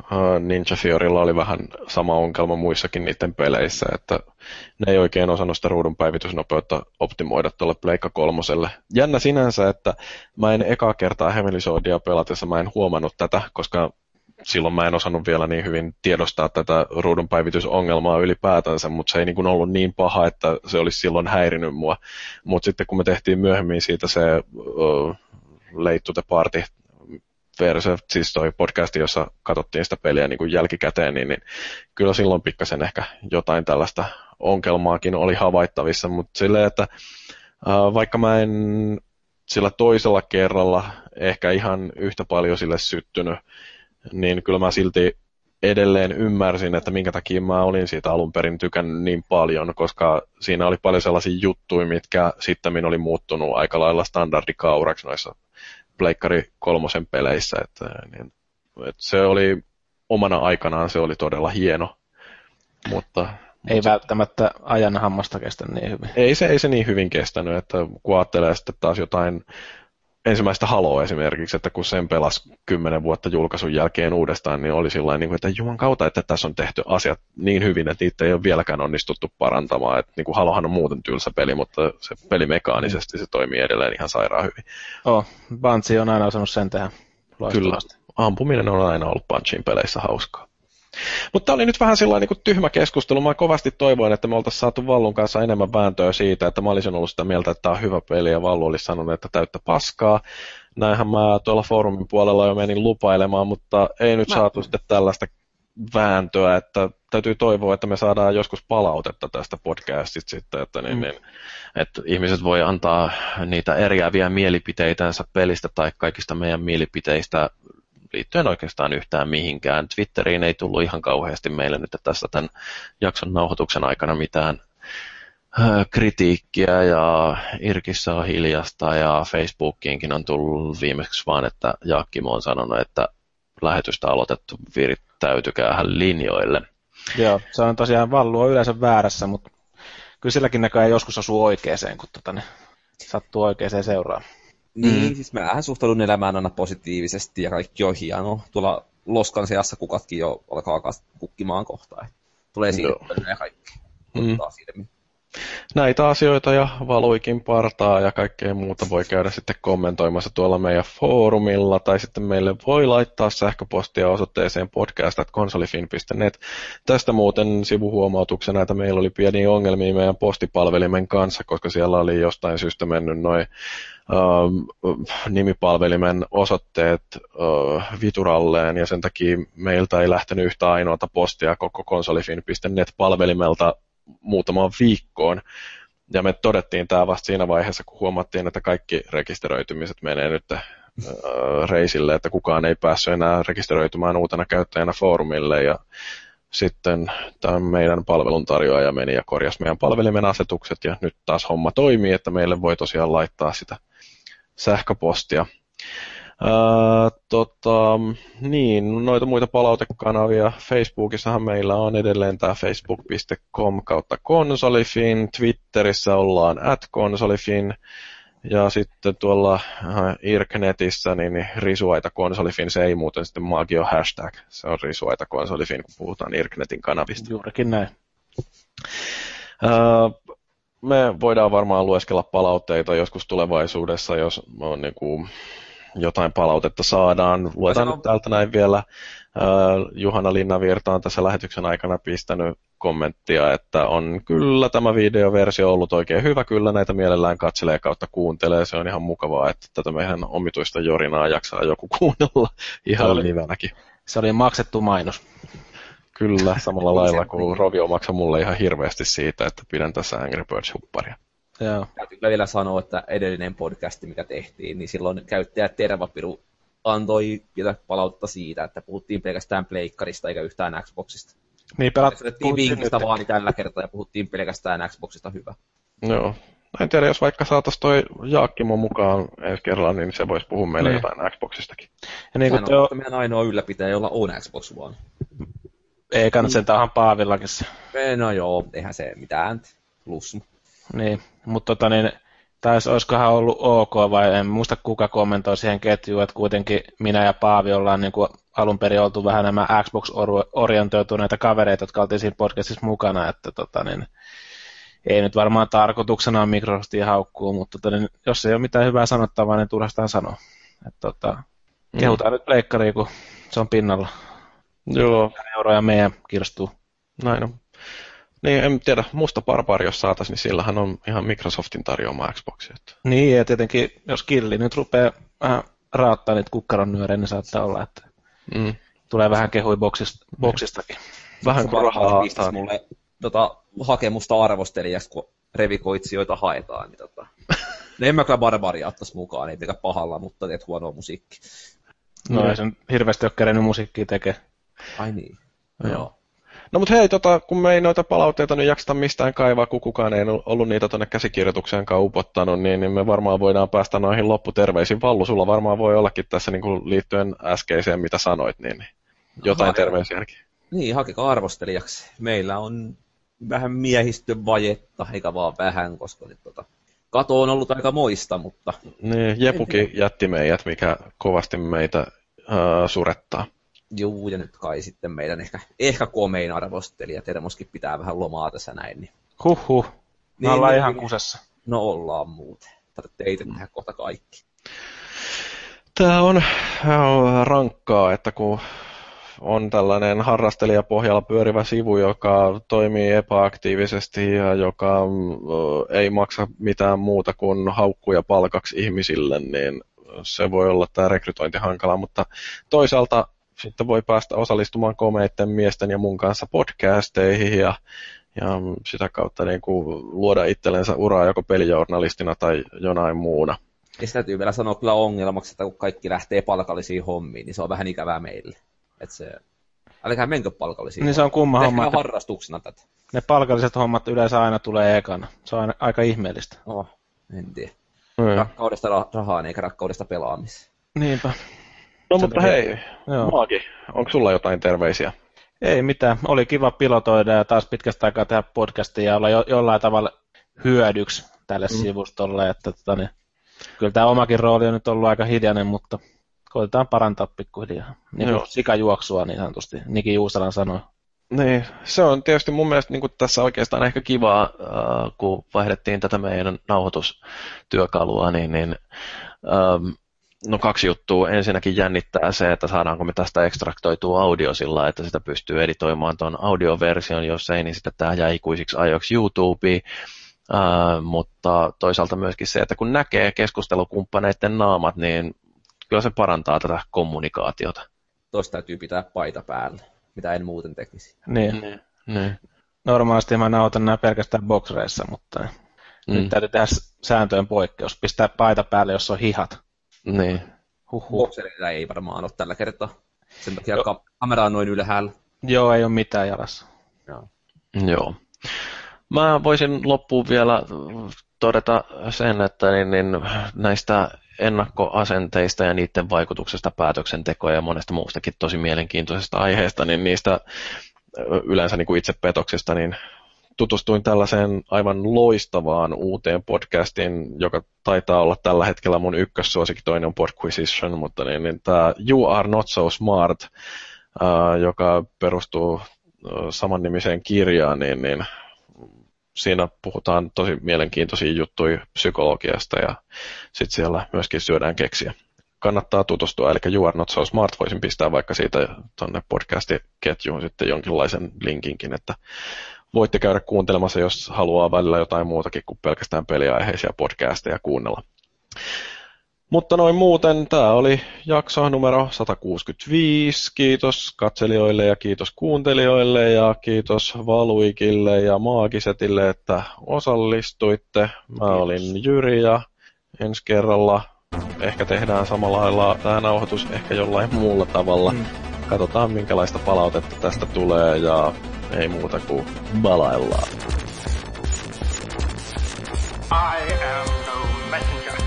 Ninja Theorylla oli vähän sama ongelma muissakin niiden peleissä, että ne ei oikein osannut sitä ruudun päivitysnopeutta optimoida tuolle Pleikka kolmoselle. Jännä sinänsä, että mä en ekaa kertaa Heavenly Swordia pelatessa, mä en huomannut tätä, koska silloin mä en osannut vielä niin hyvin tiedostaa tätä ruudun päivitysongelmaa ylipäätänsä, mutta se ei niin kuin ollut niin paha, että se olisi silloin häirinyt mua. Mutta sitten kun me tehtiin myöhemmin siitä se uh, Late to the Party versio, siis toi podcasti, jossa katsottiin sitä peliä niin kuin jälkikäteen, niin, niin kyllä silloin pikkasen ehkä jotain tällaista ongelmaakin oli havaittavissa, mutta silleen, että uh, vaikka mä en sillä toisella kerralla ehkä ihan yhtä paljon sille syttynyt, niin kyllä mä silti edelleen ymmärsin, että minkä takia mä olin siitä alun perin tykännyt niin paljon, koska siinä oli paljon sellaisia juttuja, mitkä sitten oli muuttunut aika lailla standardikauraksi noissa Pleikkari kolmosen peleissä. Että, niin, että se oli omana aikanaan se oli todella hieno. Mutta, ei mutta välttämättä ajan hammasta kestä niin hyvin. Ei se, ei se niin hyvin kestänyt, että kun ajattelee sitten taas jotain ensimmäistä Haloa esimerkiksi, että kun sen pelasi kymmenen vuotta julkaisun jälkeen uudestaan, niin oli sillain, että juman kautta, että tässä on tehty asiat niin hyvin, että niitä ei ole vieläkään onnistuttu parantamaan. Että niin kuin Halohan on muuten tylsä peli, mutta se peli mekaanisesti se toimii edelleen ihan sairaan hyvin. Oh, Bungie on aina osannut sen tehdä. Kyllä, ampuminen on aina ollut Bungien peleissä hauskaa. Mutta tämä oli nyt vähän sellainen niin tyhmä keskustelu. Mä kovasti toivoin, että me oltaisiin saatu Vallun kanssa enemmän vääntöä siitä, että mä olisin ollut sitä mieltä, että tämä on hyvä peli ja Vallu olisi sanonut, että täyttä paskaa. Näinhän mä tuolla foorumin puolella jo menin lupailemaan, mutta ei nyt mä... saatu sitten tällaista vääntöä, että täytyy toivoa, että me saadaan joskus palautetta tästä podcastista sitten, että, niin, mm. niin, että ihmiset voi antaa niitä eriäviä mielipiteitänsä pelistä tai kaikista meidän mielipiteistä liittyen oikeastaan yhtään mihinkään. Twitteriin ei tullut ihan kauheasti meille nyt tässä tämän jakson nauhoituksen aikana mitään kritiikkiä ja Irkissä on hiljasta ja Facebookiinkin on tullut viimeksi vaan, että Jaakkimo on sanonut, että lähetystä aloitettu virittäytykäähän linjoille. Joo, se on tosiaan Vallu on yleensä väärässä, mutta kyllä silläkin näköjään joskus osuu oikeeseen, kun tota, ne sattuu oikeeseen seuraan. Niin, mm. siis mähän suhtaudun elämään aina positiivisesti ja kaikki on hienoa. Tuolla Loskan seassa kukatkin jo alkaa kukkimaan kohtaan. Tulee siirryttänyt ja kaikki. Mm. Näitä asioita ja Valuikin partaa ja kaikkea muuta voi käydä sitten kommentoimassa tuolla meidän foorumilla tai sitten meille voi laittaa sähköpostia osoitteeseen podcast at konsolifin piste net. Tästä muuten sivuhuomautuksena, että meillä oli pieniä ongelmia meidän postipalvelimen kanssa, koska siellä oli jostain syystä mennyt noin Uh, nimipalvelimen osoitteet uh, vituralleen ja sen takia meiltä ei lähtenyt yhtä ainoata postia koko konsolifin piste net-palvelimelta muutamaan viikkoon. Ja me todettiin tämä vasta siinä vaiheessa, kun huomattiin, että kaikki rekisteröitymiset menee nyt uh, reisille, että kukaan ei päässyt enää rekisteröitymään uutena käyttäjänä foorumille ja sitten tämä meidän palveluntarjoaja meni ja korjasi meidän palvelimen asetukset ja nyt taas homma toimii, että meille voi tosiaan laittaa sitä sähköpostia. Ää, tota, niin, noita muita palautekanavia. Facebookissahan meillä on edelleen tämä facebook piste com kautta konsolifin. Twitterissä ollaan at konsolifin. Ja sitten tuolla Irknetissä, niin risuaita konsolifin, se ei muuten sitten magio hashtag. Se on risuaita konsolifin, kun puhutaan Irknetin kanavista. Juurikin näin. Ää, me voidaan varmaan lueskella palautteita joskus tulevaisuudessa, jos on niin kuin jotain palautetta saadaan. Luetaan nyt täältä näin vielä. Juhana Linnavirta on tässä lähetyksen aikana pistänyt kommenttia, että on kyllä tämä videoversio ollut oikein hyvä, kyllä näitä mielellään katselee kautta kuuntelee, se on ihan mukavaa, että tätä meidän omituista jorinaa jaksaa joku kuunnella ihan livenäkin. Se oli maksettu mainos. Kyllä, samalla lailla kuin Rovio maksaa mulle ihan hirveästi siitä, että pidän tässä Angry Birds-hupparia. Joo. Täytyy vielä sanoa, että edellinen podcasti, mikä tehtiin, niin silloin käyttäjä Tervapiru antoi palautetta siitä, että puhuttiin pelkästään pleikkarista eikä yhtään Xboxista. Niin, pelat... Puhuttiin vinkistä vaan niin tällä kertaa ja puhuttiin pelkästään Xboxista hyvä. Joo. En tiedä, jos vaikka saataisiin toi Jaakkimo mukaan ensi kerralla, niin se voisi puhua meille niin. jotain Xboxistakin. Ja niin kuin on meidän ainoa ylläpitäjä, jolla on Xbox One. Ei kannata sen tähän Paavillakin se. No joo, eihän se mitään plus. Niin, mutta tota niin, taisi olisikohan ollut ok vai en muista kuka kommentoi siihen ketjuun, että kuitenkin minä ja Paavi ollaan niin kuin alun perin oltu vähän nämä Xbox-orientoituneita kavereita, jotka oltiin siinä podcastissa mukana, että tota niin, ei nyt varmaan tarkoituksena on Microsoftia haukkuu, mutta tota niin, jos ei ole mitään hyvää sanottavaa, niin turhastaan sanoa. Että tota, kehutaan mm. nyt pleikkariin, kun se on pinnalla. Joo. Euroja meidän kirstuu. Näin on. Niin, en tiedä, musta barbari, jos saataisiin, niin sillähän on ihan Microsoftin tarjoama Xboxi. Että... Niin, ja tietenkin, jos killi nyt rupeaa vähän raottaa niitä kukkaron nyörejä, niin saattaa olla, että mm. tulee vähän kehui boksista, boksistakin. Vähän kuin rahaa pistis mulle tota, hakemusta arvostelijaksi, kun revikoitsijoita haetaan. Niin, tota... ne en mä kyllä barbaria ottaisi mukaan, ei tekään pahalla, mutta teet huonoa musiikki. No mm. ei sen hirveästi ole kerennyt musiikkia tekemään. Ai niin, joo. joo. No mut hei, tota, kun me ei noita palautteita nyt jakseta mistään kaivaa, kun kukaan ei ollut niitä tuonne käsikirjoitukseenkaan upottanut, niin, niin me varmaan voidaan päästä noihin lopputerveisiin. Vallu, sulla varmaan voi ollakin tässä niin kuin liittyen äskeiseen, mitä sanoit, niin, niin jotain Hake... terveisiäkin. Niin, hakekaa arvostelijaksi. Meillä on vähän miehistön vajetta, eikä vaan vähän, koska nyt tota, kato on ollut aika moista, mutta... Niin, Jepukin jätti meidät, mikä kovasti meitä äh, surettaa. Juu, ja nyt kai sitten meidän ehkä, ehkä komein arvostelija Termoskin pitää vähän lomaa tässä näin. Niin... Huhhuh, niin, ollaan niin, ihan niin, kusessa. No ollaan muuten. Tarvitsette itse tehdä kohta kaikki. Tämä on rankkaa, että kun on tällainen harrastelijapohjalla pyörivä sivu, joka toimii epäaktiivisesti ja joka ei maksa mitään muuta kuin haukkuja palkaksi ihmisille, niin se voi olla tämä rekrytointi hankala, mutta toisaalta sitten voi päästä osallistumaan komeitten miesten ja mun kanssa podcasteihin ja, ja sitä kautta niin kuin luoda itsellensä uraa joko pelijournalistina tai jonain muuna. Ja sitä täytyy vielä sanoa kyllä ongelmaksi, että kun kaikki lähtee palkallisiin hommiin, niin se on vähän ikävää meille. Että se, älkää menkö palkallisiin. Niin se on kumma homma. Harrastuksena tätä. Ne palkalliset hommat yleensä aina tulee ekana. Se on aina, aika ihmeellistä. Oh, en tiedä. Mm. Rakkaudesta rahaan eikä rakkaudesta pelaamiseen. Niinpä. No mutta hei, Maagi, onko sulla jotain terveisiä? Ei mitään, oli kiva pilotoida ja taas pitkästä aikaa tehdä podcastia ja olla jo, jollain tavalla hyödyksi tälle mm. sivustolle. Että, tota, niin, kyllä tämä omakin rooli on nyt ollut aika hiljainen, mutta koitetaan parantaa pikkuhiljaa. Niin kuin sikajuoksua niin sanotusti, Niki Juusalan sanoi. Niin, se on tietysti mun mielestä niin kuin tässä oikeastaan ehkä kivaa, äh, kun vaihdettiin tätä meidän nauhoitustyökalua, niin, niin ähm, no kaksi juttua. Ensinnäkin jännittää se, että saadaanko me tästä ekstraktoitua audio sillä, että sitä pystyy editoimaan tuon audioversion, jos ei, niin sitten tämä jää ikuisiksi ajoiksi YouTubeen. Äh, mutta toisaalta myöskin se, että kun näkee keskustelukumppaneiden naamat, niin kyllä se parantaa tätä kommunikaatiota. Tuosta täytyy pitää paita päällä, mitä en muuten tekisi. Niin. Niin. niin. Normaalisti mä nautan nämä pelkästään boxreissa, mutta mm. nyt täytyy tehdä sääntöjen poikkeus. Pistää paita päälle, jos on hihat. Niin. Huhhuh. Boxerilla ei varmaan ole tällä kertaa. Sen takia jo. Kamera on noin ylhäällä. Joo, ei ole mitään jalassa. Joo. Joo. Mä voisin loppuun vielä todeta sen, että niin, niin näistä ennakkoasenteista ja niiden vaikutuksesta päätöksentekoon ja monesta muustakin tosi mielenkiintoisesta aiheesta, niin niistä yleensä niin kuin itsepetoksesta, niin tutustuin tällaiseen aivan loistavaan uuteen podcastiin, joka taitaa olla tällä hetkellä mun ykkössuosikki, toinen on Podquisition, mutta niin, niin tämä You Are Not So Smart, äh, joka perustuu äh, samannimiseen kirjaan, niin, niin siinä puhutaan tosi mielenkiintoisia juttuja psykologiasta ja sitten siellä myöskin syödään keksiä. Kannattaa tutustua, eli You Are Not So Smart, voisin pistää vaikka siitä tuonne podcastiketjuun sitten jonkinlaisen linkinkin, että voitte käydä kuuntelemassa, jos haluaa välillä jotain muutakin kuin pelkästään peliaiheisia podcasteja kuunnella. Mutta noin muuten, tämä oli jakso numero sata kuusikymmentäviisi. Kiitos katselijoille ja kiitos kuuntelijoille ja kiitos Valuikille ja Maagisetille, että osallistuitte. Mä kiitos. Olin Jyri ja ensi kerralla ehkä tehdään samalla lailla tämä nauhoitus ehkä jollain muulla tavalla. Mm. Katsotaan minkälaista palautetta tästä tulee ja ei muuta kuin balaillaan. I am no messenger.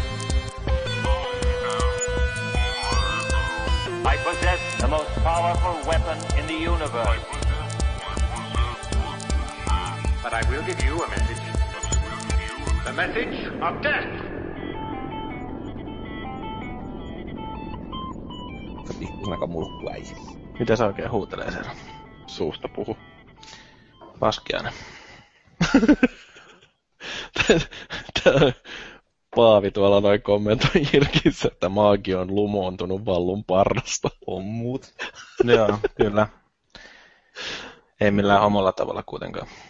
I possess the most powerful weapon in the universe. But I will give you a message. The message of death. Pikkusen aika mulkkuäijä. Mitä sä oikein huutelee siellä? Suusta puhu. Paskiainen. Tää Paavi tuolla noin kommentoi Jirkissä, että maagi on lumoontunut vallun parrasta. On muut. Joo, kyllä. Ei millään omalla tavalla kuitenkaan.